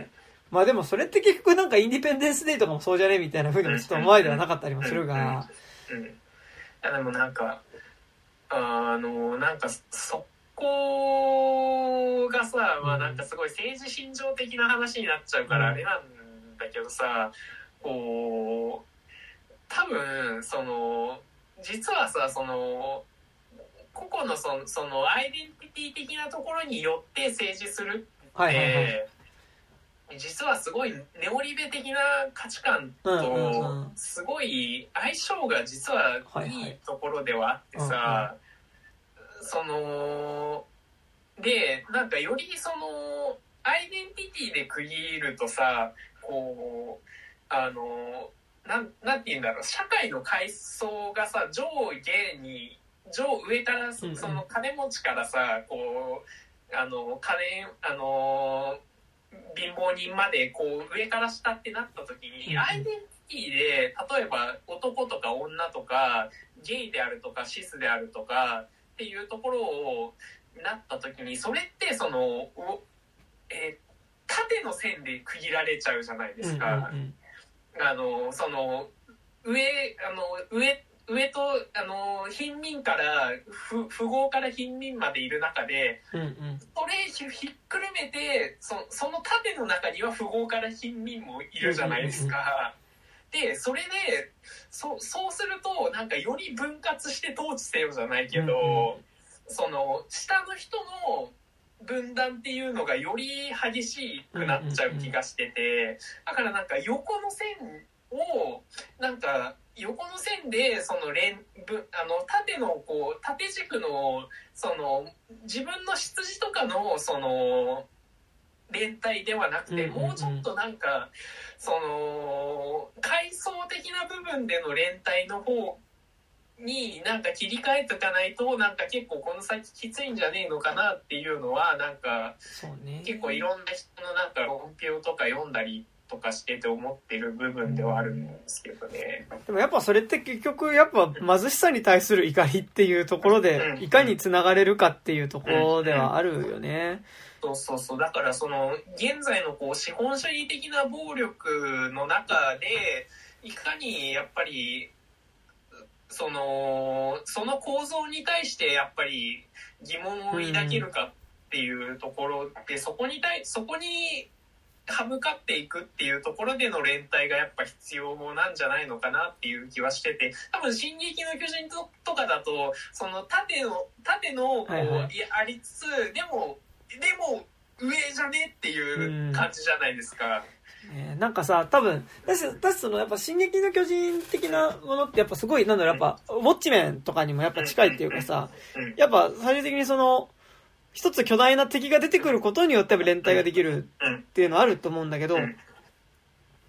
まあでもそれって結局なんかインディペンデンスデーとかもそうじゃねみたいな風にもちょっと思われではなかったりもするが、 でもなんかあのなんかそこがさ、まあなんかすごい政治信条的な話になっちゃうからあれなんだけどさ、こう多分その実はさその個々のその、そのアイデンティティ的なところによって政治するって、はいはいはい、実はすごいネオリベ的な価値観とすごい相性が実はいいところではあってさ、そのでなんかよりそのアイデンティティで区切るとさ、こうあのなんなんて言うんだろう、社会の階層がさ上下に上上からその金持ちからさこうあの金あの貧乏人までこう上から下ってなった時に、アイデンティティで例えば男とか女とかゲイであるとかシスであるとかっていうところをなった時に、それってその、えー、縦の線で区切られちゃうじゃないですか。うんうんうん、あのその上あの上上とあの貧民から富豪から貧民までいる中で、うんうん、それひっくるめて そ, その縦の中には富豪から貧民もいるじゃないですか。うんうんうん、でそれで そ, そうするとなんかより分割して統治せよじゃないけど、うんうん、その下の人の分断っていうのがより激しくなっちゃう気がしてて、だからなんか横の線をなんか横の線でその連あの縦のこう縦軸のその自分の出自とかのその連帯ではなくて、もうちょっとなんかその階層的な部分での連帯の方になんか切り替えておかないとなんか結構この先きついんじゃねえのかなっていうのはなんかそうね、結構いろんな人のなんか論評とか読んだりとかしてて思ってる部分ではあるんですけどね。 でもやっぱそれって結局やっぱ貧しさに対する怒りっていうところでいかにつながれるかっていうところではあるよね。 そうそうそう、だからその現在のこう資本主義的な暴力の中でいかにやっぱりそのその構造に対してやっぱり疑問を抱けるかっていうところで、そこに対そこに歯向かっていくっていうところでの連帯がやっぱ必要なんじゃないのかなっていう気はしてて、多分進撃の巨人 と, とかだとその縦の縦のこう、はいはい、ありつつでもでも上じゃねっていう感じじゃないですか。 えー、なんかさ、多分私私そのやっぱ進撃の巨人的なものってやっぱすごいなんだろう、やっぱウォッチメンとかにもやっぱ近いっていうかさ、やっぱ最終的にその一つ巨大な敵が出てくることによって連帯ができるっていうのはあると思うんだけど、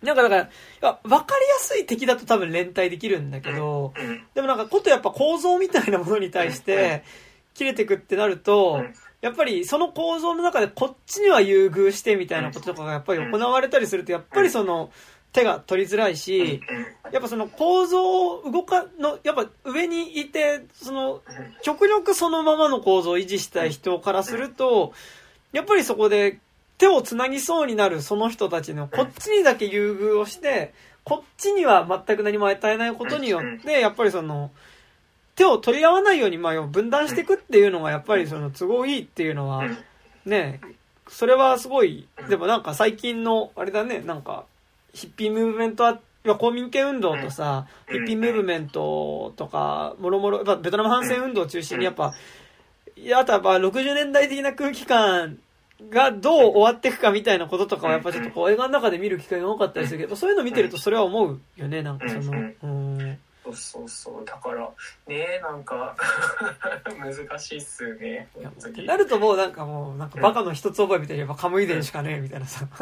なんかだから、いやわかりやすい敵だと多分連帯できるんだけど、でもなんかことやっぱ構造みたいなものに対して、切れてくってなると、やっぱりその構造の中でこっちには優遇してみたいなこととかがやっぱり行われたりすると、やっぱりその手が取りづらいし、やっぱその構造を動かの、やっぱ上にいて、その極力そのままの構造を維持したい人からすると、やっぱりそこで手をつなぎそうになるその人たちのこっちにだけ優遇をして、こっちには全く何も与えないことによって、やっぱりその、手を取り合わないように、まあ、分断していくっていうのがやっぱりその都合いいっていうのはね、それはすごい。でもなんか最近のあれだね、なんかヒッピームーブメントは公民権運動とさ、ヒッピームーブメントとかもろもろやっぱベトナム反戦運動を中心にやっぱ、いやあとはやっぱろくじゅうねんだい的な空気感がどう終わっていくかみたいなこととかはやっぱちょっとこう映画の中で見る機会が多かったりするけど、そういうの見てるとそれは思うよね。なんかそのうーん。 そうそうそう、だからね、なんか難しいっすよね。 ってなるともうなんかもうなんかバカの一つ覚えみたいにやっぱカムイ伝しかねえみたいなさ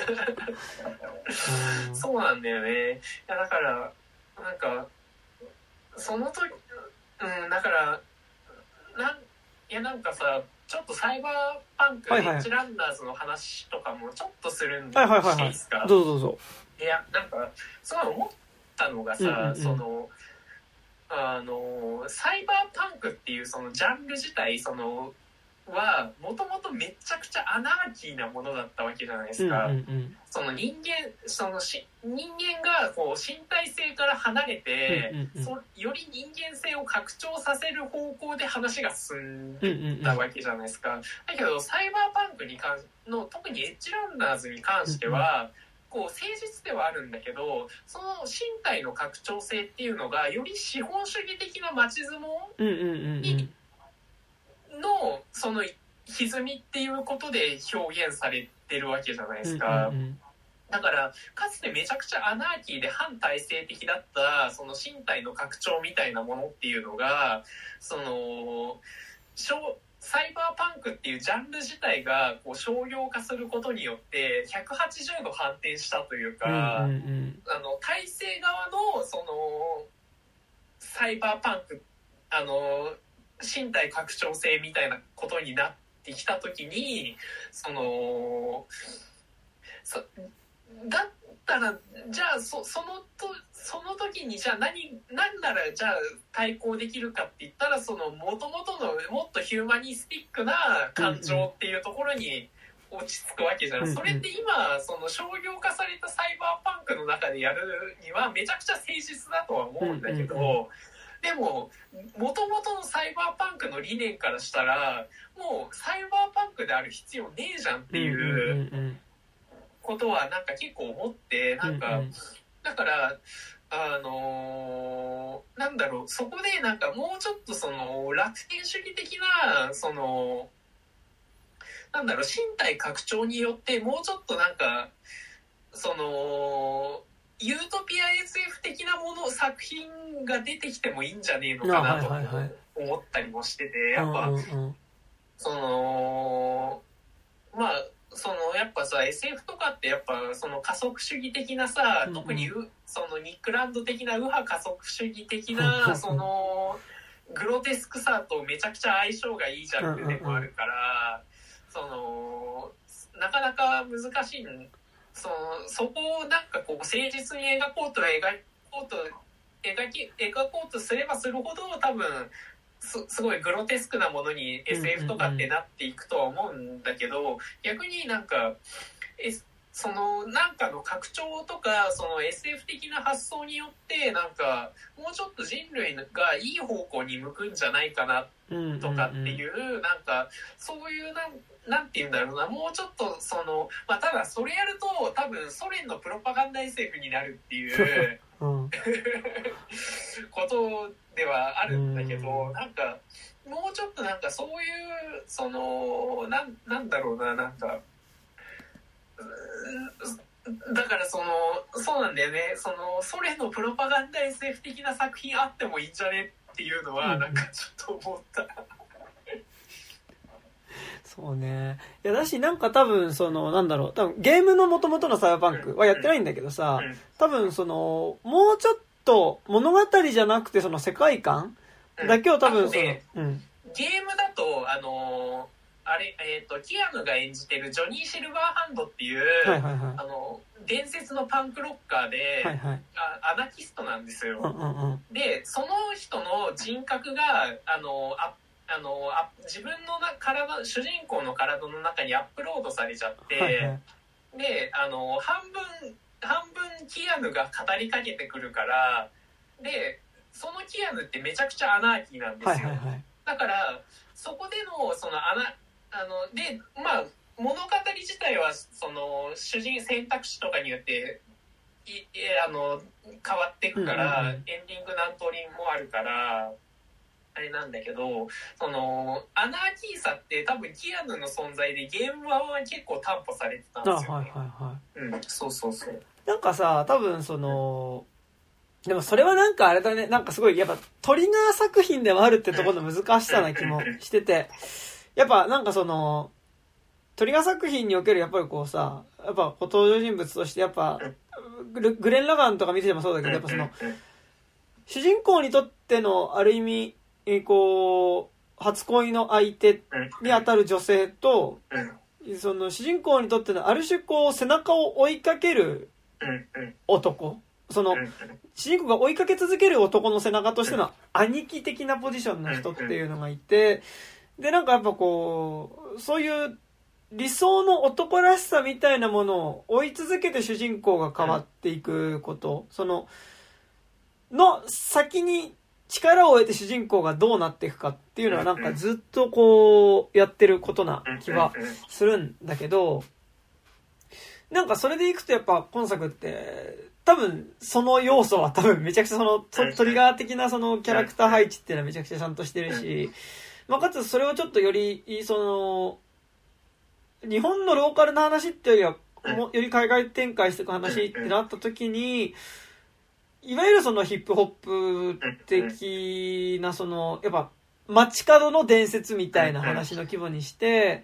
うん、そうなんだよね。いやだからなんかその時、うん、だからなんいやなんかさ、ちょっとサイバーパンクエッジランナーズの話とかもちょっとするんでいいですか。 どうぞどうぞ。 いやなんかすごい思ったのがさ、うんうんうん、そのあのサイバーパンクっていうそのジャンル自体そのはもともとめちゃくちゃアナーキーなものだったわけじゃないですか。 うんうんうん、 その人間そのし人間がこう身体性から離れて、うんうんうん、そより人間性を拡張させる方向で話が進んだわけじゃないですか。うんうんうん、だけどサイバーパンクに関の特にエッジランナーズに関しては、うんうん、こう誠実ではあるんだけど、その身体の拡張性っていうのがより資本主義的な町相撲にのその歪みっていうことで表現されてるわけじゃないですか。うんうんうん、だからかつてめちゃくちゃアナーキーで反体制的だったその身体の拡張みたいなものっていうのが、そのサイバーパンクっていうジャンル自体がこう商業化することによってひゃくはちじゅうど反転したというか、うんうんうん、あの体制側のそのサイバーパンク、あの身体拡張性みたいなことになってきたときに、そのそだったらじゃあ そ, そのとその時にじゃあ何何ならじゃあ対抗できるかって言ったら、その元々のもっとヒューマニスティックな感情っていうところに落ち着くわけじゃん、うんうん、それって今その商業化されたサイバーパンクの中でやるにはめちゃくちゃ誠実だとは思うんだけど、うんうんうん、でも元々のサイバーパンクの理念からしたらもうサイバーパンクである必要ねえじゃんっていうことはなんか結構思って、なんか、うんうん、だからあのー、なんだろう、そこでなんかもうちょっとその楽天主義的なそのなんだろう身体拡張によってもうちょっとなんかそのユートピア エスエフ 的なもの作品が出てきてもいいんじゃねえのかなと思ったりもしてて、やっぱそのまあそのやっぱさ エスエフ とかってやっぱその加速主義的なさ、特にそのニックランド的な右派加速主義的なそのグロテスクさとめちゃくちゃ相性がいいジャンルでもあるから、そのなかなか難しい。そのそこをなんかこう誠実に描こうと描こうと描き描こうとすればするほど多分 す, すごいグロテスクなものに エスエフ とかってなっていくとは思うんだけど、逆になんか、S、そのなんかの拡張とかその エスエフ 的な発想によってなんかもうちょっと人類がいい方向に向くんじゃないかなとかっていう、なんかそういうなんなんて言うんだろうな、もうちょっとその、まあ、ただそれやると多分ソ連のプロパガンダ エスエフ になるっていううん、ことではあるんだけど、なんかもうちょっとなんかそういうそのな ん, なんだろうな、なんかだからそのそうなんだよね、そのソ連のプロパガンダ エスエフ 的な作品あってもいいんじゃねっていうのはなんかちょっと思った、うんそうね。いや、だし、なんか多分、その、なんだろう、多分、ゲームの元々のサイバーパンクはやってないんだけどさ、多分、その、もうちょっと、物語じゃなくて、その世界観だけを多分、その、うん。 ゲームだと、あのー、あれ、えっ、ー、と、キアヌが演じてるジョニー・シルバーハンドっていう、はいはいはい、あの、伝説のパンクロッカーで、はいはい、あアナキストなんですよ。 うんうんうん、で、 その人の人格が、あの、ああのあ自分のな体、主人公の体の中にアップロードされちゃって、はいはい、で、あの、半分、半分キアヌが語りかけてくるから、で、そのキアヌってめちゃくちゃアナーキーなんですよ。はいはいはい、だから、そこでの、そのアナ、あの、で、まあ、物語自体は、その、主人選択肢とかによって、いあの、変わっていくから、うんうんうん、エンディング何通りもあるから、あれなんだけど、その、アナーキーさって多分キアヌの存在でゲーム版は結構担保されてたんですよ、ね。あ、はいはいはい。うん、そうそうそう。 なんかさ、多分その、でもそれはなんかあれだね、なんかすごい、やっぱトリガー作品でもあるってところの難しさな気もしてて、やっぱなんかその、トリガー作品におけるやっぱりこうさ、やっぱ登場人物としてやっぱ、グ, グレン・ラガンとか見ててもそうだけど、やっぱその、主人公にとってのある意味、えー、こう、初恋の相手にあたる女性と、その主人公にとってのある種こう背中を追いかける男、その主人公が追いかけ続ける男の背中としての兄貴的なポジションの人っていうのがいて、でなんかやっぱこうそういう理想の男らしさみたいなものを追い続けて主人公が変わっていくこと、そのの先に力を得て主人公がどうなっていくかっていうのはなんかずっとこうやってることな気はするんだけど、なんかそれでいくとやっぱ今作って多分その要素は多分めちゃくちゃそのトリガー的なそのキャラクター配置っていうのはめちゃくちゃちゃんとしてるし、まあかつそれをちょっとよりその日本のローカルな話っていうよりはより海外展開していく話ってなった時に、いわゆるそのヒップホップ的なそのやっぱ街角の伝説みたいな話の規模にして、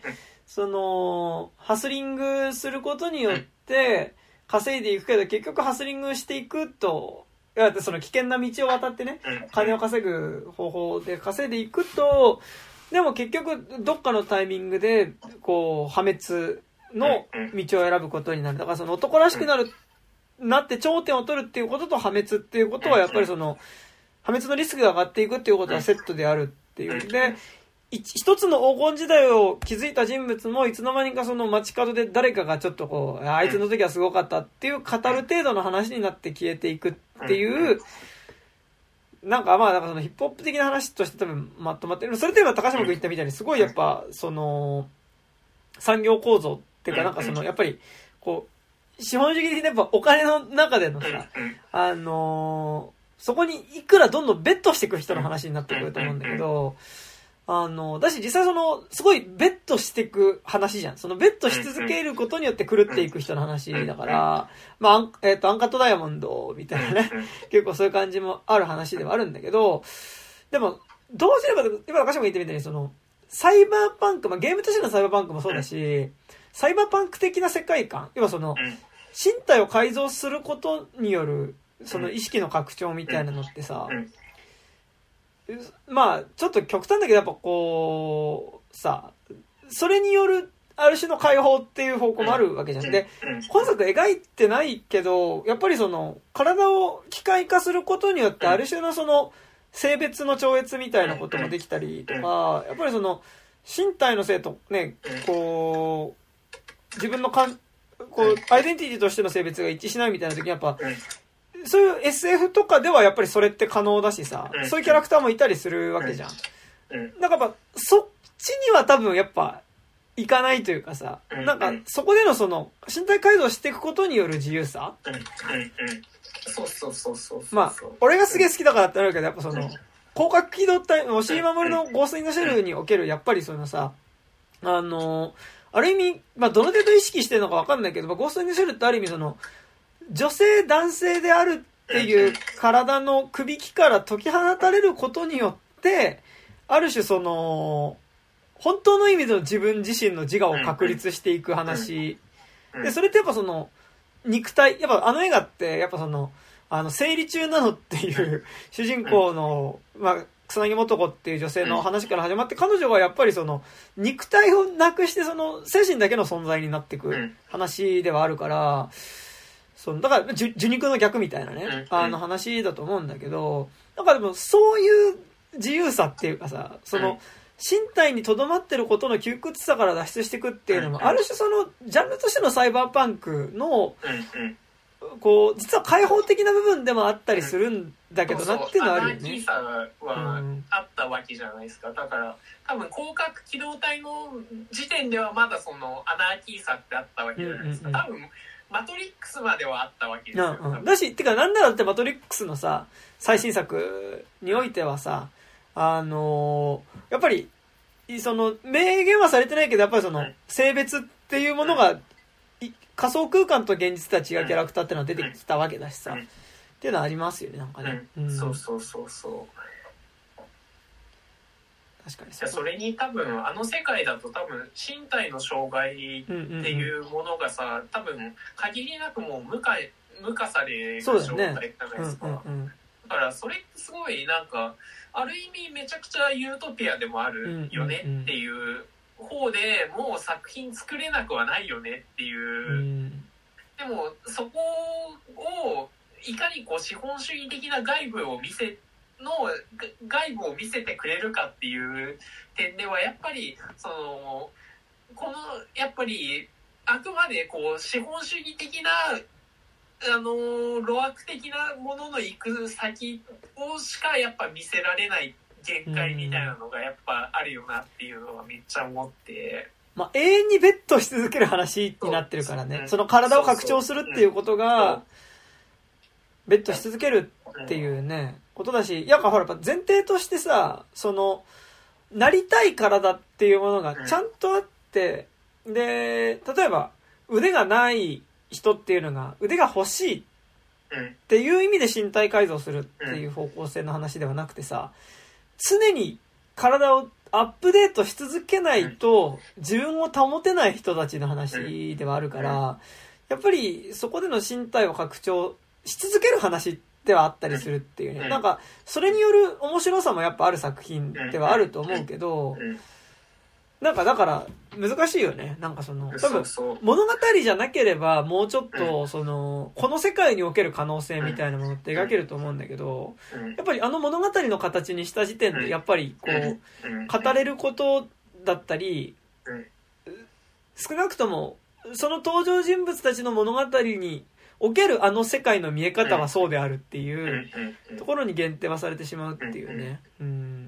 そのハスリングすることによって稼いでいくけど結局ハスリングしていくと、いわゆるその危険な道を渡ってね金を稼ぐ方法で稼いでいくと、でも結局どっかのタイミングでこう破滅の道を選ぶことになる。だからその男らしくなるなって頂点を取るっていうことと破滅っていうことはやっぱりその破滅のリスクが上がっていくっていうことはセットであるっていう。で、一つの黄金時代を築いた人物もいつの間にかその街角で誰かがちょっとこうあいつの時はすごかったっていう語る程度の話になって消えていくっていう、なんかまあだからそのヒップホップ的な話として多分まとまってる。それというのは高島君言ったみたいにすごいやっぱその産業構造っていうかなんかそのやっぱりこう資本主義的にやっぱお金の中でのさ、あのー、そこにいくらどんどんベットしていく人の話になってくると思うんだけど、あの、だし実際その、すごいベットしていく話じゃん。そのベットし続けることによって狂っていく人の話だから、まあ、えっと、アンカットダイヤモンドみたいなね、結構そういう感じもある話ではあるんだけど、でも、どうすれば、今高島が言ってみたいにその、サイバーパンク、まあゲームとしてのサイバーパンクもそうだし、サイバーパンク的な世界観、要はその、身体を改造することによるその意識の拡張みたいなのってさ、まあちょっと極端だけどやっぱこうさ、それによるある種の解放っていう方向もあるわけじゃん。で、今作描いてないけどやっぱりその体を機械化することによってある種のその性別の超越みたいなこともできたりとか、やっぱりその身体の性とね、こう自分の感こうアイデンティティとしての性別が一致しないみたいな時にやっぱそういう エスエフ とかではやっぱりそれって可能だしさ、そういうキャラクターもいたりするわけじゃん。だからやっぱそっちには多分やっぱいかないというかさ、なんかそこでのその身体改造していくことによる自由さ、 そうそうそうそう。 まあ俺がすげえ好きだからってなるけどやっぱその広角機動隊押井守のゴーストインザシェルにおけるやっぱりそのさ、あのある意味、まあ、どの程度意識してるのか分かんないけど、まあ、ゴーストインザシェルってある意味その、女性、男性であるっていう体のくびきから解き放たれることによって、ある種その、 本当の意味での自分自身の自我を確立していく話。で、それってやっぱその、肉体、やっぱあの映画って、やっぱその、あの、生理中なのっていう主人公の、まあ、草薙素子っていう女性の話から始まって、彼女はやっぱりその、肉体をなくしてその、精神だけの存在になっていく話ではあるから、その、だから、受肉の逆みたいなね、あの話だと思うんだけど、なんかでも、そういう自由さっていうかさ、その、身体に留まってることの窮屈さから脱出していくっていうのも、ある種その、ジャンルとしてのサイバーパンクの、こう、実は開放的な部分でもあったりするんだけどなっていうのはあるよね。 アナーキーさはあったわけじゃないですか。だから、多分広角機動隊の時点ではまだそのアナーキーさってあったわけじゃないですか。多分、マトリックスまではあったわけですよ。 うんうん、だし、てかなんだろうってマトリックスのさ、最新作においてはさ、あのー、やっぱり、その、明言はされてないけど、やっぱりその、性別っていうものが、仮想空間と現実とは違うキャラクターっていうのは出てきたわけだしさ、っていうのはありますよね、なんかね。 うんうん、そうそうそうそう。 確かにそう。それに多分、あの世界だと多分、身体の障害っていうものがさ、うんうんうん、多分、限りなくもう無化、無化される状態じゃないですか。だからそれってすごいなんかある意味めちゃくちゃユートピアでもあるよねっていう方でもう作品作れなくはないよねっていう、うん、でもそこをいかにこう資本主義的な外部を見せの外部を見せてくれるかっていう点ではやっぱりそのこのやっぱりあくまでこう資本主義的なあの路悪的なものの行く先をしかやっぱ見せられない限界みたいなのがやっぱあるよなっていうのはめっちゃ思って、 まあ、永遠にベッドし続ける話になってるからね、その体を拡張するっていうことがベッドし続けるっていうねことだし、やっぱほら前提としてさ、そのなりたい体っていうものがちゃんとあって、で例えば腕がない人っていうのが腕が欲しいっていう意味で身体改造するっていう方向性の話ではなくてさ、常に体をアップデートし続けないと自分を保てない人たちの話ではあるから、やっぱりそこでの身体を拡張し続ける話ではあったりするっていうね、なんかそれによる面白さもやっぱある作品ではあると思うけど、なんかだから難しいよね。なんかその多分物語じゃなければもうちょっとそのこの世界における可能性みたいなものって描けると思うんだけど、やっぱりあの物語の形にした時点でやっぱりこう語れることだったり、少なくともその登場人物たちの物語におけるあの世界の見え方はそうであるっていうところに限定はされてしまうっていうね、うん、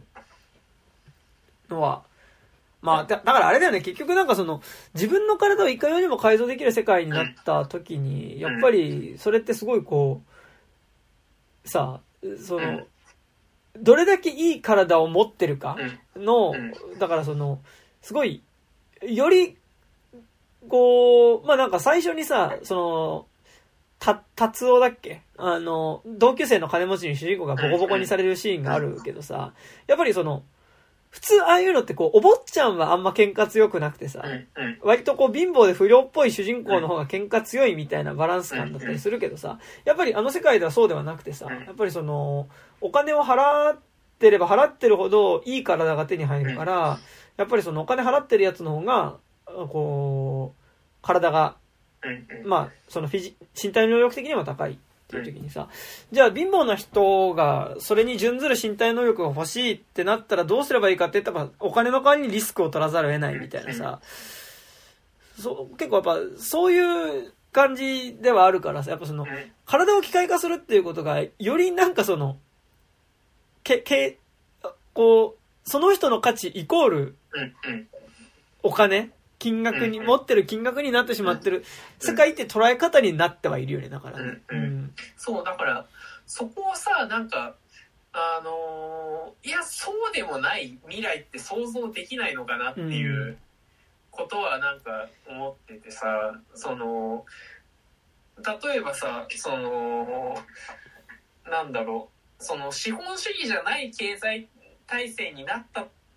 のはまあ、だ, だからあれだよね、結局なんかその自分の体をいかようにも改造できる世界になった時にやっぱりそれってすごいこうさ、そのどれだけいい体を持ってるかの、だからそのすごいよりこうまあなんか最初にさ、そのた達夫だっけ、あの同級生の金持ちに主人公がボコボコにされるシーンがあるけどさ、やっぱりその普通ああいうのってこうお坊ちゃんはあんま喧嘩強くなくてさ、割とこう貧乏で不良っぽい主人公の方が喧嘩強いみたいなバランス感だったりするけどさ、やっぱりあの世界ではそうではなくてさ、やっぱりそのお金を払ってれば払ってるほどいい体が手に入るから、やっぱりそのお金払ってるやつの方がこう体がまあそのフィジ身体能力的にも高いっていう時にさ、じゃあ貧乏な人がそれに準ずる身体能力が欲しいってなったらどうすればいいかって言ったらお金の代わりにリスクを取らざるを得ないみたいなさ、そう結構やっぱそういう感じではあるからさ、やっぱその体を機械化するっていうことがよりなんかそのけけこうその人の価値イコールお金金額に、持ってる金額になってしまってる世界って捉え方になってはいるよね、だからね。 うんうん、そう、だから、そこをさ、なんか、あのー、いや、そうでもない未来って想像できないのかなっていうことはなんか思っててさ、その、例えばさ、その、なんだろう、その資本主義じゃない経済体制になった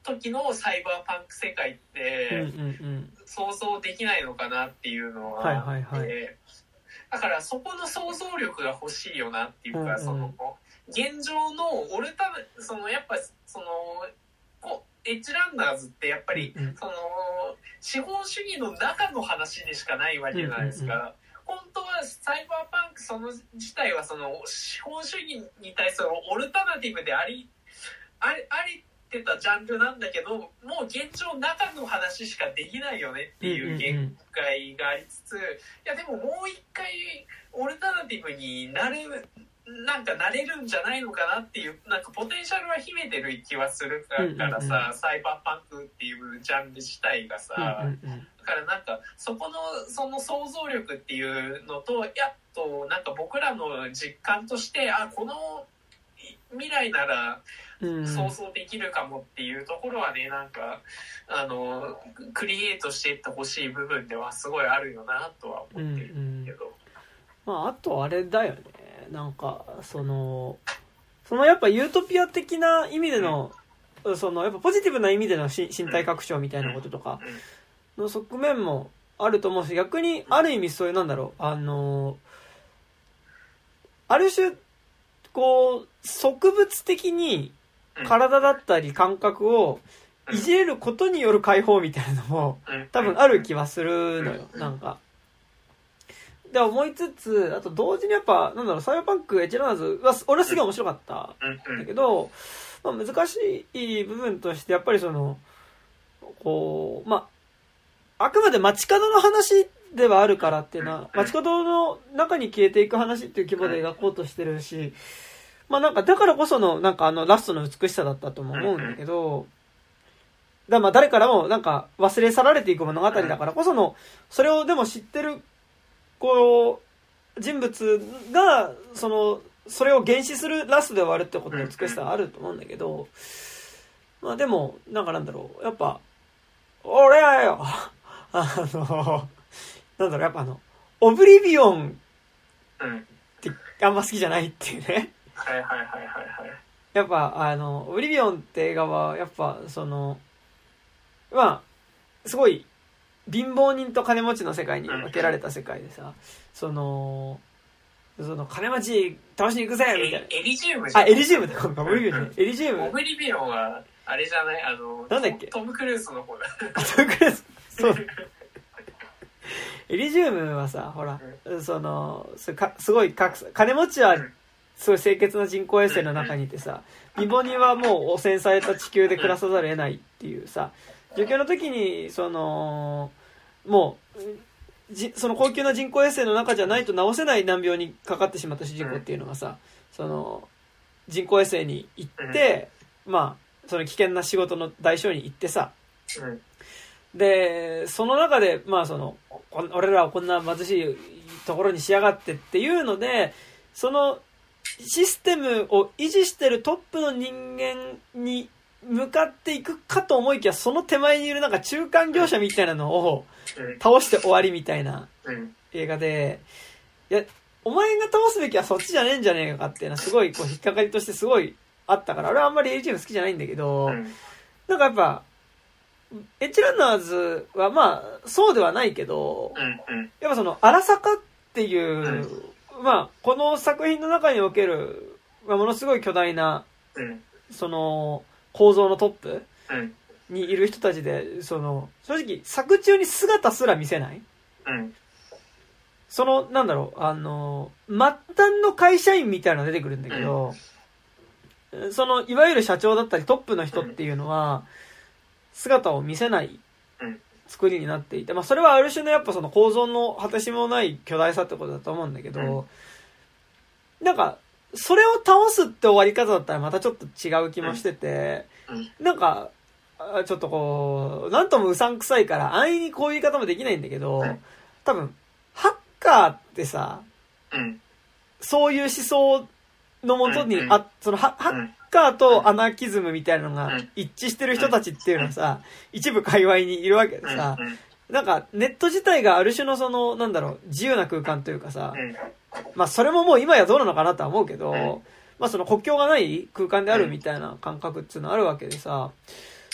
時のサイバーパンク世界って想像できないのかなっていうのは、 はいはいはい、 だからそこの想像力が欲しいよなっていうか、うんうん、その現状のオルタそのやっぱそのこうエッジランナーズってやっぱり、うんうん、その資本主義の中の話でしかないわけじゃないですか、うんうんうん、本当はサイバーパンクその自体はその資本主義に対するオルタナティブでありありありってたジャンルなんだけど、もう現状中の話しかできないよねっていう限界がありつつ、うんうんうん、いやでももう一回オルタナティブになるなんかなれるんじゃないのかなっていうなんかポテンシャルは秘めてる気はするからさ、うんうんうん、サイバーパンクっていうジャンル自体がさ、うんうんうん、だからなんかそこのその想像力っていうのとやっとなんか僕らの実感としてあこの未来なら想像できるかもっていうところはねなんかあのクリエイトしていってほしい部分ではすごいあるよなとは思ってるけど、うんうん、 まああとあれだよねなんかそのそのやっぱユートピア的な意味での、うん、そのやっぱポジティブな意味での身体拡張みたいなこととかの側面もあると思うし逆にある意味そういうなんだろうあのある種こう植物的に体だったり感覚をいじれることによる解放みたいなのも多分ある気はするのよなんかで思いつつあと同時にやっぱなんだろうサイバーパンクエッジランナーズは俺はすげえ面白かったんだけど、まあ、難しい部分としてやっぱりそのこうまああくまで街角の話ではあるからっていうのは街角の中に消えていく話っていう規模で描こうとしてるしまあなんかだからこそのなんかあのラストの美しさだったとも思うんだけどだまあ誰からもなんか忘れ去られていく物語だからこそのそれをでも知ってるこう人物がそのそれを原始するラストで終わるってことの美しさはあると思うんだけどまあでもなんかなんだろうやっぱ俺はよあのなんだろうやっぱあのオブリビオンってあんま好きじゃないっていうねはいはいはいはいはいやっぱあのオブリビオンって映画はやっぱそのまあすごい貧乏人と金持ちの世界に分けられた世界でさそのその金持ち倒しに行くぜみたいなエリジウムじゃんあエリジウムだオブリビオンエリジウムオブリビオンはあれじゃないあのなんだっけトムクルーズの方だトムクルーズそうエリジウムはさほら、うん、そのすごい金持ちはすごい清潔な人工衛星の中にいてさ貧乏人はもう汚染された地球で暮らさざるを得ないっていうさ状況の時にそのもうじその高級な人工衛星の中じゃないと治せない難病にかかってしまった主人公っていうのがさその人工衛星に行ってまあその危険な仕事の代償に行ってさでその中でまあその俺らはこんな貧しいところにしやがってっていうのでそのシステムを維持してるトップの人間に向かっていくかと思いきやその手前にいるなんか中間業者みたいなのを倒して終わりみたいな映画でいやお前が倒すべきはそっちじゃねえんじゃねえかっていうのはすごいこう引っかかりとしてすごいあったから俺はあんまり エイチエム 好きじゃないんだけどなんかやっぱエッジランナーズはまあそうではないけどやっぱその荒坂っていうまあこの作品の中におけるものすごい巨大なその構造のトップにいる人たちでその正直作中に姿すら見せないそのなんだろうあの末端の会社員みたいなのが出てくるんだけどそのいわゆる社長だったりトップの人っていうのは姿を見せない作りになっていて、まあ、それはある種のやっぱその構造の果てしもない巨大さってことだと思うんだけどなんかそれを倒すって終わり方だったらまたちょっと違う気もしててなんかちょっとこうなんともうさんくさいから安易にこういう言い方もできないんだけど多分ハッカーってさそういう思想のもとにあそのハッカーとアナーキズムみたいなのが一致してる人たちっていうのはさ一部界隈にいるわけでさなんかネット自体がある種のそのなんだろう自由な空間というかさまあそれももう今やどうなのかなとは思うけどまあその国境がない空間であるみたいな感覚っていうのはあるわけでさ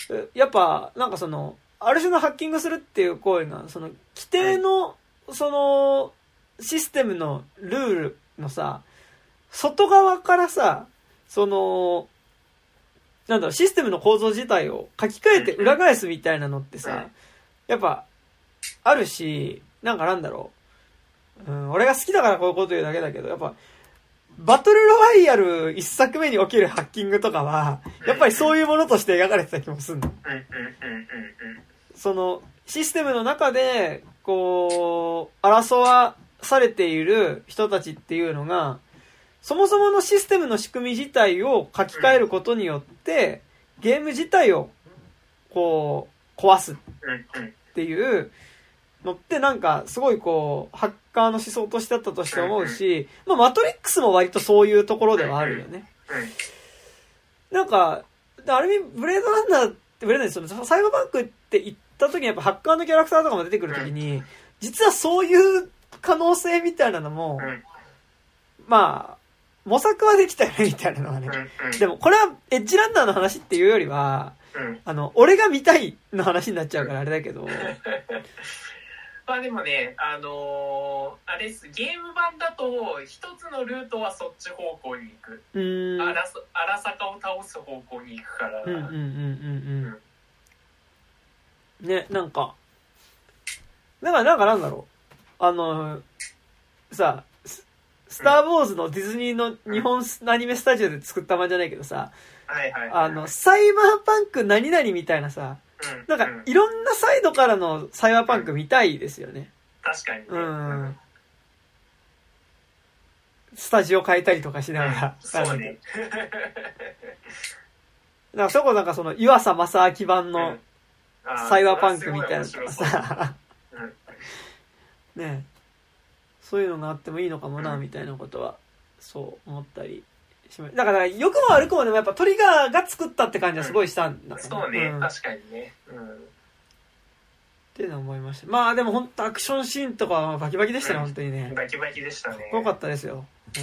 やっぱ、なんかその、ある種のハッキングするっていう行為が、その、規定の、その、システムのルールのさ、外側からさ、その、なんだろう、システムの構造自体を書き換えて裏返すみたいなのってさ、やっぱ、あるし、なんかなんだろう、うん、俺が好きだからこういうこと言うだけだけど、やっぱ、バトルロワイヤル一作目に起きるハッキングとかは、やっぱりそういうものとして描かれてた気もするの。その、システムの中で、こう、争わされている人たちっていうのが、そもそものシステムの仕組み自体を書き換えることによって、ゲーム自体を、こう、壊すっていうのってなんか、すごいこう、ハッカーの思想としてあったとして思うし、まあ、マトリックスも割とそういうところではあるよね。なんか、ある意味、ブレードランナーって、ブレードランナーそのサイバーバンクって言った時にやっぱハッカーのキャラクターとかも出てくる時に、実はそういう可能性みたいなのも、まあ、模索はできたよね、みたいなのはね。でも、これはエッジランナーの話っていうよりは、あの、俺が見たいの話になっちゃうからあれだけど。 まあでもね、あのー、あれです、ゲーム版だと、一つのルートはそっち方向に行く。うーん。荒坂を倒す方向に行くから。うんうんうんうんうん。ね、なんか、だからなんかなんだろう。あの、さ、スター・ウォーズのディズニーの日本アニメスタジオで作った版じゃないけどさ、 はいはいはい、 あの、サイバーパンク何々みたいなさ、なんかいろんなサイドからのサイバーパンク見たいですよね。 確かにね。 うん。スタジオ変えたりとかしながら。 そうね。 なんかそこなんかその湯浅正明版のサイバーパンクみたいなのとかさ、ねえ。そういうのがあってもいいのかもな、みたいなことは、そう思ったりしました。だから、良くも悪くもでもやっぱトリガーが作ったって感じはすごいしたんだ、 ね、うん。そうね、うん、確かにね。うん。 っていうのを思いました。まあでも本当アクションシーンとかはバキバキでしたね、うん、本当にね。 バキバキでしたね。かっこよかったですよ。うん。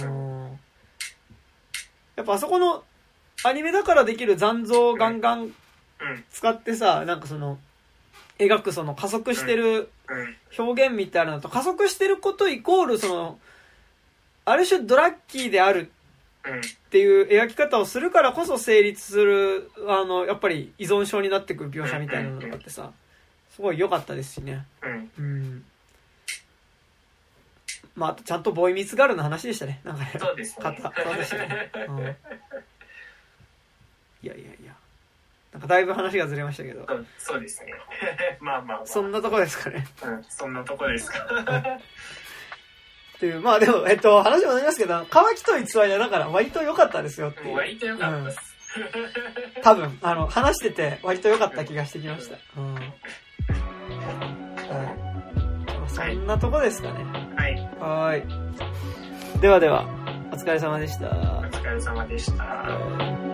やっぱあそこのアニメだからできる残像をガンガン使ってさ、なんかその、描くその加速してる表現みたいなのと、加速してることイコールそのある種ドラッキーであるっていう描き方をするからこそ成立する、あのやっぱり依存症になってくる描写みたいなのとかってさ、すごい良かったですしね。うん。まああとちゃんとボーイミツガールの話でしたね。なんかね。 そうですね。 そうでしたね。うん、いやいやいや。なんかだいぶ話がずれましたけど。 うん、そうですね。まあまあまあ。 そんなとこですかね。 うん、そんなとこですか。 っていう、まあでも、えっと、話もなりますけど、乾きと偽りはだから割と良かったですよっていう。 割と良かったです。 うん、多分、あの、話してて割と良かった気がしてきました。うん。はい。そんなとこですかね。 はい。 はい。ではでは、お疲れ様でした。お疲れ様でした。